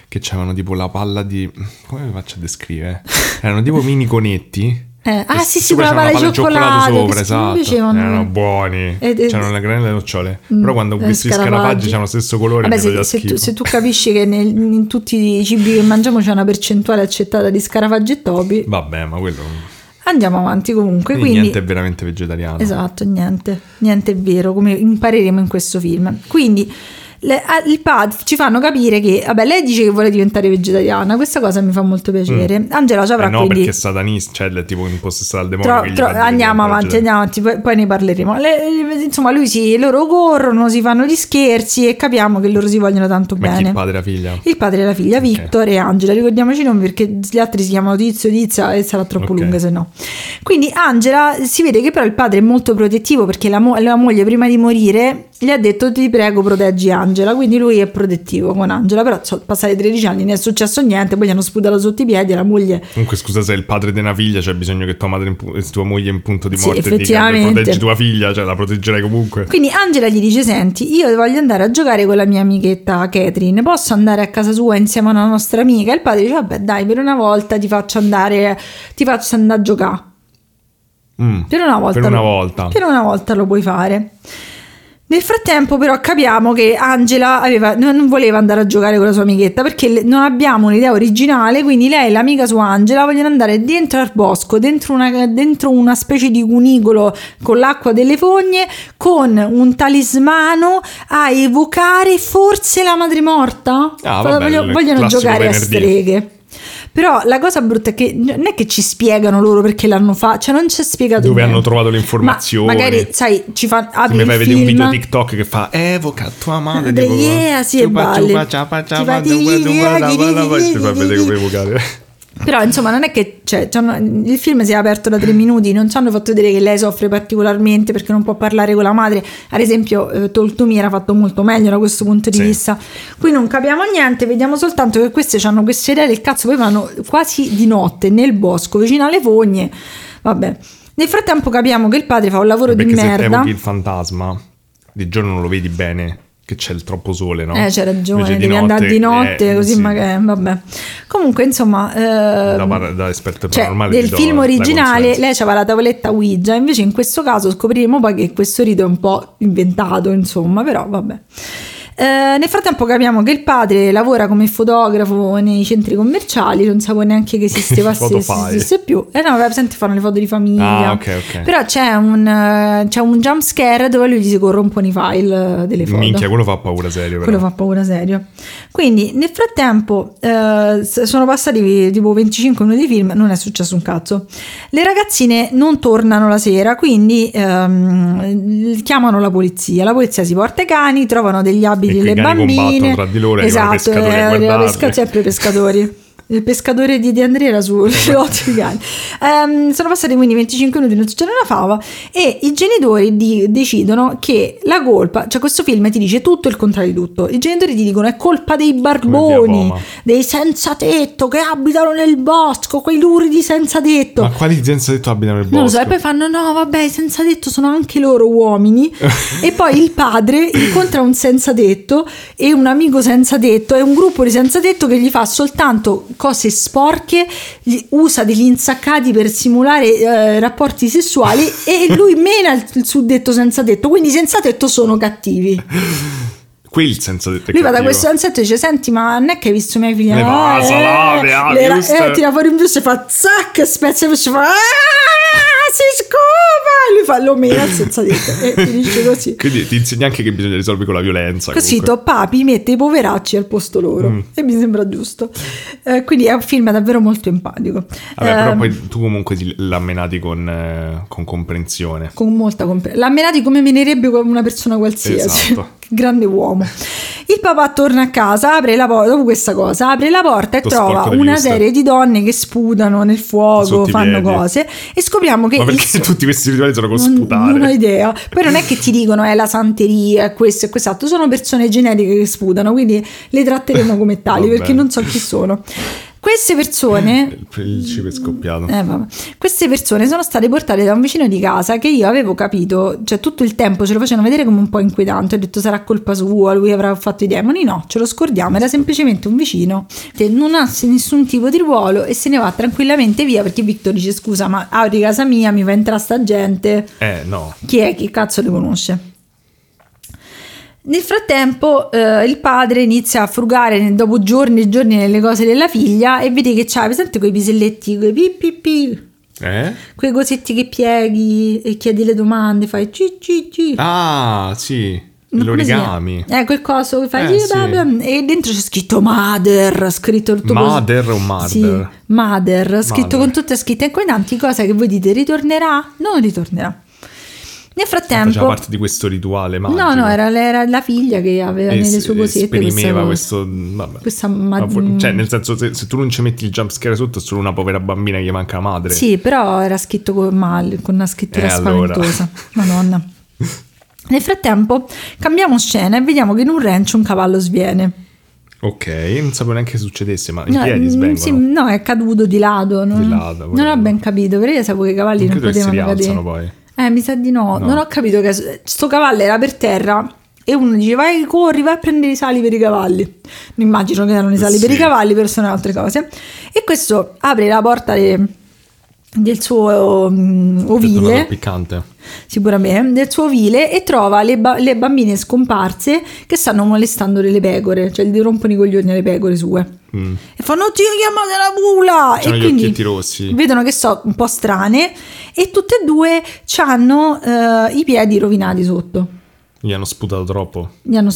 che c'avevano tipo la palla di... come vi faccio a descrivere? Erano tipo mini conetti. Sì, con la palla di cioccolato sopra, esatto. Erano buoni. C'erano le granelle nocciole. Però quando ho visto gli scarafaggi c'hanno lo stesso colore. Vabbè, se tu capisci che in tutti i cibi che mangiamo c'è una percentuale accettata di scarafaggi e topi. Vabbè, ma quello... Andiamo avanti comunque. Quindi niente è veramente vegetariano. Esatto, niente è vero, come impareremo in questo film. Quindi il padre ci fanno capire che, vabbè, lei dice che vuole diventare vegetariana, questa cosa mi fa molto piacere. Angela ci avrà no, quindi... perché è satanista, cioè è tipo impossessata dal demonio. Andiamo avanti, poi ne parleremo. Insomma, loro corrono, si fanno gli scherzi e capiamo che loro si vogliono tanto bene. Chi, il padre e la figlia? Il padre e la figlia, okay. Victor e Angela, ricordiamoci i nomi perché gli altri si chiamano Tizio, Tizia e sarà troppo lunga se no. Quindi Angela, si vede che però il padre è molto protettivo perché la moglie prima di morire gli ha detto ti prego proteggi Angela, quindi lui è protettivo con Angela, però sono passati 13 anni, non è successo niente, poi gli hanno sputato sotto i piedi e la moglie... Comunque scusa, sei il padre di una figlia, c'è bisogno che tua moglie in punto di morte effettivamente dica proteggi tua figlia, cioè la proteggerai comunque. Quindi Angela gli dice senti, io voglio andare a giocare con la mia amichetta Catherine, posso andare a casa sua insieme a una nostra amica? E il padre dice vabbè dai, per una volta ti faccio andare a giocare. Per una volta lo puoi fare. Nel frattempo però capiamo che Angela non voleva andare a giocare con la sua amichetta perché non abbiamo un'idea originale, quindi lei e l'amica sua Angela vogliono andare dentro al bosco, dentro una specie di cunicolo con l'acqua delle fogne, con un talismano a evocare forse la madre morta. Vogliono giocare a streghe. Però la cosa brutta è che non è che ci spiegano loro perché l'hanno fatto, cioè non c'è spiegato dove hanno trovato le informazioni. Magari sai, ci fa apri il vedi un video TikTok che fa evoca tua madre tipo sì, e balli. Ti fa vedere come evocare. Però insomma non è che il film si è aperto da 3 minuti, non ci hanno fatto vedere che lei soffre particolarmente perché non può parlare con la madre. Ad esempio Talk to Me era fatto molto meglio da questo punto di vista. Qui non capiamo niente, vediamo soltanto che queste hanno queste idee del cazzo, poi vanno quasi di notte nel bosco vicino alle fogne. Vabbè, nel frattempo capiamo che il padre fa un lavoro di merda. Se evochi il fantasma di giorno non lo vedi bene, che c'è il troppo sole, no? C'è ragione, devi andare di notte così magari, vabbè. Comunque insomma da esperto paranormale del film originale lei c'aveva la tavoletta Ouija, invece in questo caso scopriremo poi che questo rito è un po' inventato, insomma, però vabbè. Nel frattempo capiamo che il padre lavora come fotografo nei centri commerciali, non sapevo neanche che esisteva più. No, presente, fanno le foto di famiglia. Okay. Però c'è un jump scare dove lui gli si corrompono i file delle foto. Minchia, quello fa paura serio. Quello fa paura serio. Quindi nel frattempo sono passati tipo 25 minuti di film, non è successo un cazzo. Le ragazzine non tornano la sera, quindi chiamano la polizia. La polizia si porta i cani, trovano degli abiti delle bambine, tra di loro, esatto, sempre pescatori. Il pescatore di Andrea era su sono passati quindi 25 minuti, non succede una fava e i genitori decidono che la colpa, cioè questo film ti dice tutto il contrario di tutto. I genitori ti dicono è colpa dei barboni, dei senza tetto che abitano nel bosco, quei luridi senza tetto. Ma quali senza tetto abitano nel bosco? Non lo so, e poi fanno no vabbè, i senza tetto sono anche loro uomini. E poi il padre incontra un senza tetto e un amico senza tetto e un gruppo di senza tetto che gli fa soltanto cose sporche, usa degli insaccati per simulare rapporti sessuali e lui mena il suddetto senza tetto, quindi i senza tetto sono cattivi. Quel senza tetto lui va da questo senza tetto e dice senti ma non è che hai visto mia figlia tira fuori un giusto e fa zac, spezza e fa si scopa, lui fa lo mena senza tetto e finisce così. Quindi ti insegna anche che bisogna risolvere con la violenza così Papi mette i poveracci al posto loro e mi sembra giusto. Quindi è un film davvero molto empatico. Vabbè, però poi tu comunque l'ha menati con comprensione, con molta comprensione, l'ha menati come menerebbe una persona qualsiasi. Esatto. Grande uomo. Il papà torna a casa, apre la porta, dopo questa cosa apre la porta e trova una serie di donne che sputano nel fuoco, fanno cose e scopriamo che... Ma perché tutti questi rituali sono con sputare? Non ho idea. Poi non è che ti dicono è la santeria, è questo e quest'altro, sono persone genetiche che sputano, quindi le tratteremo come tali perché non so chi sono. Queste persone Il cibo è scoppiato. vabbè. Queste persone sono state portate da un vicino di casa che io avevo capito, cioè tutto il tempo ce lo facevano vedere come un po' inquietante. Ho detto sarà colpa sua, lui avrà fatto i demoni. No, ce lo scordiamo, era semplicemente un vicino che non ha nessun tipo di ruolo e se ne va tranquillamente via, perché Victor dice scusa ma apri casa mia, mi fa entrare sta gente. No. Chi è? Chi cazzo li conosce? Nel frattempo il padre inizia a frugare dopo giorni e giorni nelle cose della figlia e vede che c'ha, presente quei piselletti, quei pi, quei cosetti che pieghi e chiedi le domande, fai ci. Ah, sì, l'origami. Quel coso che fai sì. e dentro c'è scritto Mother, scritto tutto Mother o Mother? Sì, Mother, scritto con tutte scritte inquietanti, cosa che voi dite ritornerà? Non ritornerà. Nel frattempo faceva parte di questo rituale magico. No, era la figlia che aveva nelle sue cosette esprimeva questo vabbè. Cioè nel senso se tu non ci metti il jumpscare sotto è solo una povera bambina che manca la madre. Sì, però era scritto con una scrittura spaventosa. Madonna. Nel frattempo cambiamo scena e vediamo che in un ranch un cavallo sviene. Ok, non sapevo neanche che succedesse, ma in piedi svengono? Sì, no, è caduto di lato. Non ho ben capito, perché io sapevo che i cavalli non potevano cadere. Poi. Mi sa di no. Non ho capito che sto cavallo era per terra e uno dice vai, corri, vai a prendere i sali per i cavalli. Non immagino che erano i sali per i cavalli, per sono altre cose. E questo apre la porta del suo ovile, piccante. Sicuramente del suo ovile, e trova le bambine scomparse che stanno molestando le pecore, cioè gli rompono i coglioni alle pecore sue. E fanno ti chiamate la bula, c'hanno e gli quindi occhietti rossi, vedono che sono un po' strane e tutte e due hanno i piedi rovinati sotto. Gli hanno sputato troppo.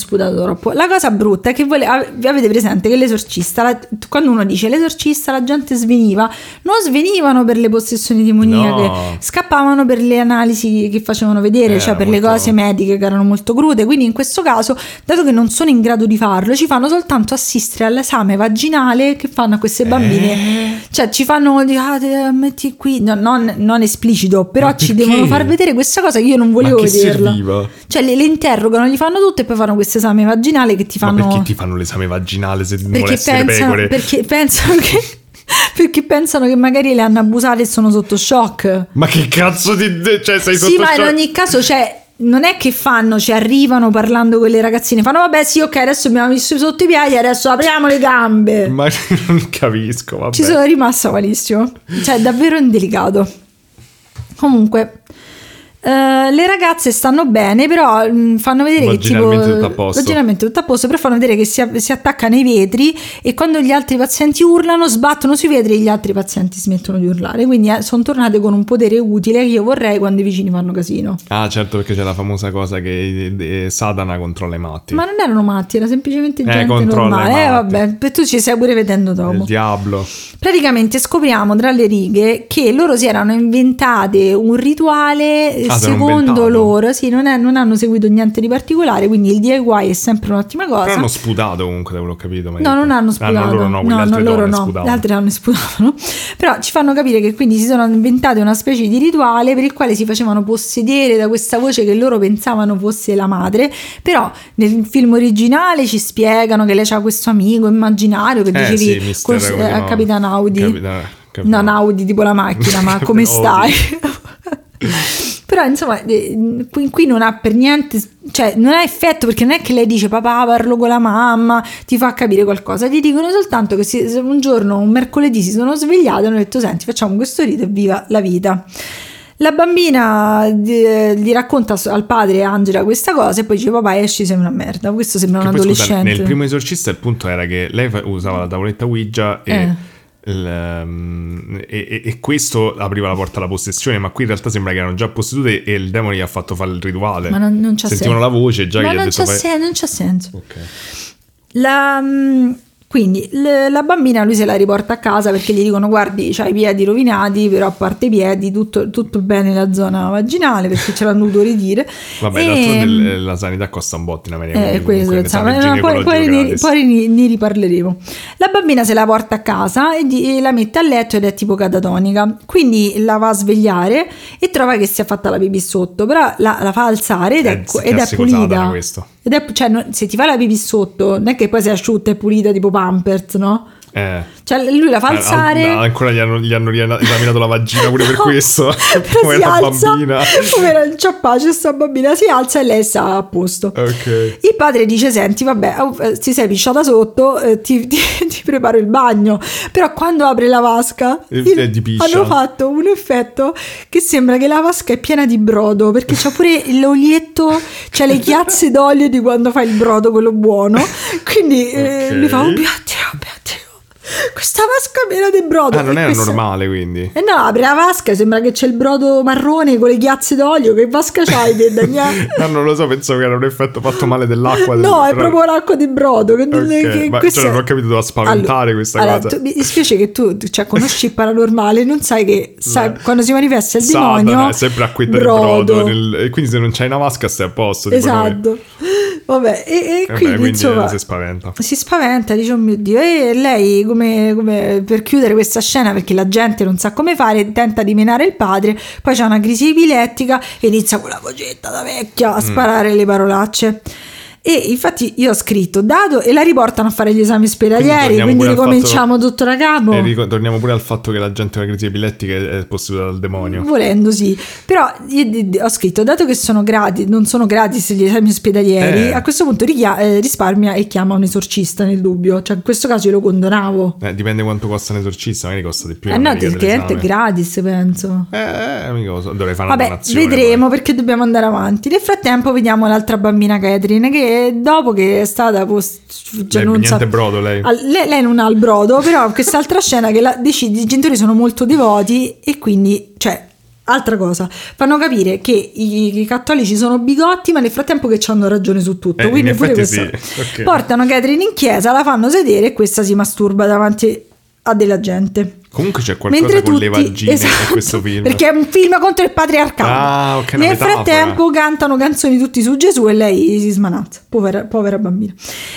La cosa brutta è che voi avete presente che l'esorcista, quando uno dice l'esorcista la gente sveniva, non svenivano per le possessioni demoniache, scappavano per le analisi che facevano vedere, cioè per le cose mediche che erano molto crude. Quindi in questo caso, dato che non sono in grado di farlo, ci fanno soltanto assistere all'esame vaginale che fanno a queste bambine. Cioè ci fanno metti qui, non esplicito, però ci devono far vedere questa cosa che io non volevo vederla. Serviva? Cioè le interrogano, gli fanno tutto e poi fanno questo esame vaginale che ti fanno. Ma perché ti fanno l'esame vaginale se molesti le pecore? Perché pensano che magari le hanno abusate e sono sotto shock. Ma che cazzo cioè sei sotto shock? Sì, ma in ogni caso non è che ci arrivano parlando con le ragazzine, fanno vabbè sì ok adesso abbiamo visto sotto i piedi, adesso apriamo le gambe. Ma non capisco, vabbè. Ci sono rimasta malissimo, cioè davvero indelicato. Comunque le ragazze stanno bene, però fanno vedere che tipo vaginalmente tutto a posto, però fanno vedere che si attaccano ai vetri e quando gli altri pazienti urlano sbattono sui vetri e gli altri pazienti smettono di urlare, quindi sono tornate con un potere utile che io vorrei quando i vicini fanno casino. Ah certo, perché c'è la famosa cosa che Satana controlla i matti. Ma non erano matti, era semplicemente gente normale. Vabbè, tu ci stai pure vedendo dopo. Il diavolo. Praticamente scopriamo tra le righe che loro si erano inventate un rituale. Secondo loro, sì, non hanno seguito niente di particolare, quindi il DIY è sempre un'ottima cosa. Però hanno sputato comunque, da quello che ho capito. No, non hanno sputato. Loro no, le altre hanno sputato. Però ci fanno capire che quindi si sono inventate una specie di rituale per il quale si facevano possedere da questa voce che loro pensavano fosse la madre. Però nel film originale ci spiegano che lei ha questo amico immaginario che dicevi a Capitan Audi. No, Audi tipo la macchina, ma come stai? Però insomma qui non ha per niente, cioè non ha effetto, perché non è che lei dice papà parlo con la mamma, ti fa capire qualcosa, ti dicono soltanto che un giorno, un mercoledì, si sono svegliate e hanno detto senti facciamo questo rito e viva la vita. La bambina gli racconta al padre Angela questa cosa e poi dice papà esci, sei una merda. Questo sembra un adolescente. Scusa, nel primo esorcista il punto era che lei usava la tavoletta Ouija e questo apriva la porta alla possessione, ma qui in realtà sembra che erano già possedute e il demone gli ha fatto fare il rituale. Ma non c'ha sentivano senso. La voce già ma che gli ha detto non c'ha senso. Ok. Quindi la bambina lui se la riporta a casa perché gli dicono guardi c'hai i piedi rovinati, però a parte i piedi tutto bene la zona vaginale perché ce l'hanno dovuto ridire. Vabbè, d'altronde la sanità costa un botto in America, poi ne riparleremo. La bambina se la porta a casa e la mette a letto ed è tipo catatonica, quindi la va a svegliare e trova che si è fatta la pipì sotto, però la fa alzare ed è pulita. Questo. Cioè, se ti fa la pipì sotto non è che poi sei asciutta e pulita tipo Pampers, no? Cioè lui la fa alzare, ancora gli hanno riesaminato la vagina pure per questo. però si alza, povera il ciappace, sta bambina si alza e lei sta a posto. Ok. Il padre dice: senti, vabbè, ti sei pisciata sotto, ti preparo il bagno. Però quando apre la vasca hanno fatto un effetto che sembra che la vasca è piena di brodo, perché c'ha pure l'olietto, c'ha le chiazze d'olio di quando fa il brodo, quello buono. Quindi mi fa: oh mio Dio, questa vasca piena di brodo. Non è normale, quindi. No, apre la vasca, sembra che c'è il brodo marrone con le chiazze d'olio. Che vasca c'hai, No, non lo so, pensavo che era un effetto fatto male dell'acqua. No, è proprio l'acqua di brodo. Ma questo non ho capito, doveva spaventare questa cosa. Mi dispiace che tu conosci il paranormale, non sai che quando si manifesta il demonio è sempre acqua di brodo e quindi se non c'hai una vasca stai a posto. Esatto. Vabbè, quindi insomma si spaventa, dice: oh mio Dio. E lei, come per chiudere questa scena, perché la gente non sa come fare, tenta di menare il padre, poi c'è una crisi epilettica e inizia con la vocetta da vecchia a sparare le parolacce. E infatti io ho scritto dato e la riportano a fare gli esami ospedalieri, quindi ricominciamo tutto da capo. E torniamo pure al fatto che la gente con la crisi epilettica è posseduta dal demonio. Volendo sì, però io ho scritto dato che non sono gratis gli esami ospedalieri, a questo punto risparmia e chiama un esorcista nel dubbio. Cioè in questo caso io lo condonavo. Dipende quanto costa un esorcista, magari costa di più. No, perché è gratis, penso. Amico, dovrei fare una donazione. Vedremo poi, perché dobbiamo andare avanti. Nel frattempo vediamo l'altra bambina Catherine, che dopo che è stata niente brodo lei non ha il brodo, però quest'altra scena che i genitori sono molto devoti e quindi, cioè, altra cosa, fanno capire che i cattolici sono bigotti, ma nel frattempo che ci hanno ragione su tutto, quindi pure questo okay. Portano Catherine in chiesa, la fanno sedere e questa si masturba davanti a della gente. Comunque c'è qualcosa con le vagine in questo film, perché è un film contro il patriarcato. Nel frattempo cantano canzoni tutti su Gesù e lei si smanazza, povera bambina.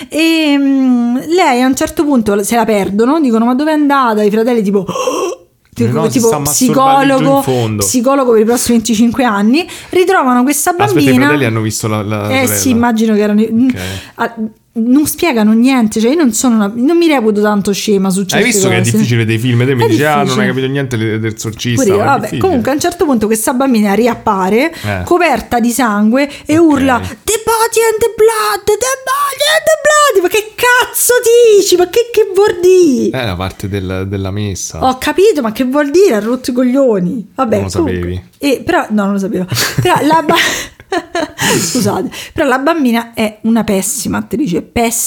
E lei a un certo punto se la perdono, dicono: ma dove è andata? I fratelli tipo psicologo per i prossimi 25 anni, ritrovano questa bambina. Aspetta, i fratelli hanno visto la sì, immagino che erano non spiegano niente, cioè io non mi reputo tanto scema su certe cose. Hai visto che è difficile dei film? Te mi dici non hai capito niente dell'esorcista. Vabbè, comunque a un certo punto questa bambina riappare coperta di sangue e urla: the body and the blood, the body and the blood. Ma che cazzo dici? Ma che vuol dire? È la parte della messa. Ho capito, ma che vuol dire? Ha rotto i coglioni. Vabbè, non lo sapevi. Però no, non lo sapevo. Però scusate, però la bambina è una pessima attrice.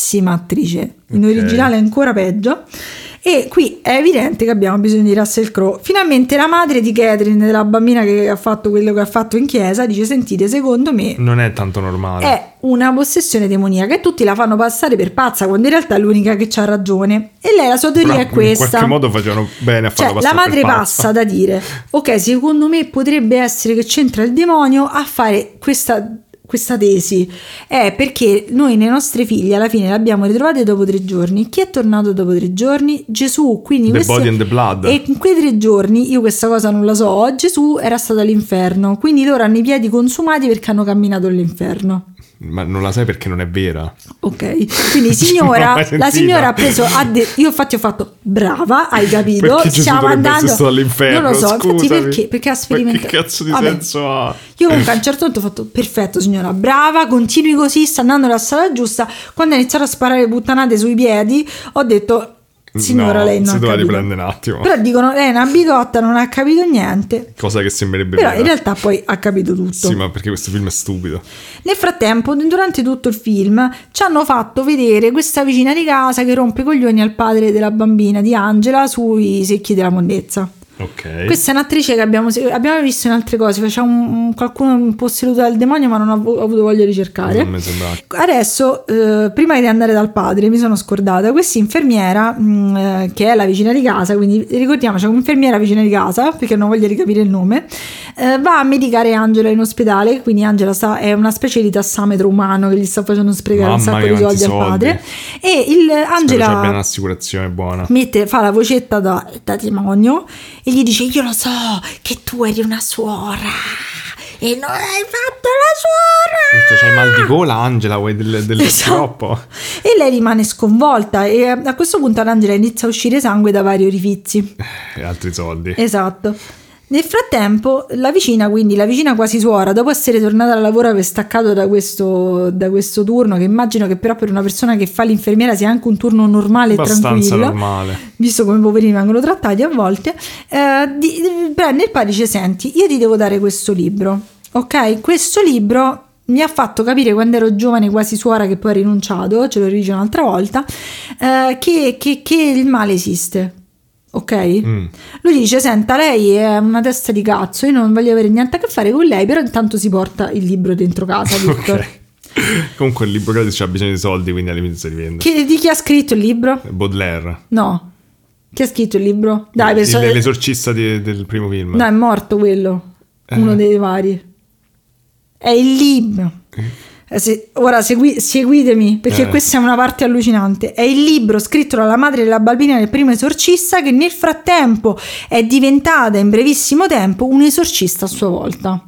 In originale è ancora peggio. E qui è evidente che abbiamo bisogno di Russell Crowe. Finalmente la madre di Catherine, della bambina che ha fatto quello che ha fatto in chiesa, dice: sentite, secondo me non è tanto normale, è una possessione demoniaca, e tutti la fanno passare per pazza quando in realtà è l'unica che c'ha ragione. E lei, la sua teoria è questa: in qualche modo facevano bene a farla passare la madre per passa da dire: ok, secondo me potrebbe essere che c'entra il demonio, a fare questa tesi è perché noi le nostre figlie alla fine le abbiamo ritrovate dopo 3 giorni. Chi è tornato dopo 3 giorni? Gesù. Quindi the body and the blood. E in quei 3 giorni, io questa cosa non la so, Gesù era stato all'inferno, quindi loro hanno i piedi consumati perché hanno camminato all'inferno. Ma non la sai perché non è vera. Ok, quindi la signora ha preso io infatti ho fatto: brava, hai capito, perché stiamo andando all'inferno, non lo so, scusami. infatti perché ha sperimentato. Ma che cazzo di senso ha? Io comunque a un certo punto ho fatto: perfetto signora, brava, continui così, sta andando nella strada giusta. Quando ha iniziato a sparare puttanate sui piedi ho detto: signora, lei non ha capito. Riprende un attimo. Però dicono: lei è una bigotta, non ha capito niente. Cosa che sembrerebbe però vera. In realtà poi ha capito tutto. Sì, ma perché questo film è stupido. Nel frattempo, durante tutto il film ci hanno fatto vedere questa vicina di casa che rompe i coglioni al padre della bambina, di Angela, sui secchi della monnezza. Ok. Questa è un'attrice che abbiamo visto in altre cose. Faceva qualcuno posseduto dal demonio, ma non ho avuto voglia di cercare. Non mi sembra. Adesso, prima di andare dal padre, mi sono scordata. Questa infermiera, che è la vicina di casa, quindi ricordiamoci, un'infermiera vicina di casa, perché non voglio ricapire il nome, va a medicare Angela in ospedale. Quindi Angela è una specie di tassametro umano che gli sta facendo sprecare un sacco di soldi al padre. E Angela abbia un'assicurazione buona. Fa la vocetta da demonio e gli dice: io lo so che tu eri una suora e non hai fatto la suora. C'hai mal di gola, Angela, vuoi dello sciroppo? E lei rimane sconvolta e a questo punto all'Angela inizia a uscire sangue da vari orifizi. E altri soldi. Esatto. Nel frattempo la vicina quasi suora, dopo essere tornata al lavoro, aver staccato da questo turno, che immagino che però per una persona che fa l'infermiera sia anche un turno normale e abbastanza tranquillo, normale, visto come i poverini vengono trattati a volte, prende il padre e dice: senti, io ti devo dare questo libro, ok? Questo libro mi ha fatto capire quando ero giovane quasi suora, che poi ha rinunciato, ce lo ridice un'altra volta, che il male esiste. Ok? Lui dice: senta, lei è una testa di cazzo, io non voglio avere niente a che fare con lei, però intanto si porta il libro dentro casa, Victor. Okay. Comunque il libro gratis c'ha bisogno di soldi, quindi al limite si rivende. Di chi ha scritto il libro? Baudelaire. No. Chi ha scritto il libro? Dai, l'esorcista del primo film. No, è morto quello. Uno dei vari. È il libro. Ora seguitemi, perché questa è una parte allucinante. È il libro scritto dalla madre della bambina del primo esorcista, che nel frattempo è diventata in brevissimo tempo un esorcista a sua volta.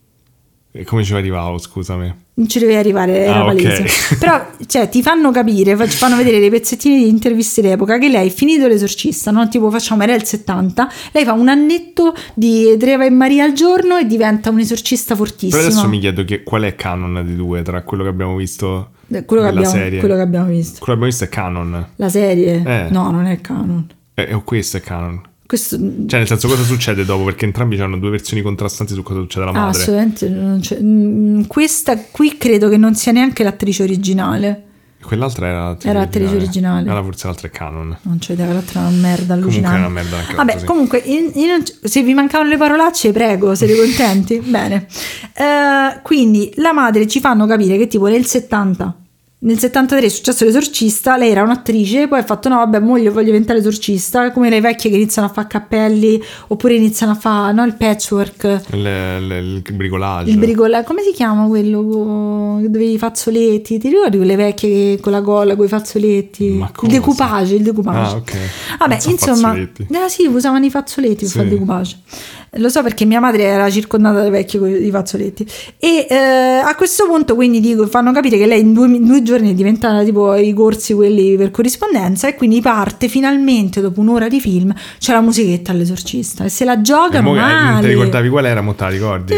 E come ci arrivavo, scusami? Non ci devi arrivare, era palese. Okay. Però ti fanno capire, fanno vedere dei pezzettini di interviste d'epoca che lei, finito l'esorcista, no? Tipo facciamo, era il 70, lei fa un annetto di 3 Ave Maria al giorno e diventa un esorcista fortissimo. Però adesso mi chiedo qual è canon di due tra quello che abbiamo visto serie. Quello che abbiamo visto. Quello che abbiamo visto è canon. La serie? No, non è canon. Questo è canon. Questo... Cioè, nel senso, cosa succede dopo? Perché entrambi hanno due versioni contrastanti su cosa succede alla madre. Assolutamente non c'è. Questa qui credo che non sia neanche l'attrice originale. Quell'altra era l'attrice originale. Allora forse l'altra è canon. Non c'è idea, l'altra è una merda allucinante. Comunque è una merda anche vabbè, comunque se vi mancavano le parolacce, prego, siete contenti? Bene. Quindi la madre ci fanno capire che tipo nel 73 è successo l'esorcista, lei era un'attrice, poi ha fatto no vabbè, mo voglio diventare esorcista, come le vecchie che iniziano a fare cappelli oppure iniziano a fare il patchwork, il bricolaggio. Il bricolaggio, come si chiama quello dove i fazzoletti, ti ricordi quelle vecchie che con la colla, con i fazzoletti? Il decoupage. Ah, ok. Vabbè, insomma, sì, usavano i fazzoletti per fare il decoupage. Lo so perché mia madre era circondata da vecchie con i fazzoletti. E a questo punto quindi fanno capire che lei in due giorni è diventata tipo i corsi quelli per corrispondenza, e quindi parte finalmente dopo un'ora di film, c'è la musichetta all'esorcista e se la giocano male. Non ti ricordavi qual era, mo te la ricordi?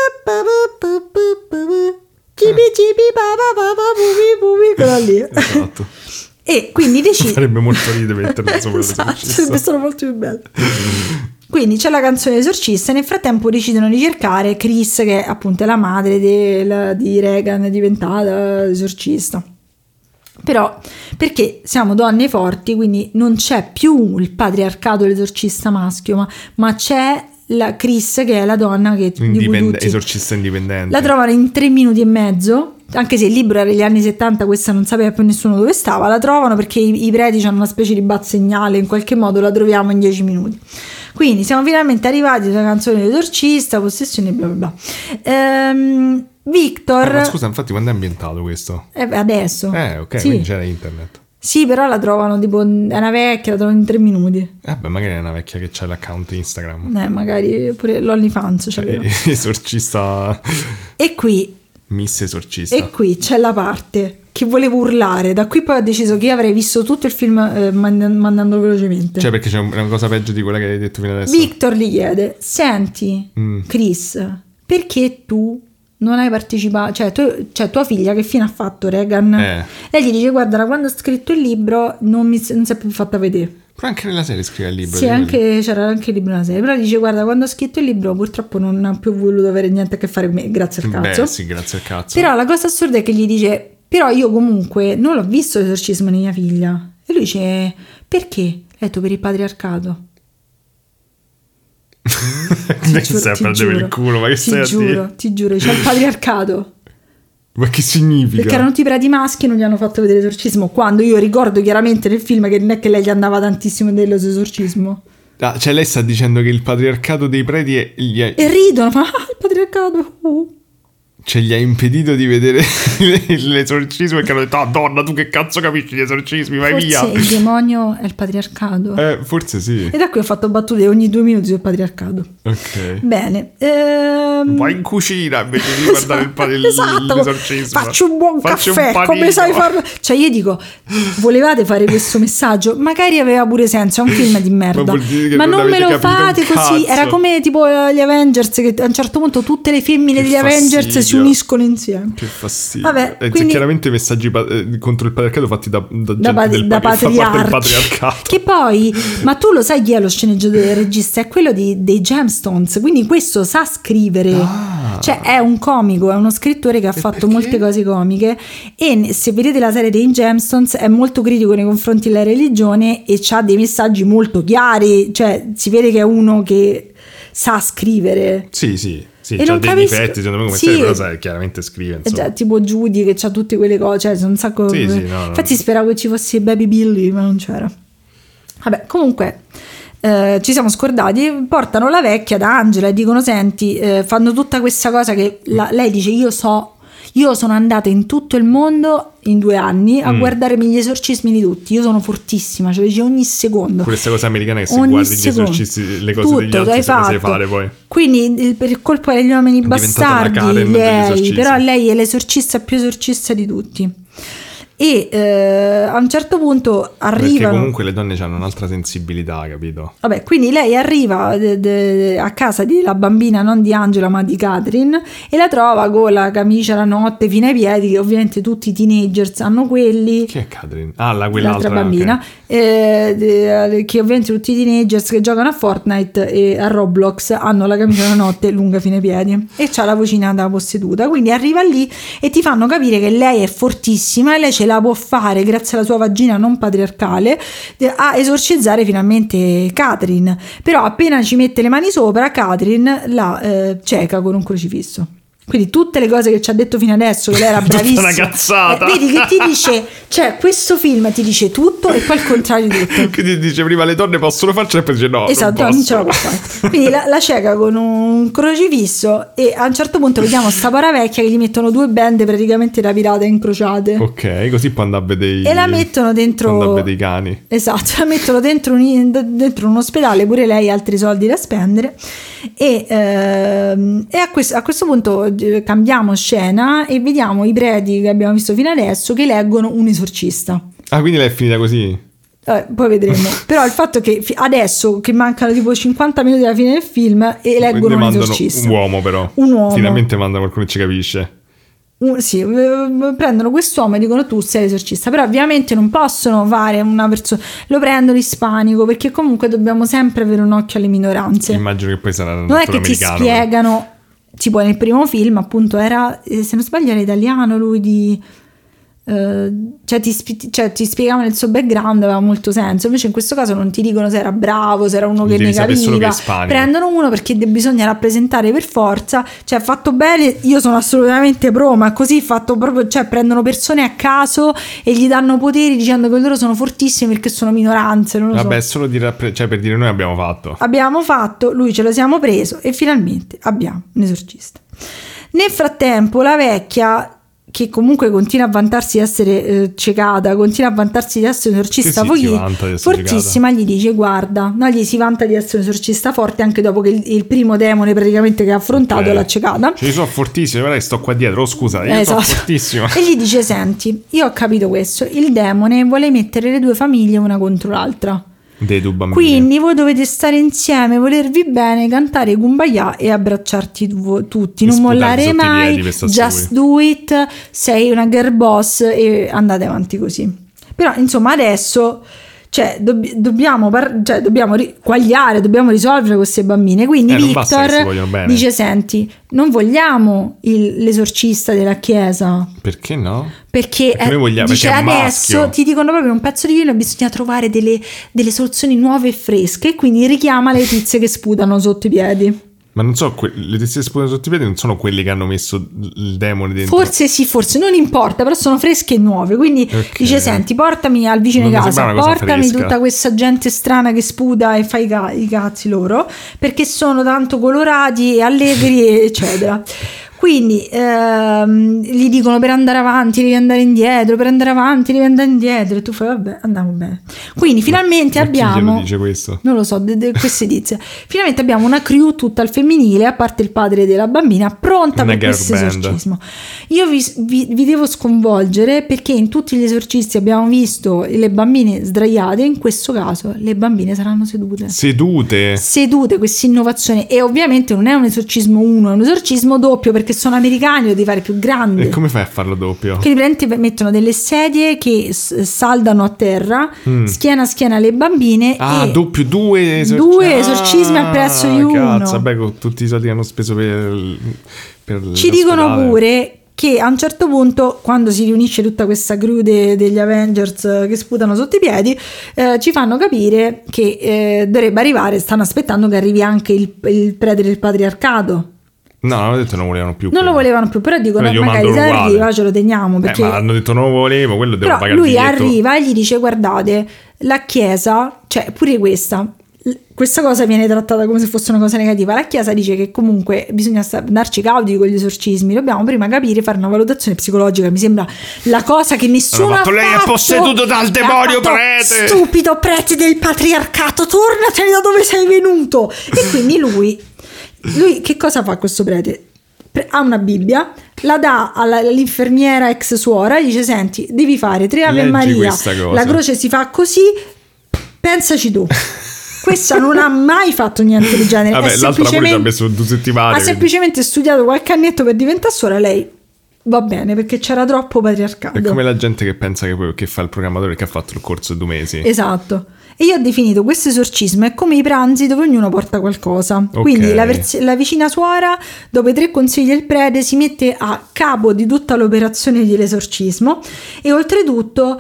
Quello lì. Esatto. E quindi decide. Sarebbe molto ridere metterlo sopra l'esorcista. Sarebbe stato molto più bello. Quindi c'è la canzone esorcista e nel frattempo decidono di cercare Chris, che appunto è la madre di Regan, diventata esorcista. Però perché siamo donne forti, quindi non c'è più il patriarcato dell'esorcista maschio, ma c'è la Chris, che è la donna che esorcista indipendente. La trovano in 3 minuti e mezzo. Anche se il libro era degli anni 70, questa non sapeva più nessuno dove stava. La trovano perché i preti hanno una specie di bazzegnale, in qualche modo la troviamo in 10 minuti. Quindi siamo finalmente arrivati alla canzone dell'esorcista, possessione bla bla bla. Victor, ma scusa, infatti quando è ambientato questo? Adesso. Ok, sì. quindi c'era internet. Sì, però la trovano tipo, è una vecchia, la trovano in 3 minuti. Beh, magari è una vecchia che c'ha l'account Instagram. Magari pure l'OnlyFans c'aveva. Esorcista. E qui Miss Esorcista. E qui c'è la parte che volevo urlare. Da qui poi ho deciso che io avrei visto tutto il film mandandolo velocemente. Cioè, perché c'è una cosa peggio di quella che hai detto fino adesso. Victor gli chiede: senti, Chris, perché tu non hai partecipato? Cioè tua figlia, che fine ha fatto Regan? Lei gli dice: guarda, da quando ho scritto il libro non si è più fatta vedere. Però anche nella serie scrive il libro. Sì, c'era anche il libro nella serie. Però dice: guarda, quando ho scritto il libro purtroppo non ha più voluto avere niente a che fare con me. Grazie al cazzo. Beh, sì, grazie al cazzo. Però la cosa assurda è che gli dice: però io comunque non l'ho visto l'esorcismo di mia figlia. E lui dice: perché? Letto per il patriarcato. Ti stai a prendere per il culo, ma che stai a dire? Ti giuro, c'è il patriarcato. Ma che significa? Perché erano tutti preti maschi e non gli hanno fatto vedere l'esorcismo, quando io ricordo chiaramente nel film che non è che lei gli andava tantissimo dell'esorcismo. Cioè lei sta dicendo che il patriarcato dei preti e ridono, ma il patriarcato Ce gli ha impedito di vedere l'esorcismo perché hanno detto donna, tu che cazzo capisci gli esorcismi, vai Forse via. il demonio è il patriarcato. Forse sì. E da qui ho fatto battute ogni 2 minuti sul patriarcato. Ok. Bene. Vai in cucina invece di guardare Esatto. l'esorcismo. Faccio un buon Faccio caffè, un panino. come sai farlo? Cioè io dico, volevate fare questo messaggio? Magari aveva pure senso, è un film di merda. Ma vuol dire che Ma non me avete lo capito fate un così. cazzo. Era come tipo gli Avengers, che a un certo punto tutte le femmine Che degli Avengers si fastidio. uniscono insieme. Che fastidio. Vabbè, Cioè, quindi- chiaramente messaggi contro il patriarcato fatti da gente Da del fa parte del patriarchi. patriarcato. Che poi, ma tu lo sai chi è lo sceneggiatore del regista? È quello dei Gemstones, quindi questo sa scrivere. Cioè è un comico, è uno scrittore che ha fatto perché? molte cose comiche e se vedete la serie dei Gemstones è molto critico nei confronti della religione e ha dei messaggi molto chiari, cioè si vede che è uno che sa scrivere. Sì, E c'ha non dei capisco- difetti secondo me come sì. serie, però sai, chiaramente scrive, insomma. Cioè, tipo Judy che c'ha tutte quelle cose, cioè sono un sacco. Sì, no. Infatti speravo che ci fosse Baby Billy, ma non c'era. Vabbè, comunque ci siamo scordati, portano la vecchia da Angela e dicono senti, fanno tutta questa cosa che lei dice io sono andata in tutto il mondo in 2 anni a guardarmi gli esorcismi di tutti, io sono fortissima, cioè dice ogni secondo. Questa cosa americana che se Ogni guardi gli secondo. esorcisti, le cose Tutto, degli altri hai se le sai fatto. fare poi. Quindi per colpa degli uomini diventata la Karen bastardi degli lei, esorcismi. però lei è l'esorcista più esorcista di tutti e a un certo punto Perché arrivano. comunque le donne hanno un'altra sensibilità, capito? Vabbè, quindi lei arriva a casa della bambina, non di Angela ma di Catherine, e la trova con la camicia la notte fino ai piedi, che ovviamente tutti i teenagers hanno quelli. Chi è Catherine? Quell'altra L'altra bambina, che ovviamente tutti i teenagers che giocano a Fortnite e a Roblox hanno la camicia la notte lunga fino ai piedi e c'ha la vocina da posseduta, quindi arriva lì e ti fanno capire che lei è fortissima e lei ce la può fare grazie alla sua vagina non patriarcale a esorcizzare finalmente Catherine, però appena ci mette le mani sopra Catherine la cieca con un crocifisso. Quindi tutte le cose che ci ha detto fino adesso, che lei era Tutta bravissima, una cazzata. vedi che ti dice, cioè questo film ti dice tutto e poi il contrario di tutto. Quindi dice prima le donne possono farcela e poi dice no, Esatto, non non posso. ce la può fare. Quindi la cieca con un crocifisso e a un certo punto vediamo sta paravecchia che gli mettono 2 bende praticamente rapirate incrociate Ok, così può andare a vedere e la mettono dentro. può andare a vedere i cani. Esatto, la mettono dentro un ospedale, pure lei ha altri soldi da spendere e a questo punto cambiamo scena e vediamo i preti che abbiamo visto fino adesso che leggono un esorcista. Quindi lei è finita così? Poi vedremo. Però il fatto che adesso che mancano tipo 50 minuti alla fine del film e leggono Quindi un mandano esorcista, un uomo però. Un uomo. Finalmente mandano qualcuno che ci capisce. Sì, prendono quest'uomo e dicono tu sei l'esorcista, però ovviamente non possono fare una persona, lo prendono ispanico perché comunque dobbiamo sempre avere un occhio alle minoranze. Immagino che poi sarà Non è che ti spiegano, tipo nel primo film appunto era, se non sbaglio era italiano lui di... cioè ti spiegavano il suo background, aveva molto senso. Invece in questo caso non ti dicono se era bravo, se era uno che Devi ne sapere solo che è capiva. ispanico. Prendono uno perché bisogna rappresentare per forza, cioè fatto bene, io sono assolutamente pro, ma così fatto proprio, cioè prendono persone a caso e gli danno poteri dicendo che loro sono fortissimi perché sono minoranze, non lo Vabbè, so. solo cioè per dire noi abbiamo fatto. Abbiamo fatto, lui ce lo siamo preso e finalmente abbiamo un esorcista. Nel frattempo la vecchia, che comunque continua a vantarsi di essere ciecata, continua a vantarsi di essere un esorcista Sì, si vanta di essere fortissima, gli dice guarda, no, gli si vanta di essere un esorcista forte anche dopo che il primo demone praticamente che ha affrontato l'ha ciecata. Cioè, io sono fortissimo, guarda che sto qua dietro, oh, scusa, io sono fortissimo. E gli dice senti, io ho capito questo, il demone vuole mettere le 2 famiglie una contro l'altra. Dei 2 bambini. Quindi voi dovete stare insieme, volervi bene, cantare Kumbaya e abbracciarti tutti, E non sputarvi mollare sotto i mai, piedi per stare just sicuri. do it, sei una girl boss e andate avanti così. Però insomma adesso dobbiamo quagliare, dobbiamo risolvere queste bambine, quindi Non basta che si Victor vogliono bene. dice senti, non vogliamo l'esorcista della chiesa Perché no? perché noi vogliamo, dice perché è adesso maschio. ti dicono proprio in un pezzo di film bisogna trovare delle soluzioni nuove e fresche e quindi richiama le tizie che sputano sotto i piedi. Ma non so, le teste che sputano sotto i piedi non sono quelli che hanno messo il demone dentro. Forse sì, forse non importa, però sono fresche e nuove, quindi Ok. dice senti portami al vicino di Non mi casa, sembra una cosa portami fresca. tutta questa gente strana che sputa e fa i cazzi loro perché sono tanto colorati e allegri eccetera. Quindi gli dicono per andare avanti devi andare indietro, per andare avanti devi andare indietro, e tu fai vabbè, andiamo bene. Quindi finalmente Ma abbiamo, chi glielo dice questo? non lo so, queste dizie. Finalmente abbiamo una crew tutta al femminile, a parte il padre della bambina, pronta Una per girl questo band. esorcismo. Io vi devo sconvolgere, perché in tutti gli esorcisti abbiamo visto le bambine sdraiate, in questo caso le bambine saranno sedute, questa innovazione. E ovviamente non è un esorcismo uno, è un esorcismo doppio, perché sono americani, lo devi fare più grande. E come fai a farlo doppio? Che praticamente mettono delle sedie che saldano a terra, schiena a schiena alle bambine. Ah, e doppio, due esorcismi al prezzo di uno. Cazzo, vabbè, con tutti i soldi che hanno speso per Ci dicono pure che a un certo punto, quando si riunisce tutta questa crew degli Avengers che sputano sotto i piedi, ci fanno capire che dovrebbe arrivare, stanno aspettando che arrivi anche il prete del patriarcato. No, hanno detto non volevano più. Non lo volevano più, però dicono Però io magari se mando uguale. arriva ce lo teniamo, perché Ma hanno detto non lo volevo, quello devo però pagare il lui biglietto. arriva e gli dice guardate, la chiesa, cioè pure questa cosa viene trattata come se fosse una cosa negativa. La chiesa dice che comunque bisogna darci caudi con gli esorcismi, dobbiamo prima capire, fare una valutazione psicologica. Mi sembra la cosa che nessuno ha fatto. Lei è posseduto dal demonio, prete, stupido prete del patriarcato, tornatene da dove sei venuto. E quindi lui che cosa fa questo prete? Ha una Bibbia, la dà all'infermiera ex suora e dice senti, devi fare 3 Ave Leggi Maria, questa cosa. la croce si fa così, pensaci tu. Questa non ha mai fatto niente di genere. Vabbè, l'altra pure ci ha messo 2 settimane. Ha semplicemente studiato qualche annetto per diventare suora. Lei va bene, perché c'era troppo patriarcato. È come la gente che pensa che fa il programmatore che ha fatto il corso 2 mesi. Esatto. E io ho definito questo esorcismo è come i pranzi dove ognuno porta qualcosa. Ok. Quindi la vicina suora, dopo i 3 consigli del prete, si mette a capo di tutta l'operazione dell'esorcismo e oltretutto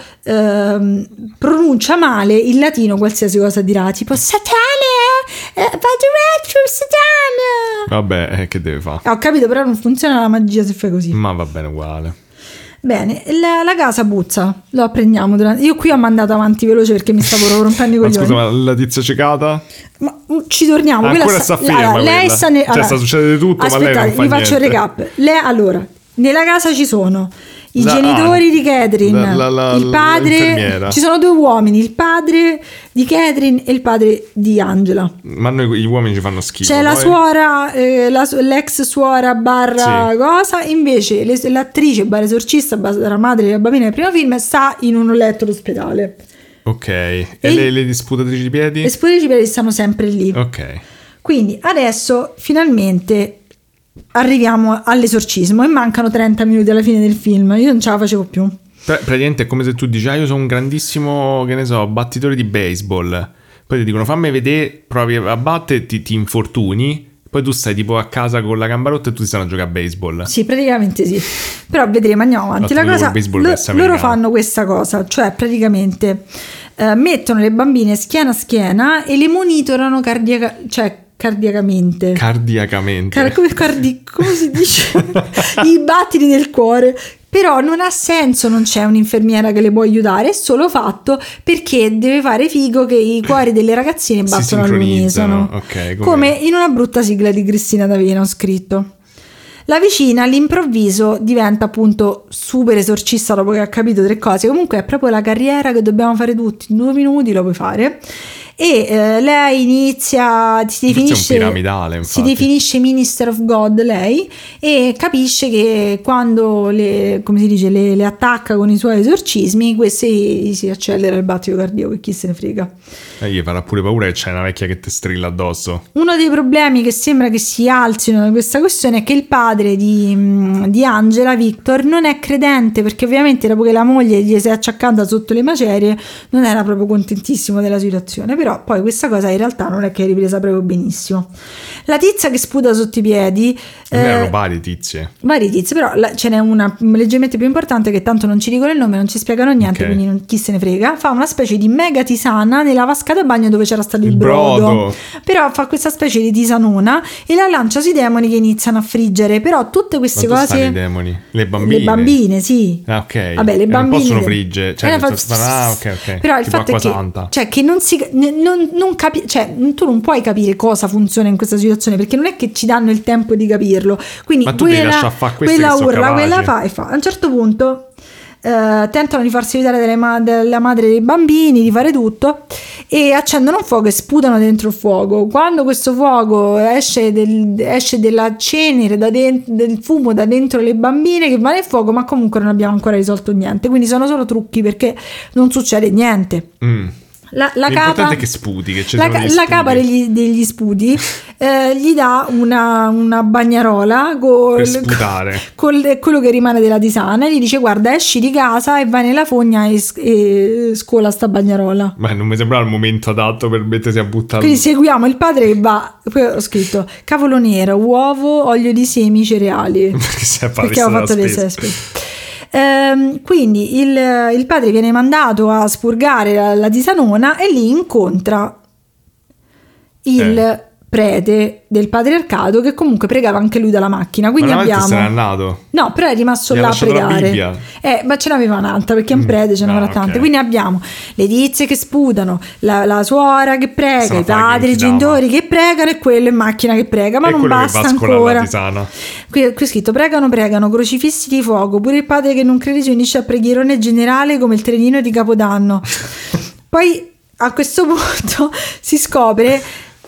pronuncia male in latino qualsiasi cosa dirà, tipo Satana, vado retro Satana. Vabbè, che deve fare? Ho capito, però non funziona la magia se fai così. Ma va bene uguale. Bene, la casa puzza, lo apprendiamo io qui ho mandato avanti veloce perché mi stavo rompendo i Ma coglioni. scusa, ma la tizia cecata? Ma ci torniamo. Ancora quella sta ferma lei quella. sta Cioè, sta succedendo tutto, ma lei non fa vi faccio il niente. recap. Allora, nella casa ci sono i genitori di Catherine, il padre, l'infermiera. ci sono 2 uomini, il padre di Catherine e il padre di Angela. Ma noi gli uomini ci fanno schifo. C'è la poi. suora, l'ex suora barra Sì. cosa, invece l'attrice barra esorcista barra madre della bambina del primo film sta in un letto d'ospedale. Ok. E le disputatrici di piedi? Le spodici stanno sempre lì. Ok. Quindi adesso finalmente arriviamo all'esorcismo e mancano 30 minuti alla fine del film. Io non ce la facevo più. Praticamente è come se tu dici io sono un grandissimo, che ne so, battitore di baseball. Poi ti dicono fammi vedere, provi a battere, ti infortuni. Poi tu stai tipo a casa con la gamba rotta e tutti stanno a giocare a baseball. Sì, praticamente sì. Però vedremo, andiamo avanti. La cosa, loro fanno questa cosa, cioè praticamente mettono le bambine schiena a schiena e le monitorano cardiacamente. Come si dice? I battiti del cuore. Però non ha senso, non c'è un'infermiera che le può aiutare, è solo fatto perché deve fare figo che i cuori delle ragazzine battono all'unisono. Okay, come in una brutta sigla di Cristina D'Avena ho scritto. La vicina all'improvviso diventa appunto super esorcista dopo che ha capito 3 cose. Comunque è proprio la carriera che dobbiamo fare tutti, in 2 minuti lo puoi fare. E lei inizia, si definisce Minister of God lei, e capisce che quando le attacca con i suoi esorcismi, questi si accelera il battito cardiaco e chi se ne frega. Gli farà pure paura che c'è una vecchia che ti strilla addosso. Uno dei problemi che sembra che si alzino da questa questione è che il padre di Angela, Victor, non è credente, perché ovviamente dopo che la moglie gli si è acciaccata sotto le macerie non era proprio contentissimo della situazione. Però poi questa cosa in realtà non è che è ripresa proprio benissimo. La tizia che sputa sotto i piedi, erano varie tizie, però ce n'è una leggermente più importante che tanto non ci dicono il nome, non ci spiegano niente, quindi chi se ne frega. Fa una specie di mega tisana nella vasca da bagno dove c'era stato il brodo, però fa questa specie di tisanona e la lancia sui demoni che iniziano a friggere. Però tutte queste cose stanno i demoni? Le bambine, sì. Ok. Vabbè, le bambine non possono friggere, cioè ok. Però il fatto è che non cioè, tu non puoi capire cosa funziona in questa situazione, perché non è che ci danno il tempo di capirlo. Quindi ma tu devi lasciare fare queste quella che sono urla, quella capaci. fa. A un certo punto tentano di farsi aiutare dalla madre dei bambini, di fare tutto, e accendono un fuoco e sputano dentro il fuoco. Quando questo fuoco esce della cenere, del fumo da dentro le bambine che va nel fuoco, ma comunque non abbiamo ancora risolto niente, quindi sono solo trucchi, perché non succede niente. La L'importante capa, è che sputi, che ci la, sono gli la sputi. capa degli sputi gli dà una bagnarola Per sputare. con quello che rimane della tisana, e gli dice: guarda, esci di casa e vai nella fogna e scola sta bagnarola. Ma non mi sembrava il momento adatto per mettersi a buttare. Quindi seguiamo il padre che va. Poi ho scritto cavolo nero, uovo, olio di semi, cereali, perché ho fatto le spese. Quindi il padre viene mandato a spurgare la tisanona, e lì incontra il prete del patriarcato, che comunque pregava anche lui dalla macchina. Quindi ma abbiamo, se n'è andato. no, però è rimasto Gli ha là a lasciato la pregare. Bibbia. Ma ce n'aveva un'altra, perché è un prete, ce n'aveva tante. ok. Quindi abbiamo le tizie che sputano, la suora che prega, Se la i fa padri, chi i dava. genitori che pregano, e quello in macchina che prega, ma E non quello che basta va a scolare ancora. la tisana. Qui è scritto: pregano, crocifissi di fuoco, pure il padre che non crede si unisce a preghierone generale come il trenino di Capodanno. Poi a questo punto si scopre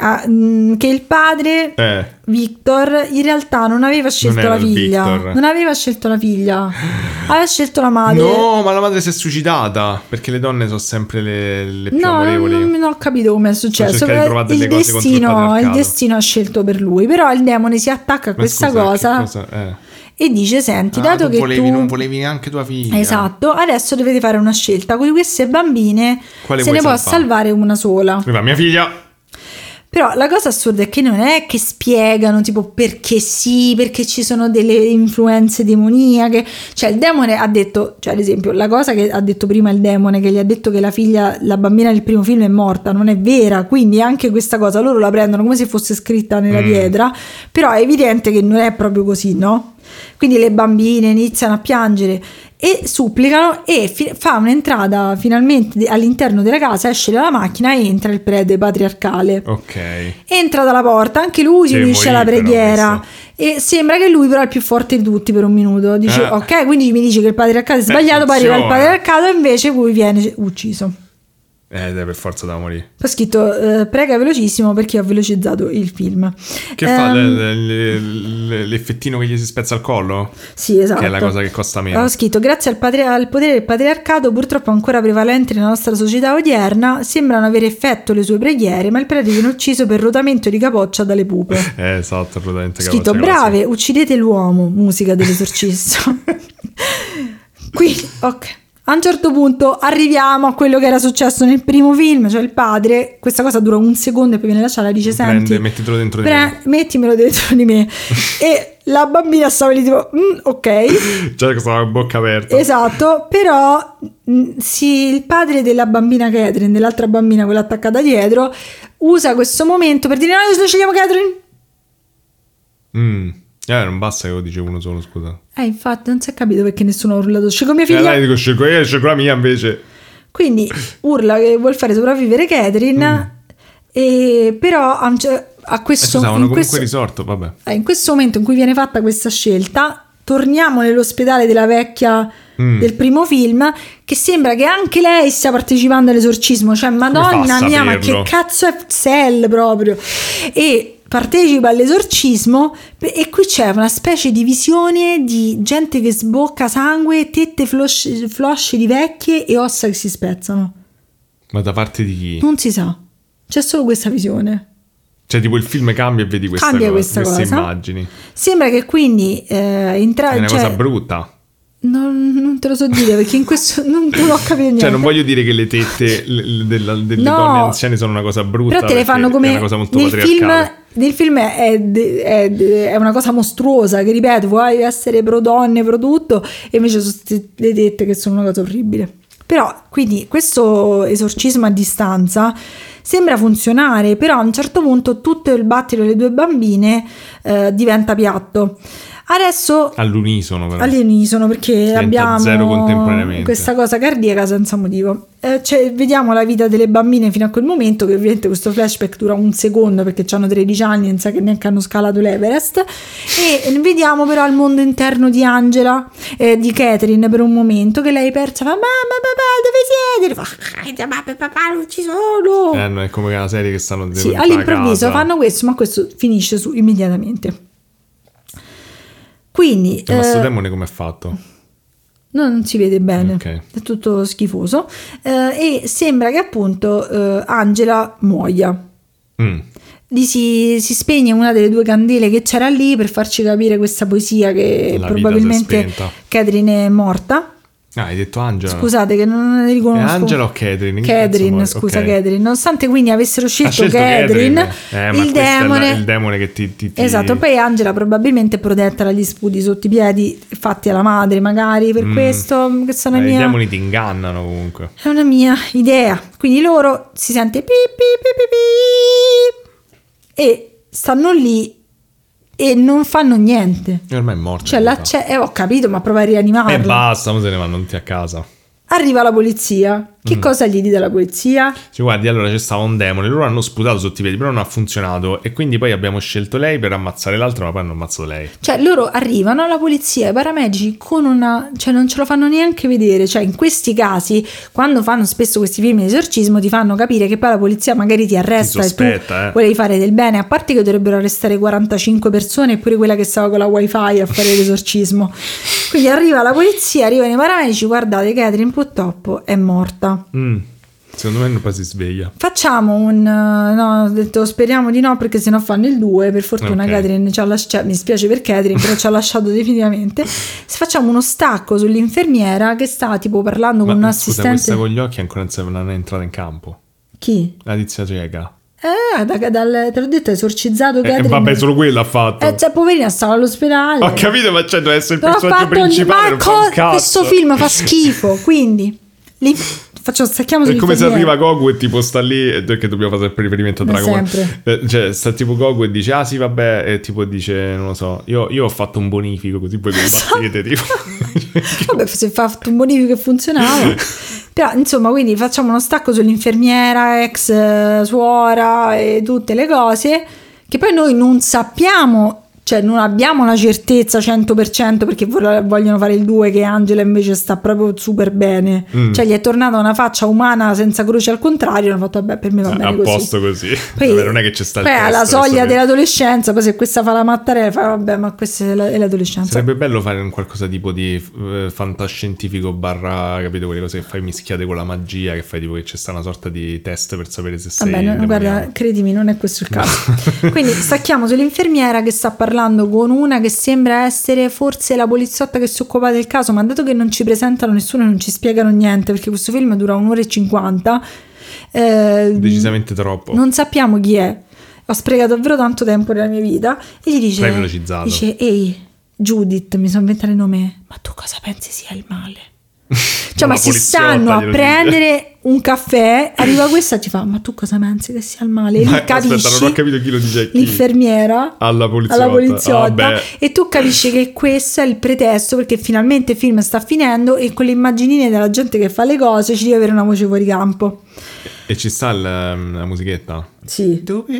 che il padre Victor in realtà non aveva scelto era la il figlia, Victor. non aveva scelto la figlia, aveva scelto la madre. No, ma la madre si è suicidata, perché le donne sono sempre le più No, amorevoli. non ho capito come è successo. cercare di trovare delle Il cose contro il destino, patriarcato. il destino ha scelto per lui, però il demone si attacca a Ma questa scusa, cosa che cosa? e dice: senti, dato tu che non volevi neanche tua figlia. esatto, adesso dovete fare una scelta. Con queste bambine Quale se ne vuoi può salvare una sola. Ma mia figlia. Però la cosa assurda è che non è che spiegano tipo perché sì, perché ci sono delle influenze demoniache. Cioè il demone ha detto, cioè ad esempio la cosa che ha detto prima il demone, che gli ha detto che la bambina del primo film è morta, non è vera. Quindi anche questa cosa loro la prendono come se fosse scritta nella pietra, però è evidente che non è proprio così, no? Quindi le bambine iniziano a piangere e supplicano, e fa un'entrata finalmente all'interno della casa, esce dalla macchina e entra il prete patriarcale. Ok. Entra dalla porta, anche lui si Deve unisce alla morire, però, preghiera, e sembra che lui però è il più forte di tutti per un minuto. Dice ok, quindi mi dice che il patriarcato è sbagliato, poi arriva il funziona. patriarcato e invece lui viene ucciso. Per forza da morire. Ho scritto prega velocissimo, perché ho velocizzato il film. Che fa l'effettino che gli si spezza il collo? Sì, esatto. Che è la cosa che costa meno. Ho scritto: grazie al potere del patriarcato, purtroppo ancora prevalente nella nostra società odierna, sembrano avere effetto le sue preghiere, ma il prete viene ucciso per rotamento di capoccia dalle pupe. Esatto, assolutamente. Ho scritto: brave, uccidete l'uomo, musica dell'esorcista. Quindi, ok. A un certo punto arriviamo a quello che era successo nel primo film, cioè il padre, questa cosa dura un secondo e poi viene lasciata, dice: senti, mettitelo dentro di me. mettimelo dentro di me. E la bambina stava lì tipo ok, Cioè che stava a bocca aperta. esatto. Però il padre della bambina Catherine, dell'altra bambina, quella attaccata dietro, usa questo momento per dire: no, adesso scegliamo Catherine. Non basta che lo dice uno solo, scusa. Infatti non si è capito perché nessuno ha urlato scelgo mia figlia. Dai, dico scelgo io, scelgo la mia invece. Quindi urla che vuol fare sopravvivere Catherine, però a questo Avevano comunque risorto, vabbè. in questo momento in cui viene fatta questa scelta, torniamo nell'ospedale della vecchia del primo film, che sembra che anche lei stia partecipando all'esorcismo. Cioè, madonna mia, ma che cazzo è Cell proprio? E partecipa all'esorcismo, e qui c'è una specie di visione di gente che sbocca sangue, tette flosce di vecchie e ossa che si spezzano. Ma da parte di chi? Non si sa, c'è solo questa visione. Cioè tipo il film cambia e vedi queste questa cosa. immagini. Sembra che quindi È una cosa brutta. Non te lo so dire, perché in questo non ho capito niente. Cioè non voglio dire che le tette delle donne anziane sono una cosa brutta, però te le fanno come è una cosa molto nel patriarcale. Nel film è una cosa mostruosa, che ripeto, vuoi essere pro donne, pro tutto, e invece sono le tette che sono una cosa orribile. Però quindi questo esorcismo a distanza sembra funzionare, però a un certo punto tutto il battito delle due bambine diventa piatto. Adesso all'unisono però. all'unisono, perché Diventa abbiamo zero contemporaneamente. questa cosa cardiaca senza motivo. Vediamo la vita delle bambine fino a quel momento, che ovviamente questo flashback dura un secondo perché hanno 13 anni, non sa che neanche hanno scalato l'Everest, e vediamo però il mondo interno di Angela, di Catherine, per un momento, che lei persa, fa: mamma, papà, dove siete? Fa: papà, non ci sono. No, è come una serie che stanno Sì, dentro all'improvviso la casa. fanno questo, ma questo finisce immediatamente. Quindi Ma sto demone com'è fatto? non si vede bene, Ok. è tutto schifoso, e sembra che appunto Angela muoia. Lì si spegne una delle 2 candele che c'era lì per farci capire questa poesia che La vita probabilmente si è spenta. Catherine è morta. Ah, hai detto Angela? Scusate che non ne riconosco. È Angela o Catherine? Che Catherine, cazzo vuoi? scusa, Ok. Catherine. Nonostante quindi avessero Ha scelto scelto Catherine, ma il questo è demone. il demone che ti... Esatto, poi Angela probabilmente è protetta dagli sputi sotto i piedi fatti alla madre, magari per questo. Questa è una I mia, demoni ti ingannano comunque. è una mia idea. Quindi loro si sente pi, pi, pi, pi, pi, e stanno lì e non fanno niente. E ormai è morto. Cioè, ho capito, ma prova a rianimarla. E basta, mo se ne vanno tutti a casa. Arriva la polizia. Che cosa gli dite alla polizia? Cioè, guardi, allora c'è stato un demone, loro hanno sputato sotto i piedi, però non ha funzionato. E quindi poi abbiamo scelto lei per ammazzare l'altro, ma poi hanno ammazzato lei. Cioè, loro arrivano alla polizia, i paramedici con una... cioè, non ce lo fanno neanche vedere. Cioè, in questi casi, quando fanno spesso questi film di esorcismo, ti fanno capire che poi la polizia magari ti arresta Ti e tu sospetta, volevi fare del bene. A parte che dovrebbero arrestare 45 persone e pure quella che stava con la wifi a fare l'esorcismo. Quindi arriva la polizia, arrivano i paramedici, guardate, Catherine purtroppo è morta. Secondo me poi si sveglia. Facciamo un... no, ho detto speriamo di no, perché sennò fanno il 2. Per fortuna Ok. Catherine ci ha lasciato, mi spiace per Catherine, però ci ha lasciato definitivamente. Facciamo uno stacco sull'infermiera che sta tipo parlando con un Ma scusa, assistente. questa con gli occhi ancora non è entrata in campo. Chi? La tizia cieca. Te l'ho detto, ha esorcizzato Catherine. Vabbè, solo quello ha fatto. Cioè, poverina, stava all'ospedale. Ho capito, ma cioè deve essere il Non ha personaggio fatto principale. Non fa un cazzo. questo film fa schifo, quindi stacchiamo È come se sull'infermiera. arriva Goku e tipo sta lì, e che dobbiamo fare sempre riferimento a Ma Dragon Ball. sempre. Cioè sta tipo Goku e dice: ah sì vabbè, e tipo dice, non lo so, io ho fatto un bonifico, così voi mi battete tipo. Vabbè, si è fatto un bonifico che funzionava. Però insomma, quindi facciamo uno stacco sull'infermiera, ex suora e tutte le cose che poi noi non sappiamo, cioè non abbiamo la certezza 100% perché vogliono fare il 2 che Angela invece sta proprio super bene. Cioè gli è tornata una faccia umana senza croce al contrario, hanno fatto vabbè, per me va bene A così. posto così. Poi, Vabbè, non è che c'è sta il poi alla testo, soglia questo dell'adolescenza, poi se questa fa la mattarella fa vabbè, ma questa è l'adolescenza. sarebbe bello fare un qualcosa tipo di fantascientifico barra, capito, quelle cose che fai mischiate con la magia, che fai tipo che c'è sta una sorta di test per sapere se sei Vabbè, no, guarda, demoniaco. credimi, non è questo il caso. Quindi stacchiamo sull'infermiera che sta parlando con una che sembra essere forse la poliziotta che si occupa del caso, ma dato che non ci presentano nessuno e non ci spiegano niente, perché questo film dura 1 ora e 50, Decisamente troppo. non sappiamo chi è. Ho sprecato davvero tanto tempo nella mia vita. E gli dice, L'hai velocizzato. ehi, Judith, mi sono inventato il nome, ma tu cosa pensi sia il male? Cioè, La ma si poliziotta stanno a glielo dice. prendere un caffè, arriva questa e ti fa, ma tu cosa pensi che sia il male? E lì Ma capisci, aspetta, non ho capito chi lo dice a chi. l'infermiera Alla poliziotta. Ah, beh. e tu capisci che questo è il pretesto perché finalmente il film sta finendo e con le immaginine della gente che fa le cose ci deve avere una voce fuori campo. E ci sta la musichetta? Sì, Dopo.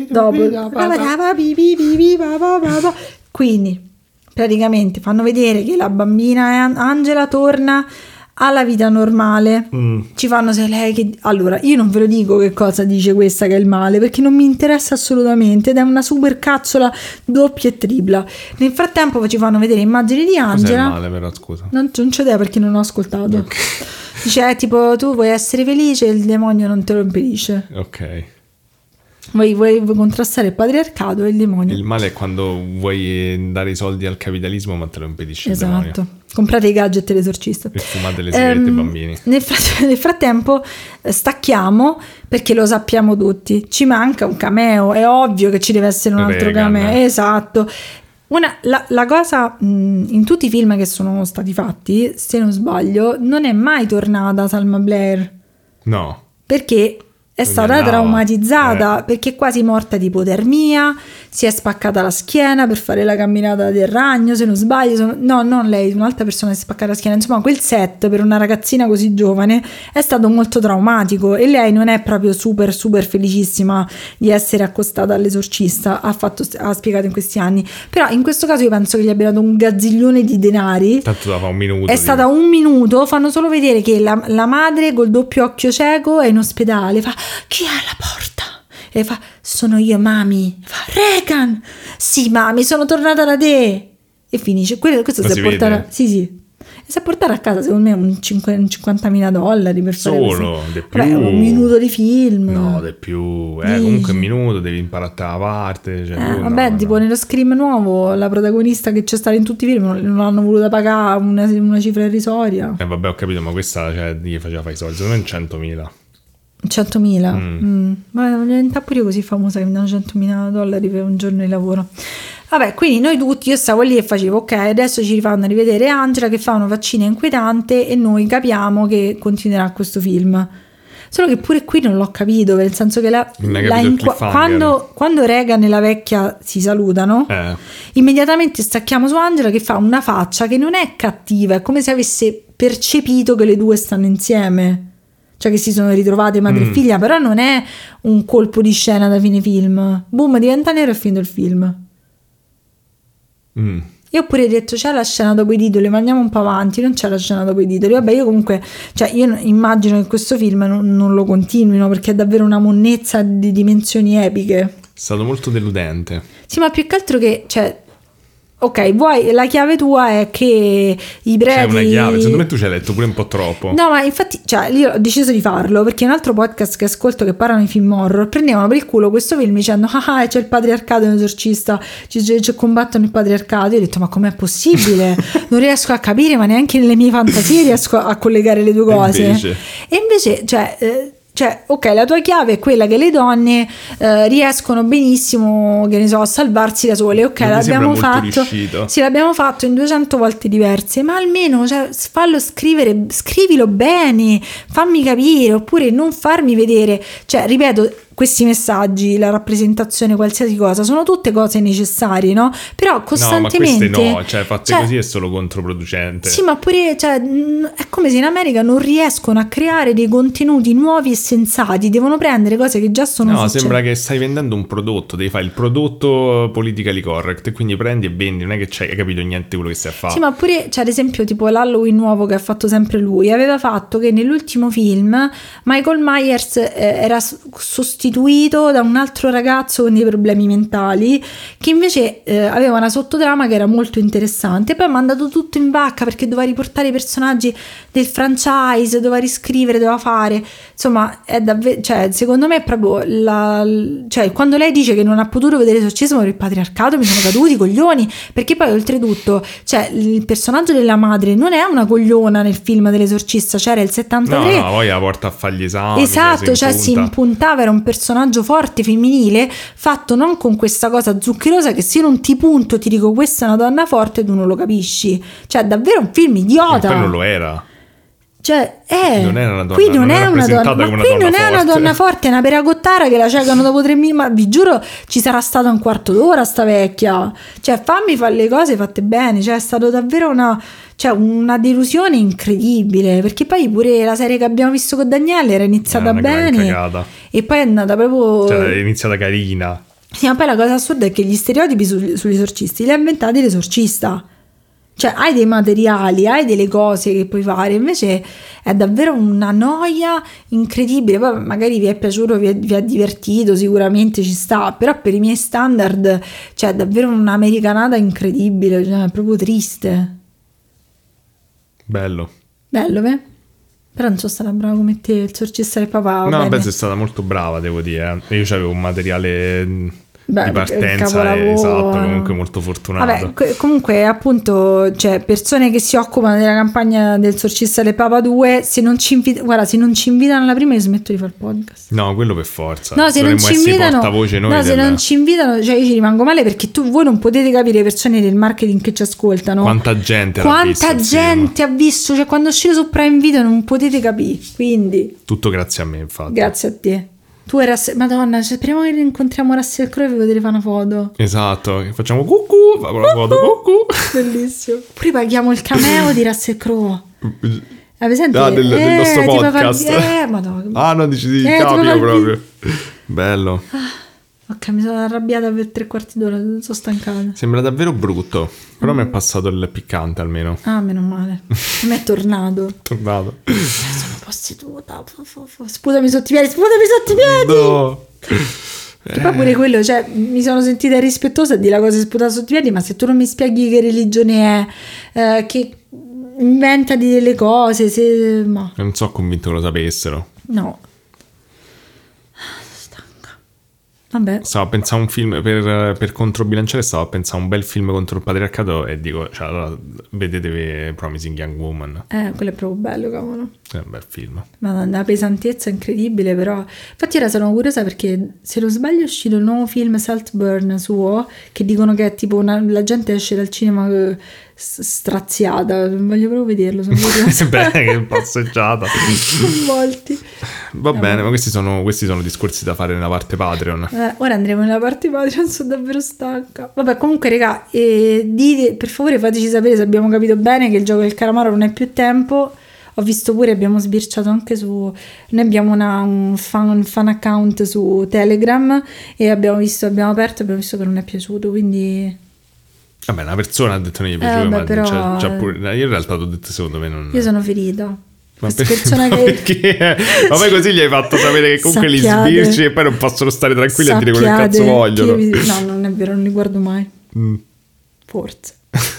quindi praticamente fanno vedere che la bambina Angela torna alla vita normale. Ci fanno se lei che... Allora, io non ve lo dico che cosa dice questa che è il male, perché non mi interessa assolutamente ed è una super cazzola doppia e tripla. Nel frattempo ci fanno vedere immagini di Cos'è il Angela. male però, scusa? Non c'è idea perché non ho ascoltato. Dice tipo tu vuoi essere felice e il demonio non te lo impedisce. Ok. Vuoi contrastare il patriarcato e il demonio. Il male è quando vuoi dare i soldi al capitalismo ma te lo impedisce il Esatto. demonio. Comprate i gadget dell'esorcista. E fumate le sigarette ai bambini. Nel frattempo stacchiamo perché lo sappiamo tutti. Ci manca un cameo. È ovvio che ci deve essere un altro Reagan. cameo. Esatto. La cosa in tutti i film che sono stati fatti, se non sbaglio, non è mai tornata Salma Blair. No. Perché è stata traumatizzata perché è quasi morta di ipotermia, si è spaccata la schiena per fare la camminata del ragno, se non sbaglio. No, non lei, un'altra persona si è spaccata la schiena. Insomma, quel set per una ragazzina così giovane è stato molto traumatico e lei non è proprio super felicissima di essere accostata all'esorcista, ha spiegato in questi anni. Però in questo caso io penso che gli abbia dato un gazziglione di denari. Tanto da fa un minuto. È stata un minuto, fanno solo vedere che la madre col doppio occhio cieco è in ospedale, fa: chi è alla porta? E fa: sono io, mami. Fa: Regan, sì mami, sono tornata da te. E finisce. Questo si è portare. Sì. E si è portare a casa secondo me un $50.000 per fare solo così. di più. Vabbè, un minuto di film. No, di più. Comunque un minuto devi imparare a la parte. Vabbè, tipo nello Scream nuovo la protagonista che c'è stata in tutti i film non hanno voluto pagare una cifra irrisoria. Vabbè, ho capito, ma questa gli faceva fare i soldi. Secondo me 100.000. 100.000. Ma voglio diventare pure io così famosa che mi danno $100.000 per un giorno di lavoro. Vabbè, quindi noi tutti, io stavo lì e facevo: ok, adesso ci rifanno rivedere Angela che fa una faccina inquietante e noi capiamo che continuerà questo film. Solo che pure qui non l'ho capito, nel senso che quando Regan e la vecchia si salutano, immediatamente stacchiamo su Angela che fa una faccia che non è cattiva, è come se avesse percepito che le due stanno insieme, cioè che si sono ritrovate madre e figlia, però non è un colpo di scena da fine film, boom, diventa nero e finito il film. Io ho pure detto: c'è la scena dopo i titoli, ma andiamo un po' avanti. Non c'è la scena dopo i titoli. Vabbè, io comunque, cioè, io immagino che questo film non lo continuino, perché è davvero una monnezza di dimensioni epiche. È stato molto deludente. Sì, ma più che altro che, cioè, ok, vuoi, la chiave tua è che i preti... C'è una chiave, secondo me tu ci hai letto pure un po' troppo. No, ma infatti, cioè, io ho deciso di farlo perché un altro podcast che ascolto che parlano di film horror prendevano per il culo questo film dicendo: c'è il patriarcato in Esorcista, ci combattono il patriarcato. Io ho detto: ma com'è possibile? Non riesco a capire, ma neanche nelle mie fantasie riesco a collegare le due cose. E invece cioè, ok, la tua chiave è quella che le donne riescono benissimo, che ne so, a salvarsi da sole. Ok, l'abbiamo fatto. Sì, l'abbiamo fatto in 200 volte diverse, ma almeno, cioè, fallo scrivere, scrivilo bene, fammi capire, oppure non farmi vedere. Cioè, ripeto, questi messaggi, la rappresentazione, qualsiasi cosa, sono tutte cose necessarie, no? Però costantemente... No, ma queste no, cioè fatte così è solo controproducente. Sì, ma pure, cioè, è come se in America non riescono a creare dei contenuti nuovi e sensati, devono prendere cose che già sono... No, sembra che stai vendendo un prodotto, devi fare il prodotto politically correct, e quindi prendi e vendi, non è che hai capito niente quello che stai a fare. Sì, ma pure, cioè, ad esempio, tipo l'Halloween nuovo che ha fatto sempre lui, aveva fatto che nell'ultimo film Michael Myers era sostituito da un altro ragazzo con dei problemi mentali, che invece aveva una sottotrama che era molto interessante. Poi ha mandato tutto in vacca perché doveva riportare i personaggi del franchise, doveva riscrivere, doveva fare, insomma, è davvero, cioè, secondo me è proprio cioè, quando lei dice che non ha potuto vedere Esorcismo per il patriarcato, mi sono caduti i coglioni, perché poi oltretutto, cioè, il personaggio della madre non è una cogliona nel film dell'Esorcista, c'era il 73. No, poi la porta a fare gli esami, esatto, cioè si impuntava, era un personaggio forte femminile, fatto non con questa cosa zuccherosa che se non ti punto ti dico questa è una donna forte, tu non lo capisci. Cioè, davvero un film idiota. Ma poi non lo era. Cioè, non era una donna, qui non è una donna, ma qui non è una donna forte, è una peragottara che la cegano dopo 3 minuti, ma vi giuro ci sarà stato un quarto d'ora sta vecchia. Cioè, fammi fare le cose fatte bene, cioè è stato davvero una delusione incredibile, perché poi pure la serie che abbiamo visto con Daniele era iniziata bene e poi è andata proprio, cioè è iniziata carina. Sì, ma poi la cosa assurda è che gli stereotipi sugli esorcisti li ha inventati l'esorcista. Cioè, hai dei materiali, hai delle cose che puoi fare, invece è davvero una noia incredibile. Poi magari vi è piaciuto, vi ha divertito, sicuramente ci sta, però per i miei standard, cioè, è davvero un'americanata incredibile, cioè, è proprio triste. Bello, beh? Però non sono stata brava come te, il sorcista del papà. No, vabbè, sei stata molto brava, devo dire. Io c'avevo un materiale... di partenza, esatto, comunque molto fortunato. Vabbè, comunque appunto, cioè, persone che si occupano della campagna del Sorcista del Papa 2, se non ci invitano alla prima io smetto di fare il podcast. No, quello per forza. No, se non ci invitano, non ci invitano, cioè io ci rimango male, perché voi non potete capire, persone del marketing che ci ascoltano, quanta gente ha visto, cioè quando è uscito su Prime Video non potete capire, quindi tutto grazie a me, infatti. Grazie a te. Tu e Russell, Madonna, cioè, speriamo che incontriamo Russell Crowe e vi vedrete fare una foto. Esatto, facciamo cucù, facciamo la foto cucù. Bellissimo. Poi paghiamo il cameo di Russell Crowe. Hai presente? Del nostro tipo podcast. Madonna. Ah, no, dici di tipo Caprio proprio. Bello. Ok, mi sono arrabbiata per 3/4 d'ora, sono stancata. Sembra davvero brutto, però mi è passato il piccante almeno. Ah, meno male. A me è tornato. Tornato. Sono un po' seduta. Sputami sotto i piedi, No. Che poi pure quello, cioè, mi sono sentita irrispettosa di la cosa di sputare sotto i piedi, ma se tu non mi spieghi che religione è, che inventati delle cose, se... Ma... Non so convinto che lo sapessero. No. Vabbè. Stavo a pensare a un film per controbilanciare, stavo a pensare a un bel film contro il patriarcato e dico, cioè, allora, vedetevi Promising Young Woman. Quello è proprio bello, cavolo. È un bel film. Ma una pesantezza incredibile, però. Infatti ora sono curiosa perché, se non sbaglio, è uscito il nuovo film Saltburn suo, che dicono che è tipo la gente esce dal cinema straziata. Voglio proprio vederlo, sono curiosa. Bene, che passeggiata. Molti. Va bene, ma questi sono discorsi da fare nella parte Patreon. Ora andremo nella parte Patreon, sono davvero stanca. Vabbè, comunque, raga, dite, per favore fateci sapere se abbiamo capito bene che il gioco del calamaro non è più tempo. Ho visto pure, abbiamo sbirciato anche su... Noi abbiamo un fan account su Telegram e abbiamo aperto e abbiamo visto che non è piaciuto, quindi... Vabbè, una persona ha detto non gli è piaciuto, ma però... c'ha pure... Io in realtà ti ho detto secondo me non... Io sono ferita. Ma persona che... perché? Ma poi così gli hai fatto sapere che comunque Sappiate. li sbirci e poi non possono stare tranquilli a dire quello che cazzo vogliono. No, non è vero, non li guardo mai. Forse.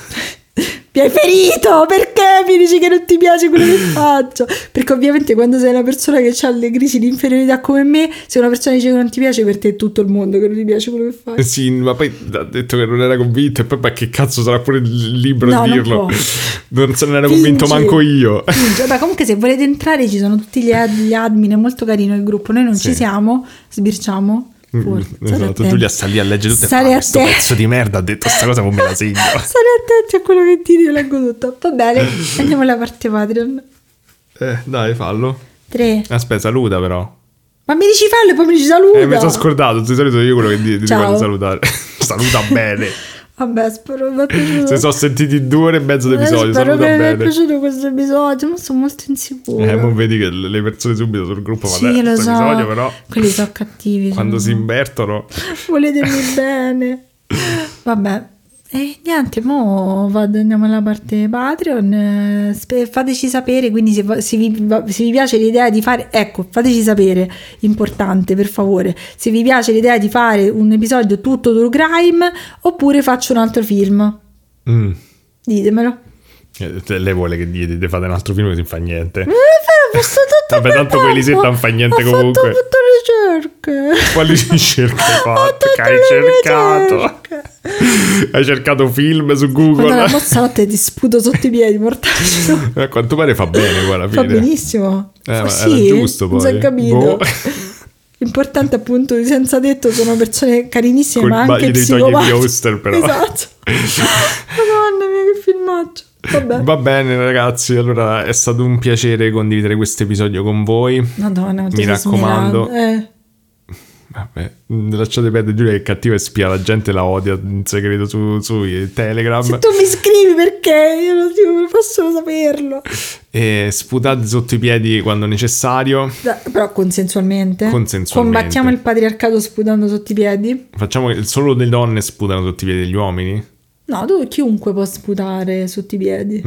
Mi hai ferito, perché mi dici che non ti piace quello che faccio? Perché ovviamente quando sei una persona che ha le crisi di inferiorità come me, se una persona dice che non ti piace, per te è tutto il mondo che non ti piace quello che fai. Sì, ma poi ha detto che non era convinto e poi ma che cazzo sarà pure il libro a dirlo. Non se ne era convinto manco io. Vabbè, comunque se volete entrare ci sono tutti gli admin, è molto carino il gruppo, noi non ci siamo, sbirciamo. Esatto, tu li stai lì a leggere tutte e questo pezzo di merda ha detto sta cosa, come me la segno. Stare attenti a quello che tiri, io leggo tutto. Va bene, andiamo alla parte Patreon. Dai, fallo. 3. Aspetta, saluta però. Ma mi dici fallo e poi mi dici saluta. Mi sono scordato, di solito io quello che ti voglio salutare. Saluta bene. Vabbè, spero mi è piaciuto. Se sono sentiti 2 ore e mezzo di episodio, spero saluta che bene. mi è piaciuto questo episodio, ma sono molto insicura. Ma vedi che le persone subito sul gruppo sì, lo so. episodio, però quelli sono cattivi. quando si invertono. Voletemi bene. Vabbè. E niente, mo andiamo alla parte Patreon. Fateci sapere, quindi se vi piace l'idea di fare, ecco, fateci sapere, importante, per favore, se vi piace l'idea di fare un episodio tutto true crime oppure faccio un altro film. Ditemelo. Lei vuole che dite fate un altro film che si fa niente. Vabbè, tanto quelli se non fa niente comunque. Ho fatto ricerche. Quali ricerche hai fatto? Che hai cercato? Hai cercato film su Google? Quando la mozzanotte ti sputo sotto i piedi, mortaccio. A quanto pare fa bene qua alla fine. Fa benissimo. Sì, era giusto poi. Non si è capito. L'importante appunto di Senza Tetto sono persone carinissime, ma anche psicopatiche. Gli poster però. Esatto. Madonna mia, che filmaggio. Vabbè. Va bene ragazzi, allora è stato un piacere condividere questo episodio con voi. Madonna, mi raccomando. Vabbè, lasciate perdere, Giulia che è cattiva e spia la gente, la odia in segreto su Telegram. Se tu mi scrivi perché io non posso saperlo. E sputate sotto i piedi quando necessario. Però consensualmente. Combattiamo il patriarcato sputando sotto i piedi. Facciamo che solo le donne sputano sotto i piedi degli uomini? No, chiunque può sputare sotto i piedi.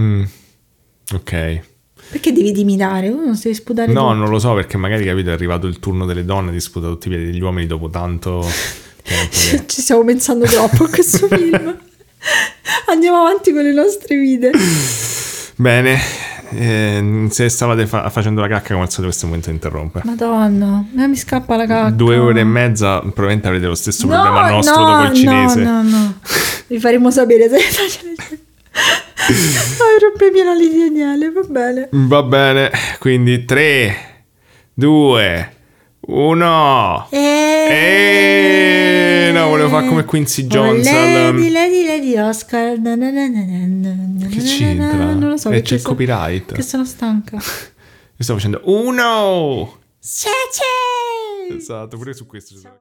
Ok. Perché devi imitare? Uno non devi sputare No, tutto. non lo so, perché magari capito è arrivato il turno delle donne di sputare tutti i piedi degli uomini dopo tanto tempo che... Ci stiamo pensando troppo a questo film. Andiamo avanti con le nostre vite. Bene, se stavate facendo la cacca come al solito questo momento interrompe. Madonna, mi scappa la cacca. 2 ore e mezza probabilmente avrete lo stesso problema nostro dopo il cinese. No. Vi faremo sapere se rompe piena l'idianiale, va bene. Va bene, quindi 3, 2, 1. No, volevo fare come Quincy Jones. Lady Oscar. Che c'entra? Non lo so. C'è il copyright. Che sono stanca. Io sto facendo 1. Cece! Esatto, pure su questo ci sarà.